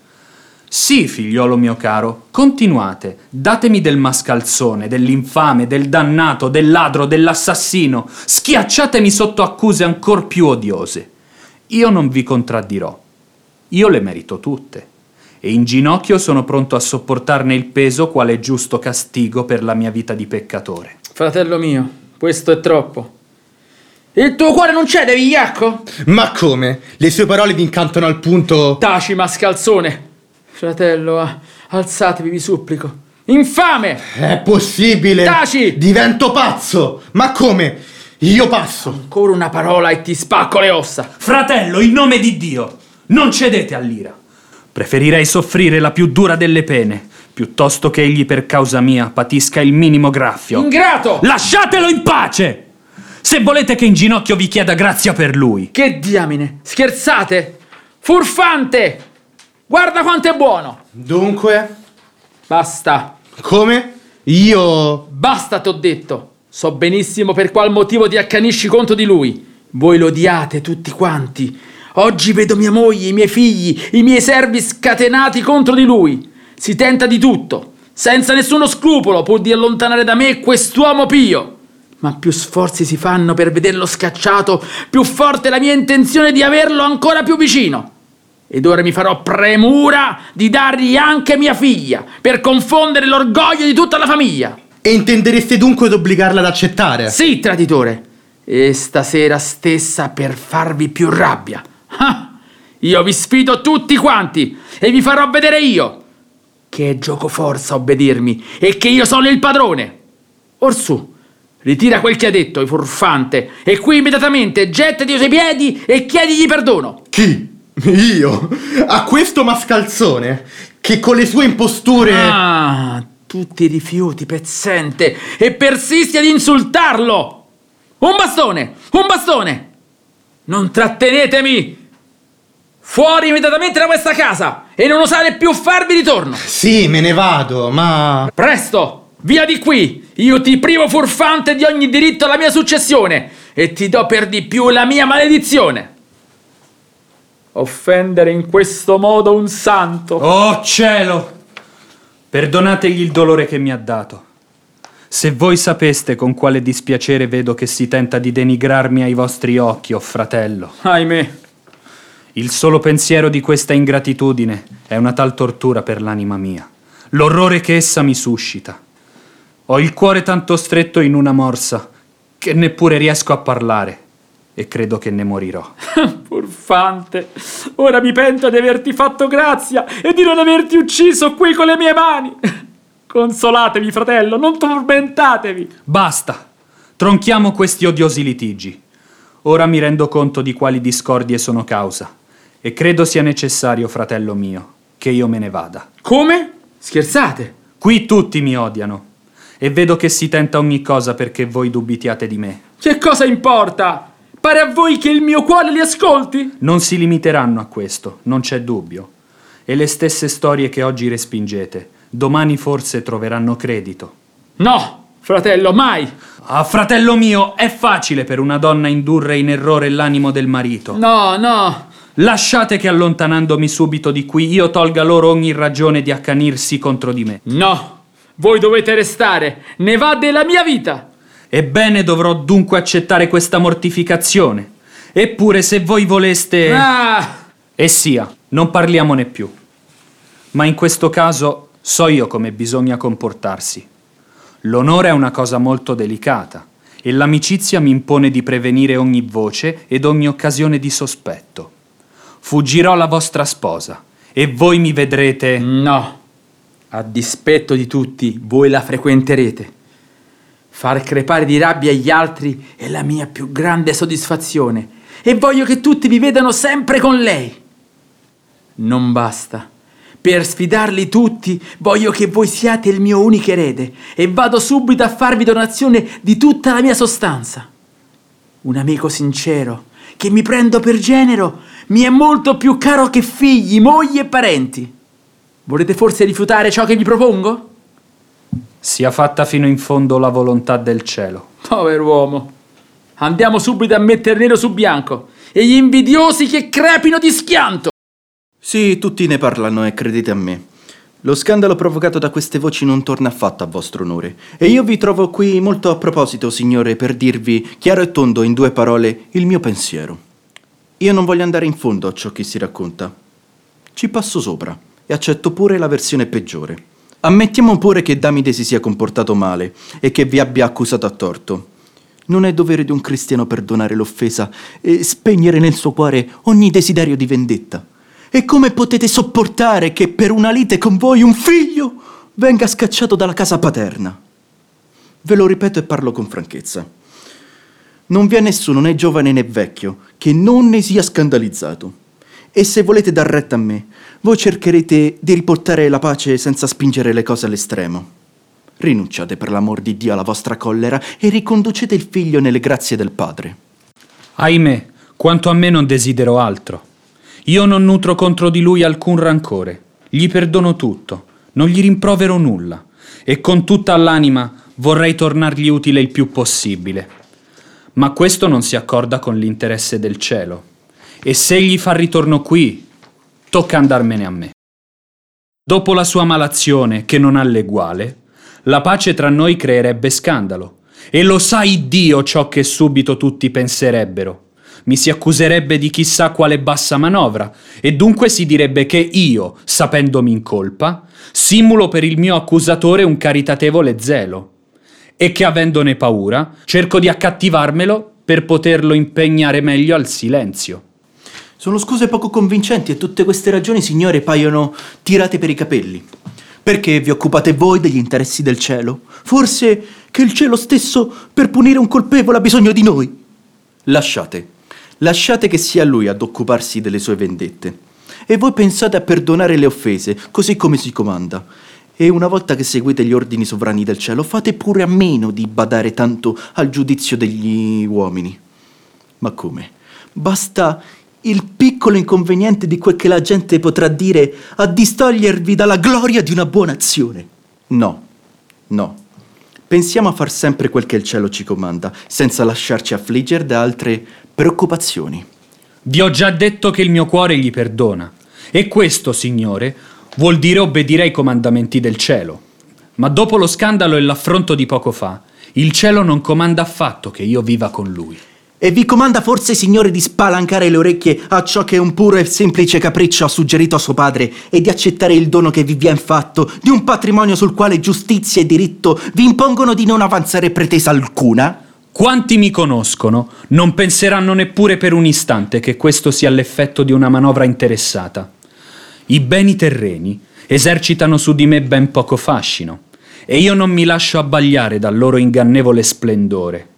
Sì, figliolo mio caro, continuate, datemi del mascalzone, dell'infame, del dannato, del ladro, dell'assassino, schiacciatemi sotto accuse ancor più odiose. Io non vi contraddirò, io le merito tutte, e in ginocchio sono pronto a sopportarne il peso quale giusto castigo per la mia vita di peccatore. Fratello mio, questo è troppo. Il tuo cuore non cede, vigliacco? Ma come? Le sue parole vi incantano al punto... Taci, mascalzone! Fratello, alzatevi, vi supplico. Infame! È possibile! Taci! Divento pazzo! Ma come? Io passo! Ancora una parola e ti spacco le ossa! Fratello, in nome di Dio, non cedete all'ira. Preferirei soffrire la più dura delle pene, piuttosto che egli per causa mia patisca il minimo graffio. Ingrato! Lasciatelo in pace! Se volete che in ginocchio vi chieda grazia per lui. Che diamine! Scherzate? Furfante! Guarda quanto è buono! Dunque? Basta! Come? Io... Basta, t'ho detto! So benissimo per qual motivo ti accanisci contro di lui. Voi lo odiate tutti quanti. Oggi vedo mia moglie, i miei figli, i miei servi scatenati contro di lui. Si tenta di tutto, senza nessuno scrupolo, pur di allontanare da me quest'uomo pio. Ma più sforzi si fanno per vederlo scacciato, più forte è la mia intenzione di averlo ancora più vicino. Ed ora mi farò premura di dargli anche mia figlia, per confondere l'orgoglio di tutta la famiglia. E intendereste dunque d'obbligarla ad accettare? Sì, traditore. E stasera stessa per farvi più rabbia. Ah, io vi sfido tutti quanti e vi farò vedere io che è gioco forza obbedirmi e che io sono il padrone. Orsù, ritira quel che ha detto, furfante, e qui immediatamente gettati ai suoi piedi e chiedigli perdono. Chi? Io? A questo mascalzone? Che con le sue imposture... Ah, tu ti rifiuti, pezzente, e persisti ad insultarlo. Un bastone! Un bastone! Non trattenetemi! Fuori immediatamente da questa casa e non osare più farvi ritorno! Sì, me ne vado, ma... Presto! Via di qui! Io ti privo, furfante, di ogni diritto alla mia successione e ti do per di più la mia maledizione! Offendere in questo modo un santo! Oh cielo! Perdonategli il dolore che mi ha dato. Se voi sapeste con quale dispiacere vedo che si tenta di denigrarmi ai vostri occhi, oh fratello. Ahimè. Il solo pensiero di questa ingratitudine è una tal tortura per l'anima mia. L'orrore che essa mi suscita. Ho il cuore tanto stretto in una morsa che neppure riesco a parlare e credo che ne morirò. Furfante, ora mi pento di averti fatto grazia e di non averti ucciso qui con le mie mani. Consolatevi, fratello, non tormentatevi. Basta, Tronchiamo questi odiosi litigi. Ora mi rendo conto di quali discordie sono causa e credo sia necessario, fratello mio, che io me ne vada. Come? Scherzate? Qui tutti mi odiano e vedo che si tenta ogni cosa perché voi dubitiate di me. Che cosa importa? Pare a voi che il mio cuore li ascolti? Non si limiteranno a questo, non c'è dubbio. E le stesse storie che oggi respingete, domani forse troveranno credito. No, fratello, mai! Ah, fratello mio, è facile per una donna indurre in errore l'animo del marito. No, no! Lasciate che allontanandomi subito di qui io tolga loro ogni ragione di accanirsi contro di me. No! Voi dovete restare! Ne va della mia vita! Ebbene, dovrò dunque accettare questa mortificazione. Eppure, se voi voleste... E sia, non parliamone più. Ma in questo caso so io come bisogna comportarsi. L'onore è una cosa molto delicata e l'amicizia mi impone di prevenire ogni voce ed ogni occasione di sospetto. Fuggirò alla vostra sposa e voi mi vedrete... No, a dispetto di tutti, voi la frequenterete. Far crepare di rabbia gli altri è la mia più grande soddisfazione e voglio che tutti vi vedano sempre con lei. Non basta. Per sfidarli tutti voglio che voi siate il mio unico erede e vado subito a farvi donazione di tutta la mia sostanza. Un amico sincero che mi prendo per genero mi è molto più caro che figli, mogli e parenti. Volete forse rifiutare ciò che vi propongo? Sia fatta fino in fondo la volontà del cielo. Pover'uomo. Andiamo subito a mettere nero su bianco e gli invidiosi che crepino di schianto. Sì, tutti ne parlano e credete a me. Lo scandalo provocato da queste voci non torna affatto a vostro onore. E io vi trovo qui molto a proposito, signore, per dirvi chiaro e tondo in 2 parole il mio pensiero. Io non voglio andare in fondo a ciò che si racconta. Ci passo sopra e accetto pure la versione peggiore. Ammettiamo pure che Damide si sia comportato male e che vi abbia accusato a torto. Non è dovere di un cristiano perdonare l'offesa e spegnere nel suo cuore ogni desiderio di vendetta. E come potete sopportare che per una lite con voi un figlio venga scacciato dalla casa paterna? Ve lo ripeto e parlo con franchezza. Non vi è nessuno, né giovane né vecchio, che non ne sia scandalizzato. E se volete dar retta a me, voi cercherete di riportare la pace senza spingere le cose all'estremo. Rinunciate per l'amor di Dio alla vostra collera e riconducete il figlio nelle grazie del Padre. Ahimè, quanto a me non desidero altro. Io non nutro contro di lui alcun rancore, gli perdono tutto, non gli rimprovero nulla e con tutta l'anima vorrei tornargli utile il più possibile. Ma questo non si accorda con l'interesse del cielo e se egli fa ritorno qui, tocca andarmene a me. Dopo la sua malazione, che non ha l'eguale, la pace tra noi creerebbe scandalo e lo sa Iddio ciò che subito tutti penserebbero. Mi si accuserebbe di chissà quale bassa manovra e dunque si direbbe che io, sapendomi in colpa, simulo per il mio accusatore un caritatevole zelo e che avendone paura cerco di accattivarmelo per poterlo impegnare meglio al silenzio. Sono scuse poco convincenti e tutte queste ragioni, signore, paiono tirate per i capelli. Perché vi occupate voi degli interessi del cielo? Forse che il cielo stesso per punire un colpevole ha bisogno di noi? Lasciate che sia lui ad occuparsi delle sue vendette. E voi pensate a perdonare le offese, così come si comanda. E una volta che seguite gli ordini sovrani del cielo, fate pure a meno di badare tanto al giudizio degli uomini. Ma come? Basta il piccolo inconveniente di quel che la gente potrà dire a distogliervi dalla gloria di una buona azione. No. Pensiamo a far sempre quel che il cielo ci comanda, senza lasciarci affliggere da altre preoccupazioni. Vi ho già detto che il mio cuore gli perdona. E questo, signore, vuol dire obbedire ai comandamenti del cielo. Ma dopo lo scandalo e l'affronto di poco fa, il cielo non comanda affatto che io viva con lui. E vi comanda forse, signore, di spalancare le orecchie a ciò che un puro e semplice capriccio ha suggerito a suo padre e di accettare il dono che vi vien fatto di un patrimonio sul quale giustizia e diritto vi impongono di non avanzare pretesa alcuna? Quanti mi conoscono non penseranno neppure per un istante che questo sia l'effetto di una manovra interessata. I beni terreni esercitano su di me ben poco fascino e io non mi lascio abbagliare dal loro ingannevole splendore.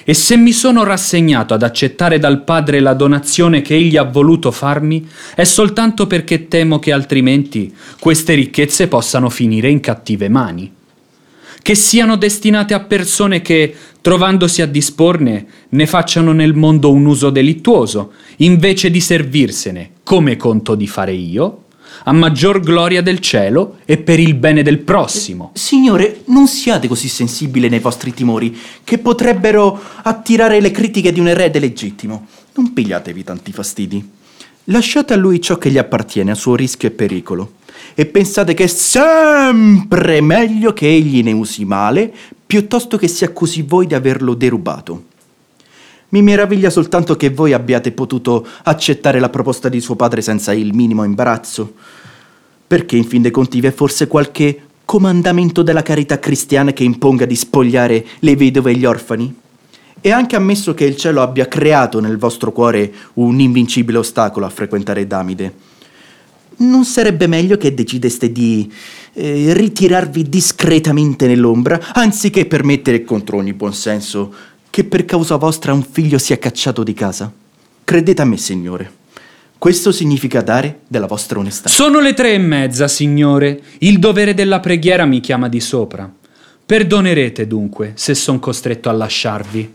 E se mi sono rassegnato ad accettare dal Padre la donazione che Egli ha voluto farmi, è soltanto perché temo che altrimenti queste ricchezze possano finire in cattive mani. Che siano destinate a persone che, trovandosi a disporne, ne facciano nel mondo un uso delittuoso, invece di servirsene, come conto di fare io, a maggior gloria del cielo e per il bene del prossimo. Signore, non siate così sensibile nei vostri timori, che potrebbero attirare le critiche di un erede legittimo. Non pigliatevi tanti fastidi. Lasciate a lui ciò che gli appartiene a suo rischio e pericolo. E pensate che è sempre meglio che egli ne usi male, piuttosto che si accusi voi di averlo derubato. Mi meraviglia soltanto che voi abbiate potuto accettare la proposta di suo padre senza il minimo imbarazzo. Perché in fin dei conti vi è forse qualche comandamento della carità cristiana che imponga di spogliare le vedove e gli orfani? E anche ammesso che il cielo abbia creato nel vostro cuore un invincibile ostacolo a frequentare Damide, non sarebbe meglio che decideste di ritirarvi discretamente nell'ombra, anziché permettere contro ogni buonsenso che per causa vostra un figlio sia cacciato di casa? Credete a me, Signore. Questo significa dare della vostra onestà. Sono le 3:30, Signore. Il dovere della preghiera mi chiama di sopra. Perdonerete dunque se son costretto a lasciarvi.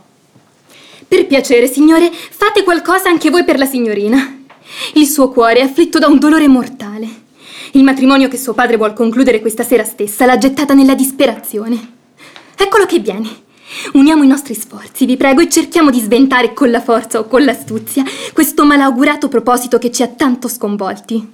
Per piacere, Signore, fate qualcosa anche voi per la signorina. Il suo cuore è afflitto da un dolore mortale. Il matrimonio che suo padre vuol concludere questa sera stessa l'ha gettata nella disperazione. Eccolo che viene. Uniamo i nostri sforzi, vi prego, e cerchiamo di sventare con la forza o con l'astuzia questo malaugurato proposito che ci ha tanto sconvolti.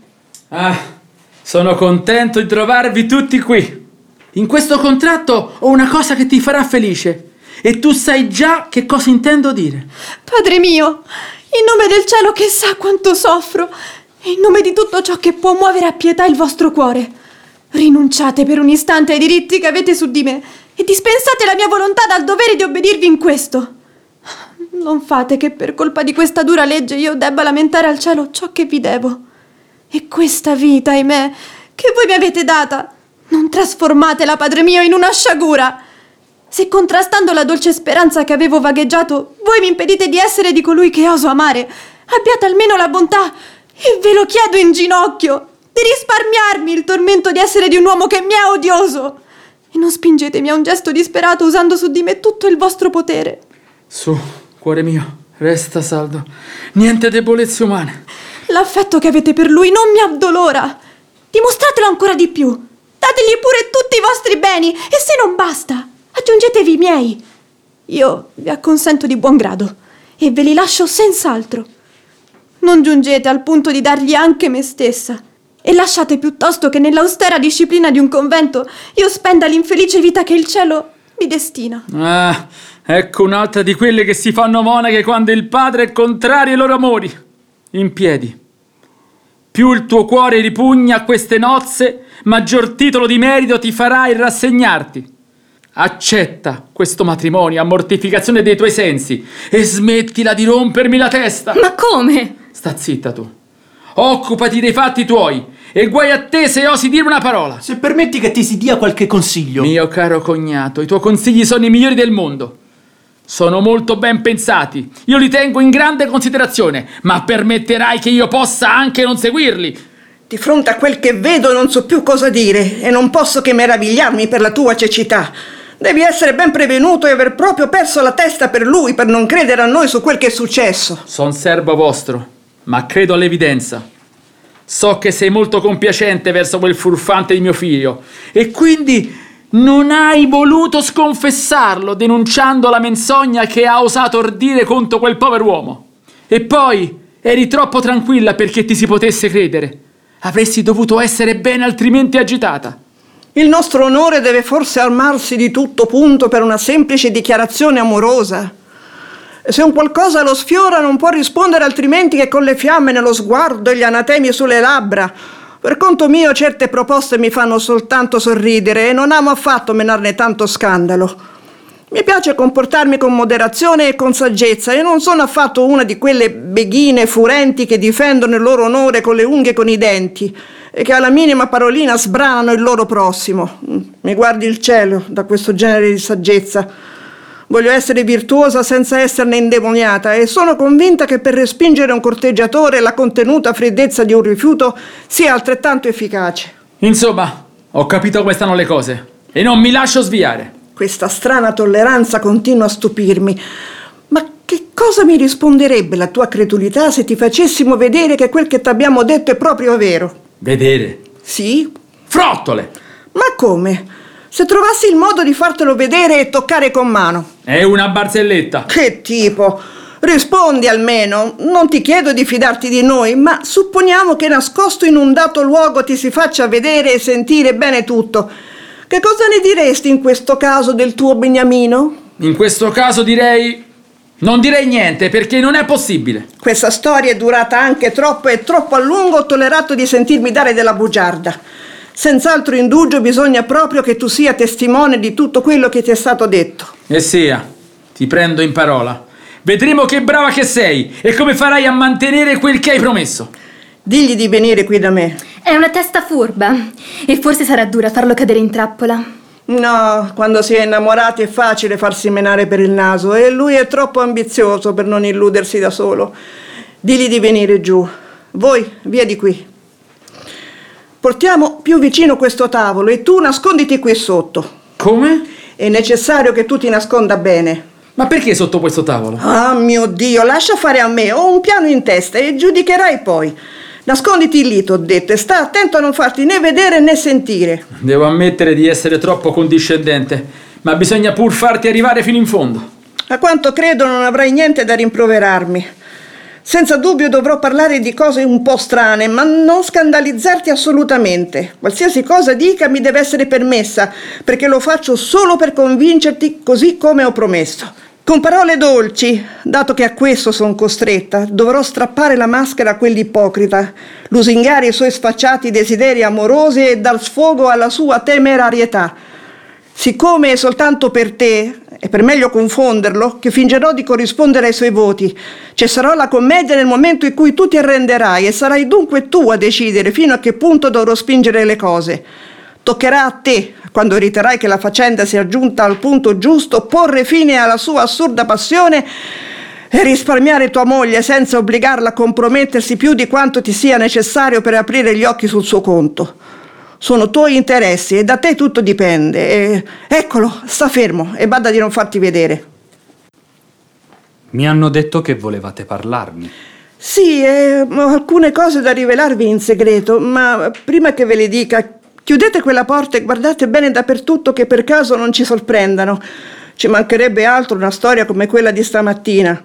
Sono contento di trovarvi tutti qui. In questo contratto ho una cosa che ti farà felice e tu sai già che cosa intendo dire. Padre mio, in nome del cielo che sa quanto soffro e in nome di tutto ciò che può muovere a pietà il vostro cuore, rinunciate per un istante ai diritti che avete su di me e dispensate la mia volontà dal dovere di obbedirvi in questo. Non fate che per colpa di questa dura legge io debba lamentare al cielo ciò che vi devo. E questa vita, ahimè, che voi mi avete data, non trasformatela, Padre mio, in una sciagura. Se contrastando la dolce speranza che avevo vagheggiato, voi mi impedite di essere di colui che oso amare, abbiate almeno la bontà, e ve lo chiedo in ginocchio, di risparmiarmi il tormento di essere di un uomo che mi è odioso. E non spingetemi a un gesto disperato usando su di me tutto il vostro potere. Su, cuore mio, resta saldo. Niente debolezze umane. L'affetto che avete per lui non mi addolora. Dimostratelo ancora di più. Dategli pure tutti i vostri beni e se non basta, aggiungetevi i miei. Io vi acconsento di buon grado e ve li lascio senz'altro. Non giungete al punto di dargli anche me stessa. E lasciate piuttosto che nell'austera disciplina di un convento io spenda l'infelice vita che il cielo mi destina. Ecco un'altra di quelle che si fanno monache quando il padre è contrario ai loro amori. In piedi. Più il tuo cuore ripugna a queste nozze, maggior titolo di merito ti farà il rassegnarti. Accetta questo matrimonio a mortificazione dei tuoi sensi e smettila di rompermi la testa. Ma come? Sta zitta tu. Occupati dei fatti tuoi e guai a te se osi dire una parola. Se permetti che ti si dia qualche consiglio. Mio caro cognato, i tuoi consigli sono i migliori del mondo. Sono molto ben pensati, io li tengo in grande considerazione, ma permetterai che io possa anche non seguirli. Di fronte a quel che vedo non so più cosa dire e non posso che meravigliarmi per la tua cecità. Devi essere ben prevenuto e aver proprio perso la testa per lui per non credere a noi su quel che è successo. Son servo vostro, ma credo all'evidenza. So che sei molto compiacente verso quel furfante di mio figlio e quindi non hai voluto sconfessarlo denunciando la menzogna che ha osato ordire contro quel povero uomo. E poi eri troppo tranquilla perché ti si potesse credere. Avresti dovuto essere bene altrimenti agitata. Il nostro onore deve forse armarsi di tutto punto per una semplice dichiarazione amorosa. E se un qualcosa lo sfiora non può rispondere altrimenti che con le fiamme nello sguardo e gli anatemi sulle labbra. Per conto mio certe proposte mi fanno soltanto sorridere e non amo affatto menarne tanto scandalo. Mi piace comportarmi con moderazione e con saggezza e non sono affatto una di quelle beghine furenti che difendono il loro onore con le unghie e con i denti e che alla minima parolina sbranano il loro prossimo. Mi guardi il cielo da questo genere di saggezza. Voglio essere virtuosa senza esserne indemoniata e sono convinta che per respingere un corteggiatore la contenuta freddezza di un rifiuto sia altrettanto efficace. Insomma, ho capito come stanno le cose e non mi lascio sviare. Questa strana tolleranza continua a stupirmi. Ma che cosa mi risponderebbe la tua credulità se ti facessimo vedere che quel che t'abbiamo detto è proprio vero? Vedere? Sì? Frottole! Ma come? Se trovassi il modo di fartelo vedere e toccare con mano. È una barzelletta. Che tipo? Rispondi almeno. Non ti chiedo di fidarti di noi, ma supponiamo che nascosto in un dato luogo ti si faccia vedere e sentire bene tutto. Che cosa ne diresti in questo caso del tuo beniamino? In questo caso non direi niente, perché non è possibile. Questa storia è durata anche troppo e troppo a lungo ho tollerato di sentirmi dare della bugiarda. Senz'altro indugio bisogna proprio che tu sia testimone di tutto quello che ti è stato detto. E sia, ti prendo in parola. Vedremo che brava che sei e come farai a mantenere quel che hai promesso. Digli di venire qui da me. È una testa furba e forse sarà dura farlo cadere in trappola. No, quando si è innamorati è facile farsi menare per il naso e lui è troppo ambizioso per non illudersi da solo. Digli di venire giù. Voi, via di qui. Portiamo più vicino questo tavolo e tu nasconditi qui sotto. Come? È necessario che tu ti nasconda bene. Ma perché sotto questo tavolo? Ah, mio Dio, lascia fare a me. Ho un piano in testa e giudicherai poi. Nasconditi lì, t'ho detto, e sta attento a non farti né vedere né sentire. Devo ammettere di essere troppo condiscendente, ma bisogna pur farti arrivare fino in fondo. A quanto credo non avrai niente da rimproverarmi. Senza dubbio dovrò parlare di cose un po' strane, ma non scandalizzarti assolutamente. Qualsiasi cosa dica mi deve essere permessa, perché lo faccio solo per convincerti, così come ho promesso. Con parole dolci, dato che a questo sono costretta, dovrò strappare la maschera a quell'ipocrita, lusingare i suoi sfacciati desideri amorosi e dar sfogo alla sua temerarietà. Siccome è soltanto per te, e per meglio confonderlo, che fingerò di corrispondere ai suoi voti, cesserò la commedia nel momento in cui tu ti arrenderai e sarai dunque tu a decidere fino a che punto dovrò spingere le cose. Toccherà a te, quando riterrai che la faccenda sia giunta al punto giusto, porre fine alla sua assurda passione e risparmiare tua moglie senza obbligarla a compromettersi più di quanto ti sia necessario per aprire gli occhi sul suo conto. Sono tuoi interessi e da te tutto dipende. Eccolo, sta fermo e bada di non farti vedere. Mi hanno detto che volevate parlarmi. Sì, ho alcune cose da rivelarvi in segreto, ma prima che ve le dica, chiudete quella porta e guardate bene dappertutto che per caso non ci sorprendano. Ci mancherebbe altro una storia come quella di stamattina.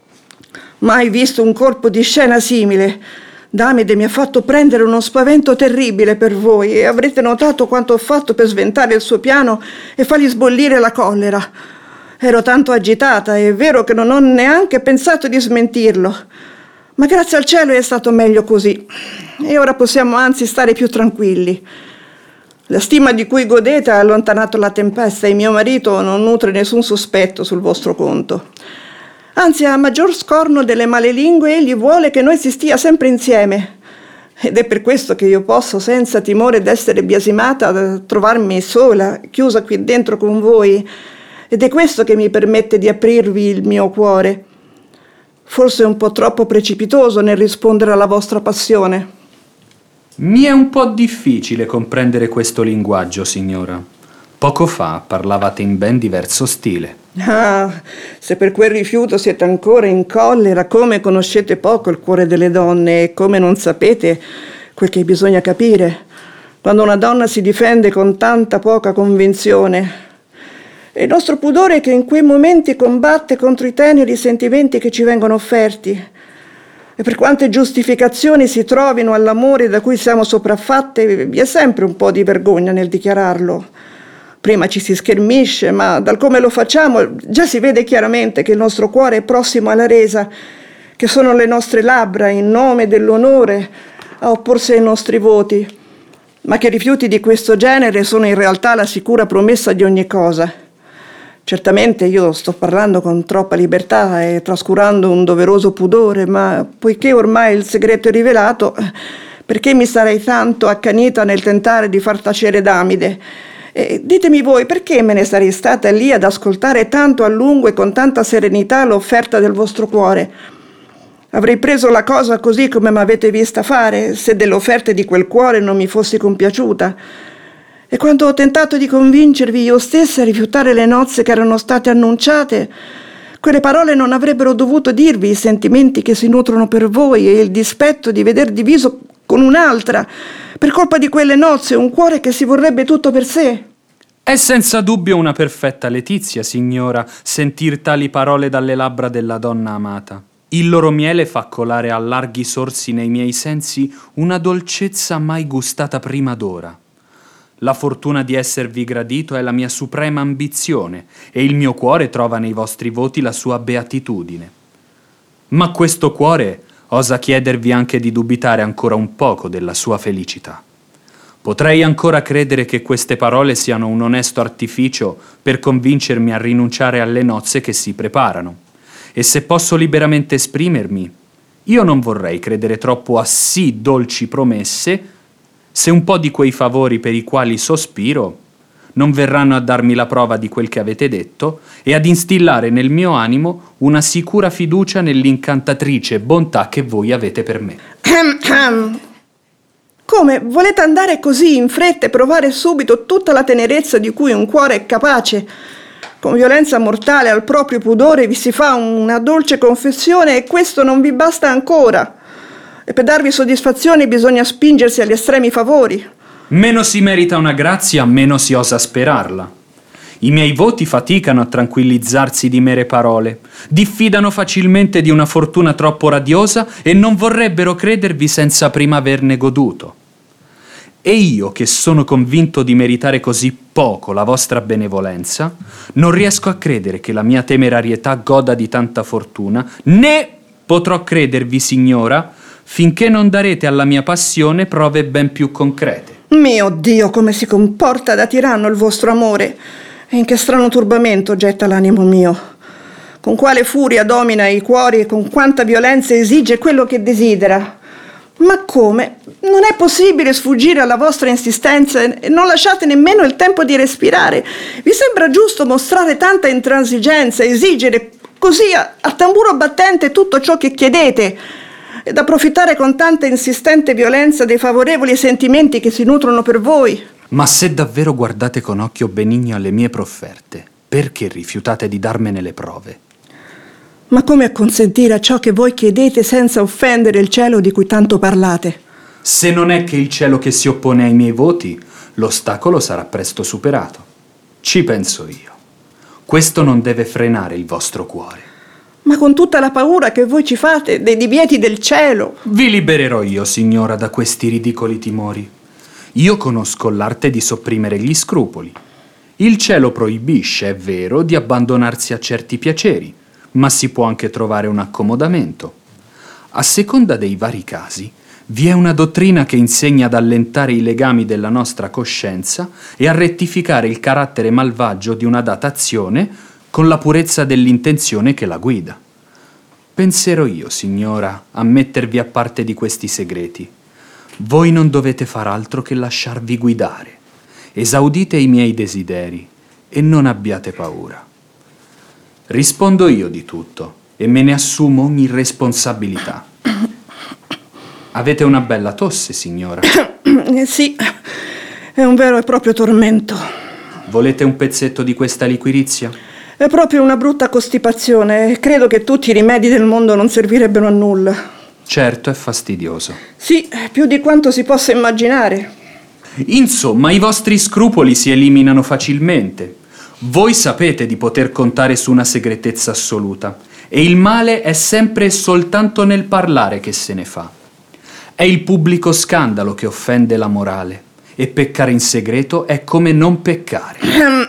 Mai visto un colpo di scena simile. Damide mi ha fatto prendere uno spavento terribile per voi e avrete notato quanto ho fatto per sventare il suo piano e fargli sbollire la collera. Ero tanto agitata, è vero che non ho neanche pensato di smentirlo, ma grazie al cielo è stato meglio così e ora possiamo anzi stare più tranquilli. La stima di cui godete ha allontanato la tempesta e mio marito non nutre nessun sospetto sul vostro conto. Anzi, a maggior scorno delle male lingue, egli vuole che noi si stia sempre insieme. Ed è per questo che io posso, senza timore d'essere biasimata, trovarmi sola, chiusa qui dentro con voi. Ed è questo che mi permette di aprirvi il mio cuore. Forse un po' troppo precipitoso nel rispondere alla vostra passione. Mi è un po' difficile comprendere questo linguaggio, signora. Poco fa parlavate in ben diverso stile. Ah, se per quel rifiuto siete ancora in collera, come conoscete poco il cuore delle donne e come non sapete quel che bisogna capire quando una donna si difende con tanta poca convinzione. È il nostro pudore che in quei momenti combatte contro i teneri sentimenti che ci vengono offerti. E per quante giustificazioni si trovino all'amore da cui siamo sopraffatte, vi è sempre un po' di vergogna nel dichiararlo. Prima ci si schermisce, ma dal come lo facciamo già si vede chiaramente che il nostro cuore è prossimo alla resa, che sono le nostre labbra, in nome dell'onore, a opporsi ai nostri voti, ma che rifiuti di questo genere sono in realtà la sicura promessa di ogni cosa. Certamente io sto parlando con troppa libertà e trascurando un doveroso pudore, ma poiché ormai il segreto è rivelato, perché mi sarei tanto accanita nel tentare di far tacere Damide? Ditemi voi, perché me ne sarei stata lì ad ascoltare tanto a lungo e con tanta serenità l'offerta del vostro cuore? Avrei preso la cosa così come mi avete vista fare, se delle offerte di quel cuore non mi fossi compiaciuta. E quando ho tentato di convincervi io stessa a rifiutare le nozze che erano state annunciate, quelle parole non avrebbero dovuto dirvi i sentimenti che si nutrono per voi e il dispetto di veder diviso con un'altra, per colpa di quelle nozze, un cuore che si vorrebbe tutto per sé. È senza dubbio una perfetta letizia, signora, sentir tali parole dalle labbra della donna amata. Il loro miele fa colare a larghi sorsi nei miei sensi una dolcezza mai gustata prima d'ora. La fortuna di esservi gradito è la mia suprema ambizione e il mio cuore trova nei vostri voti la sua beatitudine. Ma questo cuore osa chiedervi anche di dubitare ancora un poco della sua felicità. Potrei ancora credere che queste parole siano un onesto artificio per convincermi a rinunciare alle nozze che si preparano. E se posso liberamente esprimermi, io non vorrei credere troppo a sì dolci promesse se un po' di quei favori per i quali sospiro non verranno a darmi la prova di quel che avete detto e ad instillare nel mio animo una sicura fiducia nell'incantatrice bontà che voi avete per me. Come? Volete andare così in fretta e provare subito tutta la tenerezza di cui un cuore è capace? Con violenza mortale al proprio pudore vi si fa una dolce confessione e questo non vi basta ancora. E per darvi soddisfazione bisogna spingersi agli estremi favori. Meno si merita una grazia, meno si osa sperarla. I miei voti faticano a tranquillizzarsi di mere parole, diffidano facilmente di una fortuna troppo radiosa e non vorrebbero credervi senza prima averne goduto. E io, che sono convinto di meritare così poco la vostra benevolenza, non riesco a credere che la mia temerarietà goda di tanta fortuna, né potrò credervi, signora, finché non darete alla mia passione prove ben più concrete. Mio Dio, come si comporta da tiranno il vostro amore! E in che strano turbamento getta l'animo mio! Con quale furia domina i cuori e con quanta violenza esige quello che desidera! Ma come? Non è possibile sfuggire alla vostra insistenza e non lasciate nemmeno il tempo di respirare. Vi sembra giusto mostrare tanta intransigenza, esigere così a tamburo battente tutto ciò che chiedete ed approfittare con tanta insistente violenza dei favorevoli sentimenti che si nutrono per voi? Ma se davvero guardate con occhio benigno alle mie profferte, perché rifiutate di darmene le prove? Ma come acconsentire a ciò che voi chiedete senza offendere il cielo di cui tanto parlate? Se non è che il cielo che si oppone ai miei voti, l'ostacolo sarà presto superato. Ci penso io. Questo non deve frenare il vostro cuore. Ma con tutta la paura che voi ci fate dei divieti del cielo. Vi libererò io, signora, da questi ridicoli timori. Io conosco l'arte di sopprimere gli scrupoli. Il cielo proibisce, è vero, di abbandonarsi a certi piaceri, ma si può anche trovare un accomodamento. A seconda dei vari casi, vi è una dottrina che insegna ad allentare i legami della nostra coscienza e a rettificare il carattere malvagio di una data azione con la purezza dell'intenzione che la guida. Penserò io, signora, a mettervi a parte di questi segreti. Voi non dovete far altro che lasciarvi guidare. Esaudite i miei desideri e non abbiate paura. Rispondo io di tutto e me ne assumo ogni responsabilità. Avete una bella tosse, signora? Sì, è un vero e proprio tormento. Volete un pezzetto di questa liquirizia? È proprio una brutta costipazione e credo che tutti i rimedi del mondo non servirebbero a nulla. Certo, è fastidioso. Sì, più di quanto si possa immaginare. Insomma, i vostri scrupoli si eliminano facilmente. Voi sapete di poter contare su una segretezza assoluta e il male è sempre e soltanto nel parlare che se ne fa. È il pubblico scandalo che offende la morale e peccare in segreto è come non peccare.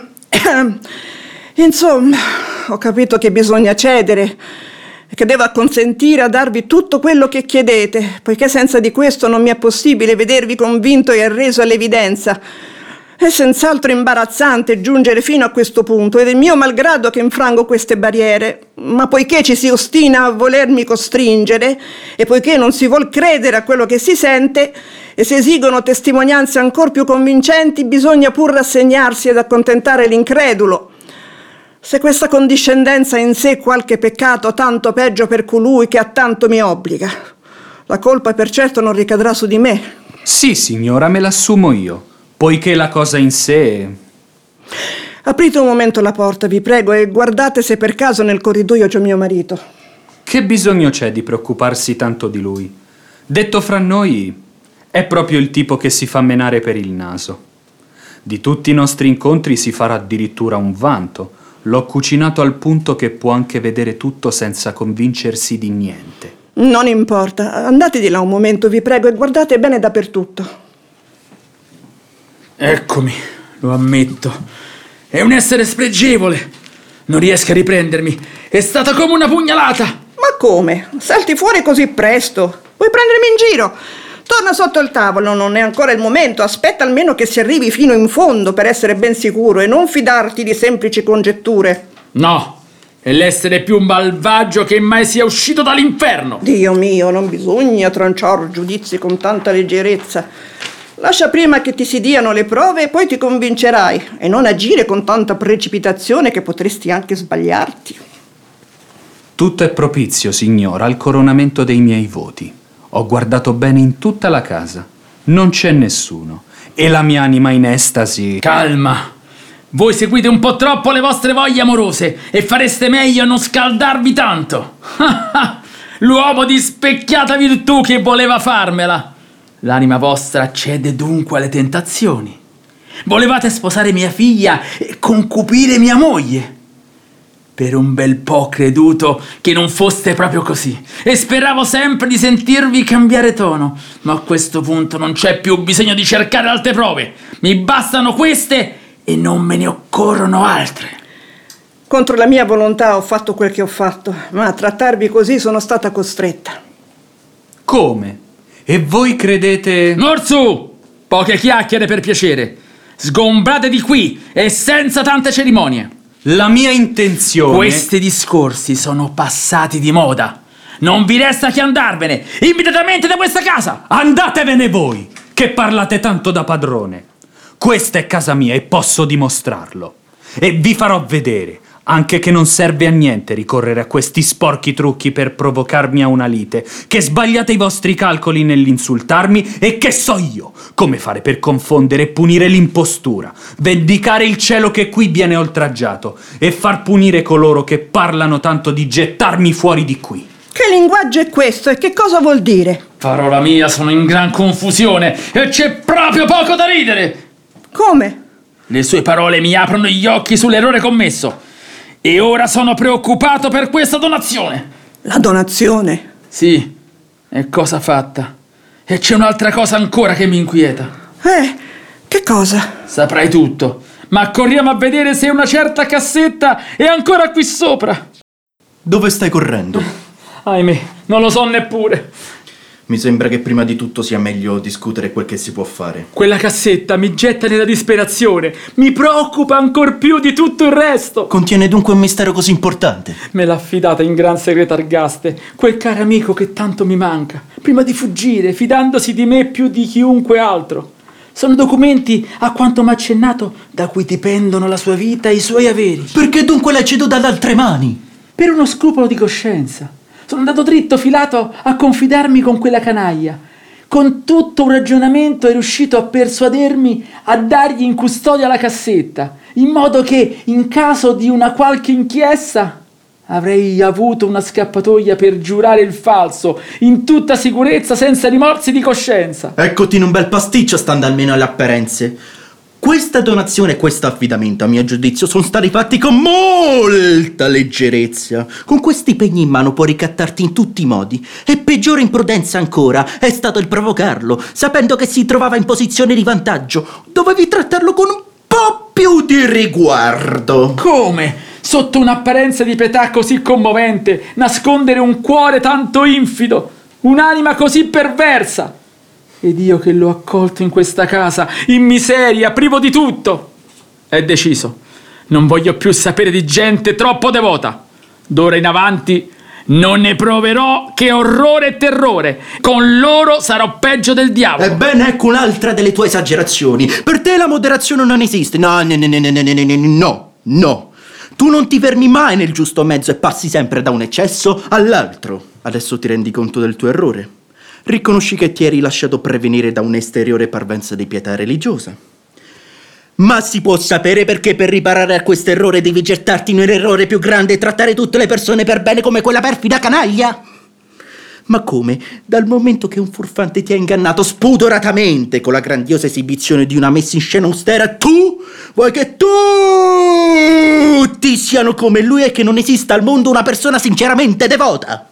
Insomma, ho capito che bisogna cedere e che devo acconsentire a darvi tutto quello che chiedete, poiché senza di questo non mi è possibile vedervi convinto e arreso all'evidenza. È senz'altro imbarazzante giungere fino a questo punto ed è mio malgrado che infrango queste barriere, ma poiché ci si ostina a volermi costringere e poiché non si vuol credere a quello che si sente, e se esigono testimonianze ancor più convincenti bisogna pur rassegnarsi ed accontentare l'incredulo. Se questa condiscendenza ha in sé qualche peccato, tanto peggio per colui che a tanto mi obbliga. La colpa per certo non ricadrà su di me. Sì, signora, me l'assumo io, poiché la cosa in sé... Aprite un momento la porta, vi prego, e guardate se per caso nel corridoio c'è mio marito. Che bisogno c'è di preoccuparsi tanto di lui? Detto fra noi, è proprio il tipo che si fa menare per il naso. Di tutti i nostri incontri si farà addirittura un vanto. L'ho cucinato al punto che può anche vedere tutto senza convincersi di niente. Non importa, andate di là un momento, vi prego, e guardate bene dappertutto. Eccomi, lo ammetto. È un essere spregevole. Non riesco a riprendermi. È stata come una pugnalata. Ma come? Salti fuori così presto? Vuoi prendermi in giro? Torna sotto il tavolo, non è ancora il momento. Aspetta almeno che si arrivi fino in fondo per essere ben sicuro e non fidarti di semplici congetture. No, è l'essere più malvagio che mai sia uscito dall'inferno. Dio mio, non bisogna tranciare giudizi con tanta leggerezza. Lascia prima che ti si diano le prove e poi ti convincerai, e non agire con tanta precipitazione che potresti anche sbagliarti. Tutto è propizio, signora, al coronamento dei miei voti. Ho guardato bene in tutta la casa. Non c'è nessuno. E la mia anima in estasi... Calma! Voi seguite un po' troppo le vostre voglie amorose e fareste meglio a non scaldarvi tanto. L'uomo di specchiata virtù che voleva farmela. L'anima vostra cede dunque alle tentazioni. Volevate sposare mia figlia e concupire mia moglie. Per un bel po' ho creduto che non foste proprio così e speravo sempre di sentirvi cambiare tono, ma a questo punto non c'è più bisogno di cercare altre prove. Mi bastano queste e non me ne occorrono altre. Contro la mia volontà ho fatto quel che ho fatto, ma a trattarvi così sono stata costretta. Come? E voi credete... Orsù! Poche chiacchiere per piacere. Sgombrate di qui e senza tante cerimonie. La mia intenzione... Questi discorsi sono passati di moda. Non vi resta che andarvene immediatamente da questa casa. Andatevene voi, che parlate tanto da padrone. Questa è casa mia e posso dimostrarlo. E vi farò vedere anche che non serve a niente ricorrere a questi sporchi trucchi per provocarmi a una lite, che sbagliate i vostri calcoli nell'insultarmi e che so io come fare per confondere e punire l'impostura, vendicare il cielo che qui viene oltraggiato e far punire coloro che parlano tanto di gettarmi fuori di qui. Che linguaggio è questo e che cosa vuol dire? Parola mia, sono in gran confusione e c'è proprio poco da ridere. Come? Le sue parole mi aprono gli occhi sull'errore commesso. E ora sono preoccupato per questa donazione. La donazione? Sì, è cosa fatta. E c'è un'altra cosa ancora che mi inquieta. Che cosa? Saprai tutto, ma corriamo a vedere se una certa cassetta è ancora qui sopra. Dove stai correndo? Ahimè, non lo so neppure. Mi sembra che prima di tutto sia meglio discutere quel che si può fare. Quella cassetta mi getta nella disperazione. Mi preoccupa ancor più di tutto il resto. Contiene dunque un mistero così importante? Me l'ha affidata in gran segreto Argaste, quel caro amico che tanto mi manca, prima di fuggire, fidandosi di me più di chiunque altro. Sono documenti, a quanto m'ha accennato, da cui dipendono la sua vita e i suoi averi. Perché dunque l'hai ceduta ad altre mani? Per uno scrupolo di coscienza. Sono andato dritto filato a confidarmi con quella canaglia. Con tutto un ragionamento è riuscito a persuadermi a dargli in custodia la cassetta, in modo che, in caso di una qualche inchiesta, avrei avuto una scappatoia per giurare il falso, in tutta sicurezza, senza rimorsi di coscienza. Eccoti in un bel pasticcio, stando almeno alle apparenze. Questa donazione e questo affidamento, a mio giudizio, sono stati fatti con molta leggerezza. Con questi pegni in mano puoi ricattarti in tutti i modi. E peggiore imprudenza ancora è stato il provocarlo, sapendo che si trovava in posizione di vantaggio. Dovevi trattarlo con un po' più di riguardo. Come? Sotto un'apparenza di pietà così commovente, nascondere un cuore tanto infido, un'anima così perversa. Ed io che l'ho accolto in questa casa, in miseria, privo di tutto. È deciso. Non voglio più sapere di gente troppo devota. D'ora in avanti Non ne proverò che orrore e terrore. Con loro sarò peggio del diavolo. Ebbene, ecco un'altra delle tue esagerazioni. Per te la moderazione non esiste. No. Tu non ti fermi mai nel giusto mezzo e passi sempre da un eccesso all'altro. Adesso ti rendi conto del tuo errore. Riconosci che ti eri lasciato prevenire da un'esteriore parvenza di pietà religiosa. Ma si può sapere perché per riparare a questo errore devi gettarti in un errore più grande e trattare tutte le persone per bene come quella perfida canaglia? Ma come? Dal momento che un furfante ti ha ingannato spudoratamente con la grandiosa esibizione di una messa in scena austera, tu vuoi che tutti siano come lui e che non esista al mondo una persona sinceramente devota?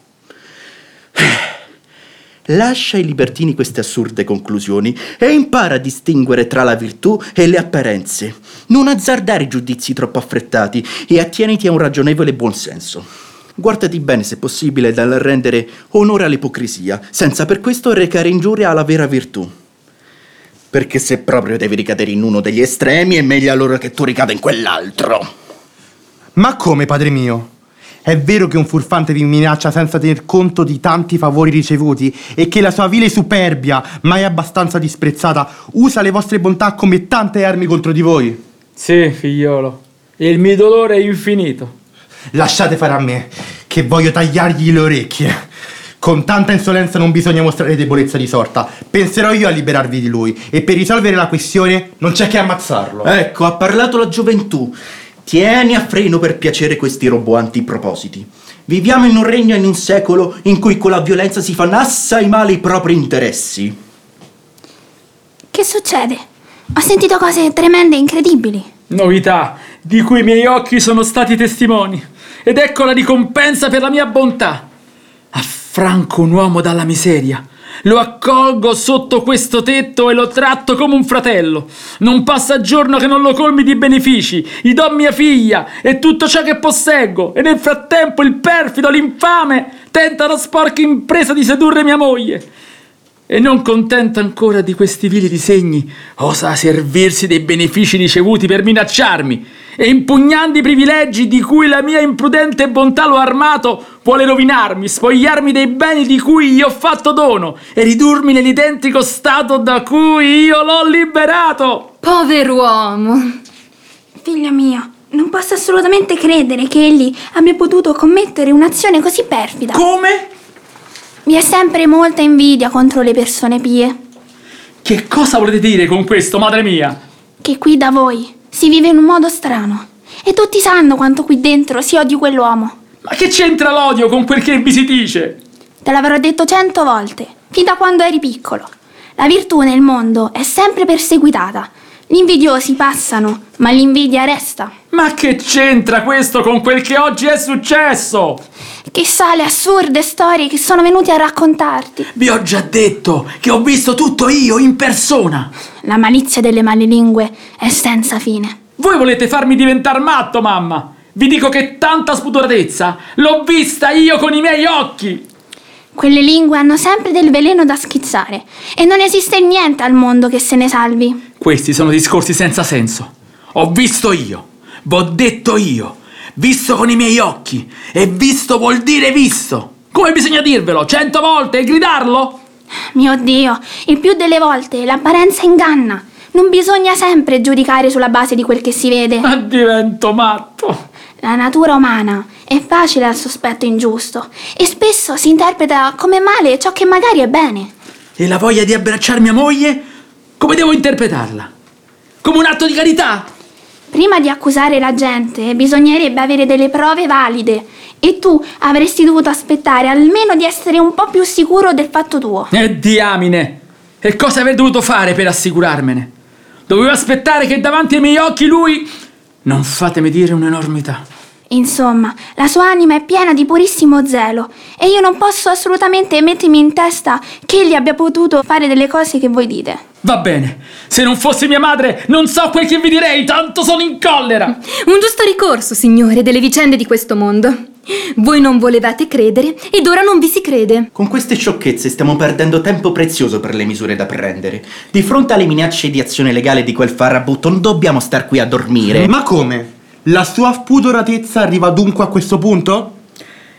Lascia ai libertini queste assurde conclusioni e impara a distinguere tra la virtù e le apparenze. Non azzardare giudizi troppo affrettati e attieniti a un ragionevole buonsenso. Guardati bene se possibile dal rendere onore all'ipocrisia, senza per questo recare ingiuria alla vera virtù. Perché se proprio devi ricadere in uno degli estremi, è meglio allora che tu ricada in quell'altro. Ma come, padre mio? È vero che un furfante vi minaccia senza tener conto di tanti favori ricevuti e che la sua vile superbia, mai abbastanza disprezzata, usa le vostre bontà come tante armi contro di voi? Sì, figliolo. Il mio dolore è infinito. Lasciate fare a me, che voglio tagliargli le orecchie. Con tanta insolenza non bisogna mostrare debolezza di sorta. Penserò io a liberarvi di lui e per risolvere la questione non c'è che ammazzarlo. Ecco, ha parlato la gioventù. Tieni a freno per piacere questi roboanti propositi. Viviamo in un regno e in un secolo in cui con la violenza si fanno assai male i propri interessi. Che succede? Ho sentito cose tremende e incredibili. Novità di cui i miei occhi sono stati testimoni. Ed ecco la ricompensa per la mia bontà. Affranco un uomo dalla miseria. Lo accolgo sotto questo tetto e lo tratto come un fratello. Non passa giorno che non lo colmi di benefici. Gli do mia figlia e tutto ciò che posseggo. E nel frattempo il perfido, l'infame, tenta la sporca impresa di sedurre mia moglie. E non contento ancora di questi vili disegni, osa servirsi dei benefici ricevuti per minacciarmi e impugnando i privilegi di cui la mia imprudente bontà lo ha armato, vuole rovinarmi, spogliarmi dei beni di cui gli ho fatto dono e ridurmi nell'identico stato da cui io l'ho liberato. Pover'uomo. Figlio mio, non posso assolutamente credere che egli abbia potuto commettere un'azione così perfida. Come? Vi è sempre molta invidia contro le persone pie. Che cosa volete dire con questo, madre mia? Che qui da voi si vive in un modo strano e tutti sanno quanto qui dentro si odi quell'uomo. Ma che c'entra l'odio con quel che vi si dice? Te l'avrò detto 100 volte, fin da quando eri piccolo. La virtù nel mondo è sempre perseguitata. Gli invidiosi passano, ma l'invidia resta. Ma che c'entra questo con quel che oggi è successo? Chissà le assurde storie che sono venuti a raccontarti. Vi ho già detto che ho visto tutto io in persona. La malizia delle malelingue è senza fine. Voi volete farmi diventare matto, mamma? Vi dico che tanta spudoratezza l'ho vista io con i miei occhi. Quelle lingue hanno sempre del veleno da schizzare e non esiste niente al mondo che se ne salvi. Questi sono discorsi senza senso. Ho visto io, v'ho detto io, visto con i miei occhi e visto vuol dire visto. Come bisogna dirvelo 100 volte e gridarlo? Mio Dio, il più delle volte l'apparenza inganna. Non bisogna sempre giudicare sulla base di quel che si vede. Ma divento matto. La natura umana è facile al sospetto ingiusto e spesso si interpreta come male ciò che magari è bene. E la voglia di abbracciare mia moglie? Come devo interpretarla? Come un atto di carità? Prima di accusare la gente bisognerebbe avere delle prove valide e tu avresti dovuto aspettare almeno di essere un po' più sicuro del fatto tuo. E diamine! E cosa aver dovuto fare per assicurarmene? Dovevo aspettare che davanti ai miei occhi lui... Non fatemi dire un'enormità. Insomma, la sua anima è piena di purissimo zelo e io non posso assolutamente mettermi in testa che egli abbia potuto fare delle cose che voi dite. Va bene, se non fosse mia madre non so quel che vi direi, tanto sono in collera. Un giusto ricorso, signore, delle vicende di questo mondo. Voi non volevate credere ed ora non vi si crede. Con queste sciocchezze stiamo perdendo tempo prezioso per le misure da prendere. Di fronte alle minacce di azione legale di quel farabutto non dobbiamo star qui a dormire. Ma come? La sua spudoratezza arriva dunque a questo punto?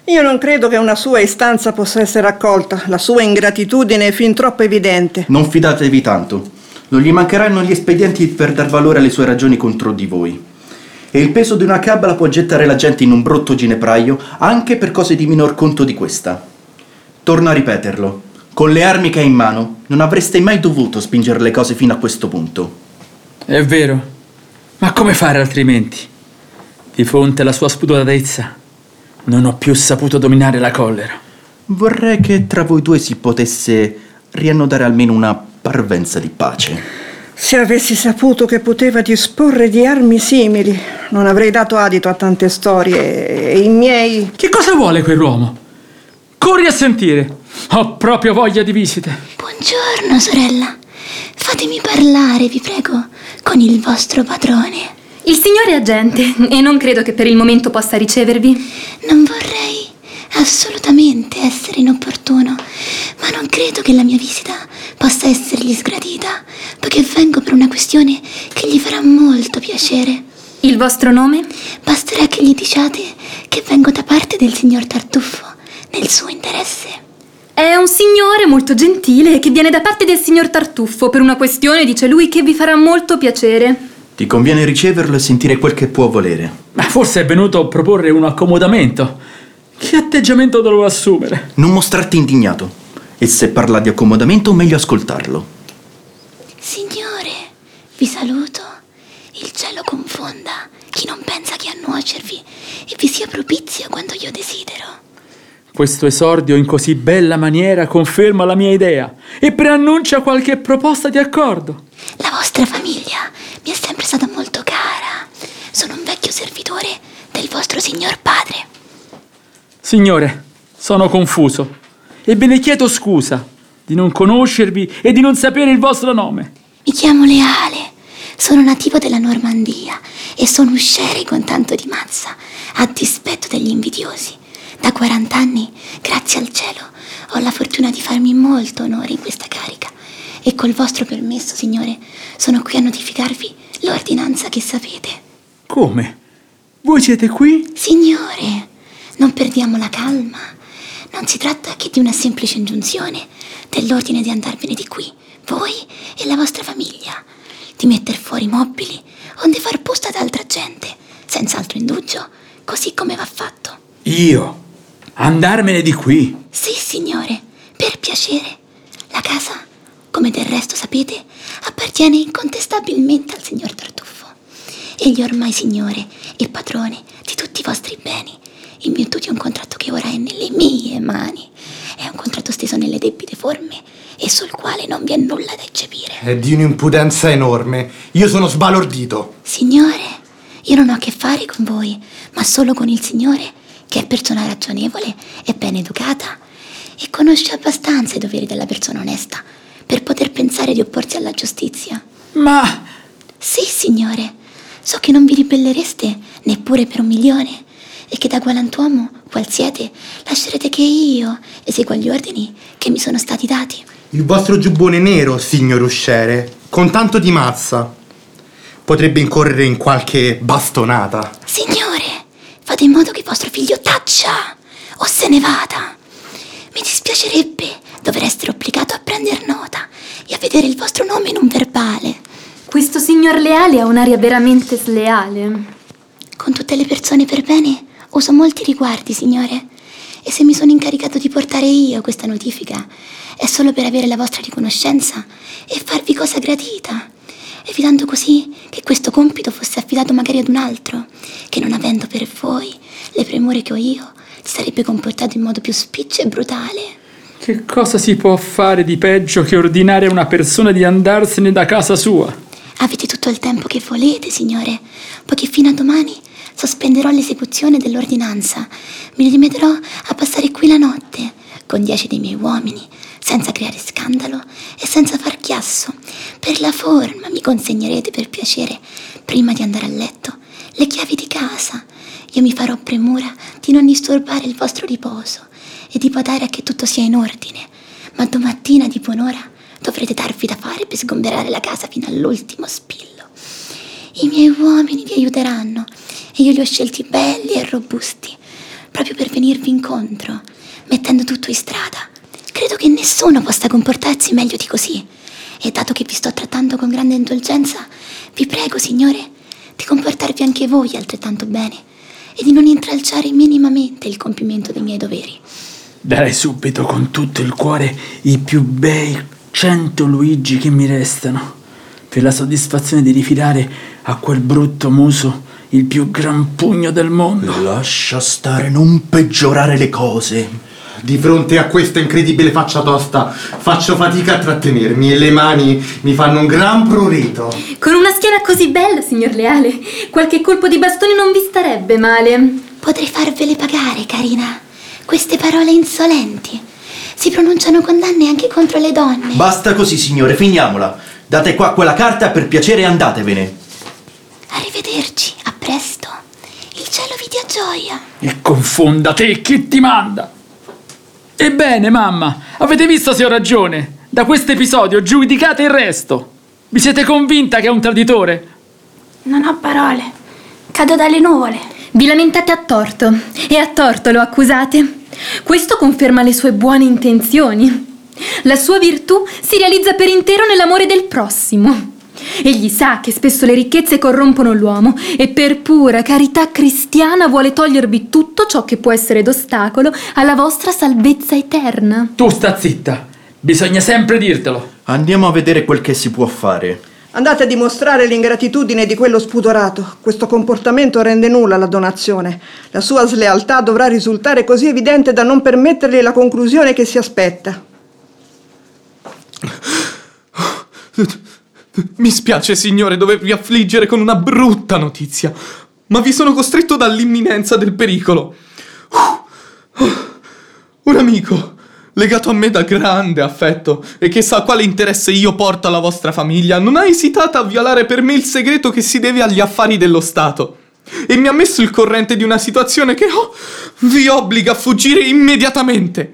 Io non credo che una sua istanza possa essere accolta. La sua ingratitudine è fin troppo evidente. Non fidatevi tanto. Non gli mancheranno gli espedienti per dar valore alle sue ragioni contro di voi. E il peso di una cabala può gettare la gente in un brutto ginepraio anche per cose di minor conto di questa. Torno a ripeterlo. Con le armi che ha in mano non avreste mai dovuto spingere le cose fino a questo punto. È vero. Ma come fare altrimenti? Di fronte alla sua spudoratezza non ho più saputo dominare la collera. Vorrei che tra voi due si potesse riannodare almeno una parvenza di pace. Se avessi saputo che poteva disporre di armi simili, non avrei dato adito a tante storie e i miei... Che cosa vuole quell'uomo? Corri a sentire. Ho proprio voglia di visite. Buongiorno, sorella. Fatemi parlare, vi prego, con il vostro padrone. Il signore è agente e non credo che per il momento possa ricevervi. Non vorrei assolutamente essere inopportuno, ma non credo che la mia visita possa essergli sgradita, poiché vengo per una questione che gli farà molto piacere. Il vostro nome? Basterà che gli diciate che vengo da parte del signor Tartuffo, nel suo interesse. È un signore molto gentile che viene da parte del signor Tartuffo per una questione, dice lui, che vi farà molto piacere. Ti conviene riceverlo e sentire quel che può volere. Ma forse è venuto a proporre un accomodamento. Che atteggiamento dovevo assumere? Non mostrarti indignato. E se parla di accomodamento, meglio ascoltarlo. Signore, vi saluto. Il cielo confonda chi non pensa che a nuocervi e vi sia propizio quando io desidero. Questo esordio in così bella maniera conferma la mia idea e preannuncia qualche proposta di accordo. La vostra famiglia mi è sempre stata molto cara. Sono un vecchio servitore del vostro signor padre. Signore, sono confuso e ve ne chiedo scusa di non conoscervi e di non sapere il vostro nome. Mi chiamo Leale, sono nativo della Normandia e sono usciere con tanto di mazza, a dispetto degli invidiosi. Da 40 anni, grazie al cielo, ho la fortuna di farmi molto onore in questa carica e col vostro permesso, signore, sono qui a notificarvi l'ordinanza che sapete. Come? Voi siete qui? Signore, non perdiamo la calma. Non si tratta che di una semplice ingiunzione dell'ordine di andarvene di qui, voi e la vostra famiglia, di metter fuori i mobili onde far posto ad altra gente, senza altro indugio, così come va fatto. Io? Andarmene di qui? Sì, signore, per piacere. La casa, come del resto sapete, appartiene incontestabilmente al signor Tartuffo. Egli ormai signore e padrone di tutti i vostri beni, in virtù di un contratto che ora è nelle mie mani. È un contratto steso nelle debite forme e sul quale non vi è nulla da eccepire. È di un'impudenza enorme. Io sono sbalordito. Signore, io non ho a che fare con voi, ma solo con il signore, che è persona ragionevole e ben educata e conosce abbastanza i doveri della persona onesta per poter pensare di opporsi alla giustizia. Ma... Sì, signore, so che non vi ribellereste neppure per 1 milione e che da galantuomo, qual siete, lascerete che io esegua gli ordini che mi sono stati dati. Il vostro giubbone nero, signor usciere, con tanto di mazza, potrebbe incorrere in qualche bastonata. Signore, fate in modo che vostro figlio taccia o se ne vada. Mi dispiacerebbe dover essere obbligato a prender nota e a vedere il vostro nome in un verbale. Questo signor Leale ha un'aria veramente sleale. Con tutte le persone per bene uso molti riguardi, signore, e se mi sono incaricato di portare io questa notifica è solo per avere la vostra riconoscenza e farvi cosa gradita, evitando così che questo compito fosse affidato magari ad un altro, che non avendo per voi le premure che ho io, si sarebbe comportato in modo più spiccio e brutale. Che cosa si può fare di peggio che ordinare a una persona di andarsene da casa sua? Avete tutto il tempo che volete, signore, poiché fino a domani sospenderò l'esecuzione dell'ordinanza. Mi limiterò a passare qui la notte con 10 dei miei uomini, senza creare scandalo e senza far chiasso. Per la forma mi consegnerete per piacere, prima di andare a letto, le chiavi di casa. Io mi farò premura di non disturbare il vostro riposo e di badare a che tutto sia in ordine, ma domattina di buon'ora dovrete darvi da fare per sgomberare la casa fino all'ultimo spillo. I miei uomini vi aiuteranno e io li ho scelti belli e robusti, proprio per venirvi incontro, mettendo tutto in strada. Credo che nessuno possa comportarsi meglio di così. E dato che vi sto trattando con grande indulgenza, vi prego, Signore, di comportarvi anche voi altrettanto bene e di non intralciare minimamente il compimento dei miei doveri. Darei subito con tutto il cuore i più bei 100 Luigi che mi restano, per la soddisfazione di rifilare a quel brutto muso il più gran pugno del mondo. Lascia stare, non peggiorare le cose. Di fronte a questa incredibile faccia tosta faccio fatica a trattenermi e le mani mi fanno un gran prurito. Con una schiena così bella, signor Leale, qualche colpo di bastone non vi starebbe male. Potrei farvele pagare, carina. Queste parole insolenti si pronunciano condanne anche contro le donne. Basta così, signore, finiamola. Date qua quella carta, per piacere, e andatevene. Arrivederci, a presto. Il cielo vi dia gioia. E confonda te, chi ti manda? Ebbene, mamma, avete visto se ho ragione? Da questo episodio giudicate il resto. Vi siete convinta che è un traditore? Non ho parole. Cado dalle nuvole. Vi lamentate a torto, e a torto lo accusate. Questo conferma le sue buone intenzioni. La sua virtù si realizza per intero nell'amore del prossimo. Egli sa che spesso le ricchezze corrompono l'uomo e per pura carità cristiana vuole togliervi tutto ciò che può essere d'ostacolo alla vostra salvezza eterna. Tu sta zitta, bisogna sempre dirtelo. Andiamo a vedere quel che si può fare. Andate a dimostrare l'ingratitudine di quello spudorato. Questo comportamento rende nulla la donazione. La sua slealtà dovrà risultare così evidente da non permettergli la conclusione che si aspetta. Mi spiace, signore, dovervi affliggere con una brutta notizia, ma vi sono costretto dall'imminenza del pericolo. Un amico, legato a me da grande affetto e che sa quale interesse io porto alla vostra famiglia, non ha esitato a violare per me il segreto che si deve agli affari dello Stato e mi ha messo il corrente di una situazione che vi obbliga a fuggire immediatamente.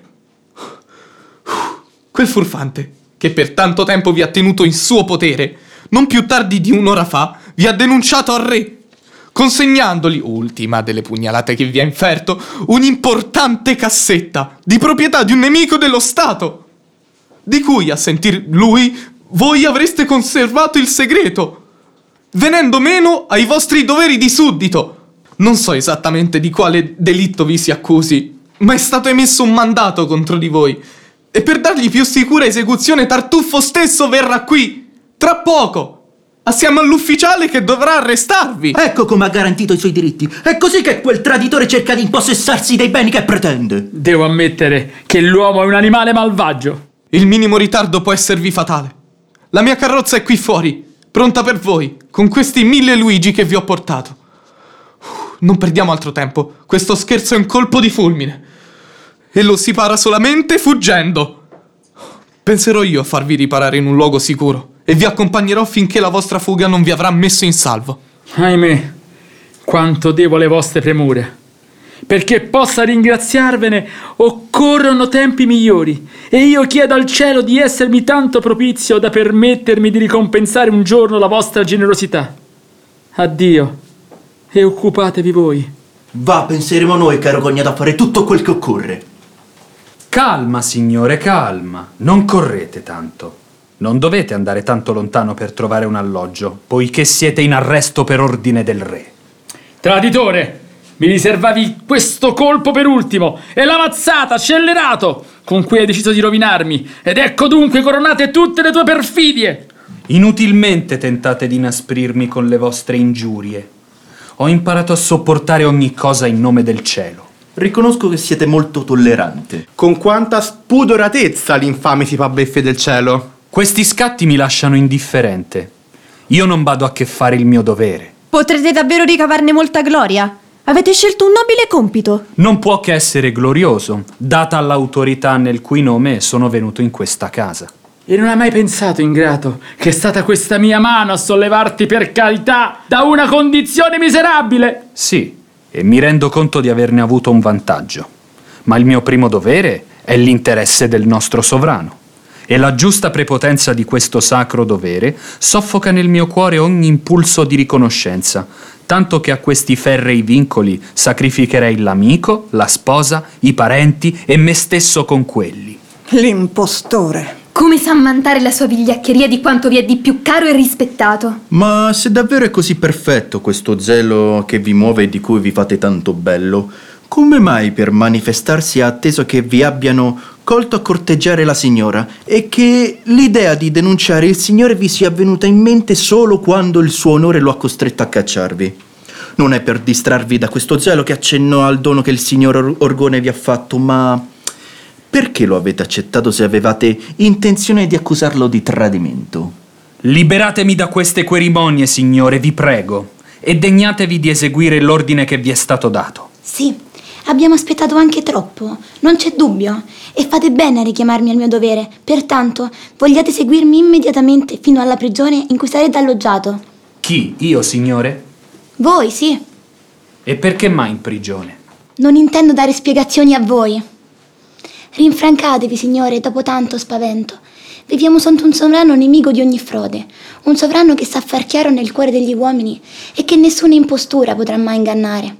Quel furfante, che per tanto tempo vi ha tenuto in suo potere, non più tardi di un'ora fa vi ha denunciato al re, consegnandogli, ultima delle pugnalate che vi ha inferto, un'importante cassetta di proprietà di un nemico dello Stato, di cui, a sentir lui, voi avreste conservato il segreto, venendo meno ai vostri doveri di suddito. Non so esattamente di quale delitto vi si accusi, ma è stato emesso un mandato contro di voi. E per dargli più sicura esecuzione Tartuffo stesso verrà qui, tra poco, assieme all'ufficiale che dovrà arrestarvi. Ecco come ha garantito i suoi diritti. È così che quel traditore cerca di impossessarsi dei beni che pretende. Devo ammettere che l'uomo è un animale malvagio. Il minimo ritardo può esservi fatale. La mia carrozza è qui fuori, pronta per voi, con questi 1000 Luigi che vi ho portato. Non perdiamo altro tempo, questo scherzo è un colpo di fulmine. E lo si para solamente fuggendo. Penserò io a farvi riparare in un luogo sicuro e vi accompagnerò finché la vostra fuga non vi avrà messo in salvo. Ahimè, quanto devo alle vostre premure. Perché possa ringraziarvene occorrono tempi migliori e io chiedo al cielo di essermi tanto propizio da permettermi di ricompensare un giorno la vostra generosità. Addio e occupatevi voi. Va, penseremo noi, caro cognato, a fare tutto quel che occorre. Calma, signore, calma. Non correte tanto. Non dovete andare tanto lontano per trovare un alloggio, poiché siete in arresto per ordine del re. Traditore, mi riservavi questo colpo per ultimo e la mazzata, scellerato, con cui hai deciso di rovinarmi. Ed ecco dunque coronate tutte le tue perfidie. Inutilmente tentate di inasprirmi con le vostre ingiurie. Ho imparato a sopportare ogni cosa in nome del cielo. Riconosco che siete molto tollerante. Con quanta spudoratezza l'infame si fa beffe del cielo. Questi scatti mi lasciano indifferente. Io non vado a che fare il mio dovere. Potrete davvero ricavarne molta gloria. Avete scelto un nobile compito. Non può che essere glorioso, data l'autorità nel cui nome sono venuto in questa casa. E non hai mai pensato, ingrato, che è stata questa mia mano a sollevarti per carità da una condizione miserabile? Sì, e mi rendo conto di averne avuto un vantaggio. Ma il mio primo dovere è l'interesse del nostro sovrano. E la giusta prepotenza di questo sacro dovere soffoca nel mio cuore ogni impulso di riconoscenza, tanto che a questi ferrei vincoli sacrificherei l'amico, la sposa, i parenti e me stesso con quelli. L'impostore. Come sa ammantare la sua vigliaccheria di quanto vi è di più caro e rispettato. Ma se davvero è così perfetto questo zelo che vi muove e di cui vi fate tanto bello, come mai per manifestarsi ha atteso che vi abbiano colto a corteggiare la signora e che l'idea di denunciare il signore vi sia venuta in mente solo quando il suo onore lo ha costretto a cacciarvi? Non è per distrarvi da questo zelo che accenno al dono che il signor Orgone vi ha fatto, ma perché lo avete accettato se avevate intenzione di accusarlo di tradimento? Liberatemi da queste querimonie, signore, vi prego, e degnatevi di eseguire l'ordine che vi è stato dato. Sì, abbiamo aspettato anche troppo, non c'è dubbio, e fate bene a richiamarmi al mio dovere. Pertanto, vogliate seguirmi immediatamente fino alla prigione in cui sarete alloggiato. Chi? Io, signore? Voi, sì. E perché mai in prigione? Non intendo dare spiegazioni a voi. Rinfrancatevi, signore, dopo tanto spavento. Viviamo sotto un sovrano nemico di ogni frode, un sovrano che sa far chiaro nel cuore degli uomini e che nessuna impostura potrà mai ingannare.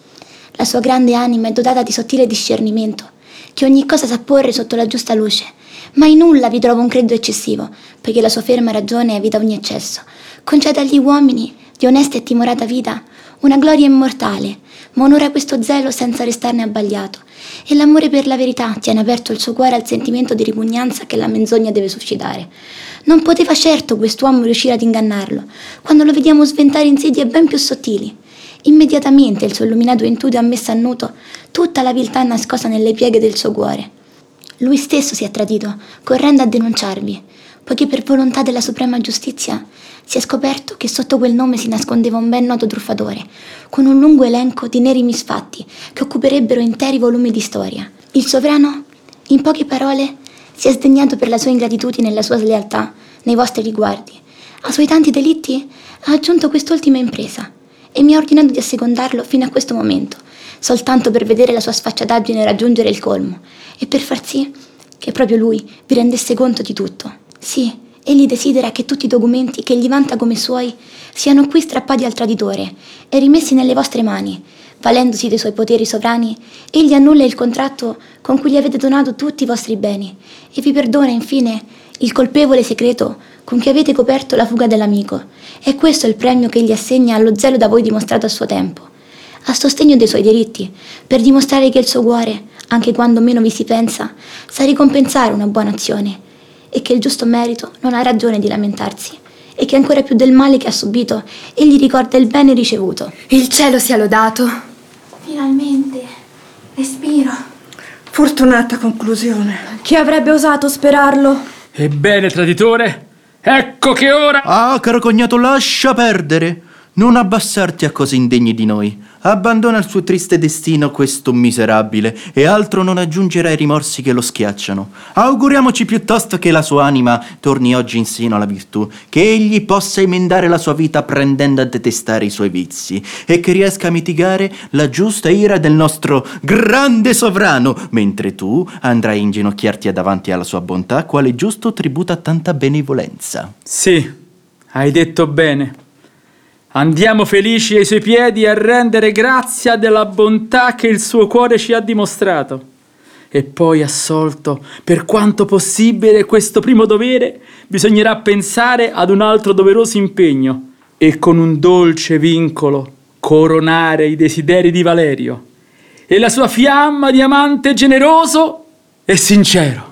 La sua grande anima è dotata di sottile discernimento, che ogni cosa sa porre sotto la giusta luce, ma in nulla vi trovo un credo eccessivo, perché la sua ferma ragione evita ogni eccesso. Concede agli uomini di onesta e timorata vita una gloria immortale, ma onora questo zelo senza restarne abbagliato, e l'amore per la verità tiene aperto il suo cuore al sentimento di ripugnanza che la menzogna deve suscitare. Non poteva certo quest'uomo riuscire ad ingannarlo, quando lo vediamo sventare insidie ben più sottili. Immediatamente il suo illuminato intuito ha messo a nudo tutta la viltà nascosta nelle pieghe del suo cuore. Lui stesso si è tradito, correndo a denunciarvi, poiché per volontà della suprema giustizia si è scoperto che sotto quel nome si nascondeva un ben noto truffatore, con un lungo elenco di neri misfatti che occuperebbero interi volumi di storia. Il sovrano, in poche parole, si è sdegnato per la sua ingratitudine e la sua slealtà nei vostri riguardi. A suoi tanti delitti ha aggiunto quest'ultima impresa e mi ha ordinato di assecondarlo fino a questo momento, soltanto per vedere la sua sfacciataggine raggiungere il colmo e per far sì che proprio lui vi rendesse conto di tutto. Sì, egli desidera che tutti i documenti che gli vanta come suoi siano qui strappati al traditore e rimessi nelle vostre mani. Valendosi dei suoi poteri sovrani, egli annulla il contratto con cui gli avete donato tutti i vostri beni e vi perdona infine il colpevole segreto con cui avete coperto la fuga dell'amico. E questo è il premio che egli assegna allo zelo da voi dimostrato a suo tempo, a sostegno dei suoi diritti, per dimostrare che il suo cuore, anche quando meno vi si pensa, sa ricompensare una buona azione e che il giusto merito non ha ragione di lamentarsi e che ancora più del male che ha subito egli ricorda il bene ricevuto. Il cielo sia lodato. Finalmente, respiro. Fortunata conclusione. Chi avrebbe osato sperarlo? Ebbene, traditore, ecco che ora... Ah, caro cognato, lascia perdere. Non abbassarti a cose indegni di noi. Abbandona il suo triste destino questo miserabile e altro non aggiungerà ai rimorsi che lo schiacciano. Auguriamoci piuttosto che la sua anima torni oggi in seno alla virtù, che egli possa emendare la sua vita apprendendo a detestare i suoi vizi e che riesca a mitigare la giusta ira del nostro grande sovrano, mentre tu andrai a inginocchiarti davanti alla sua bontà, quale giusto tributo a tanta benevolenza. Sì, hai detto bene. Andiamo felici ai suoi piedi a rendere grazia della bontà che il suo cuore ci ha dimostrato. E poi, assolto per quanto possibile questo primo dovere, bisognerà pensare ad un altro doveroso impegno e con un dolce vincolo coronare i desideri di Valerio e la sua fiamma di amante generoso e sincero.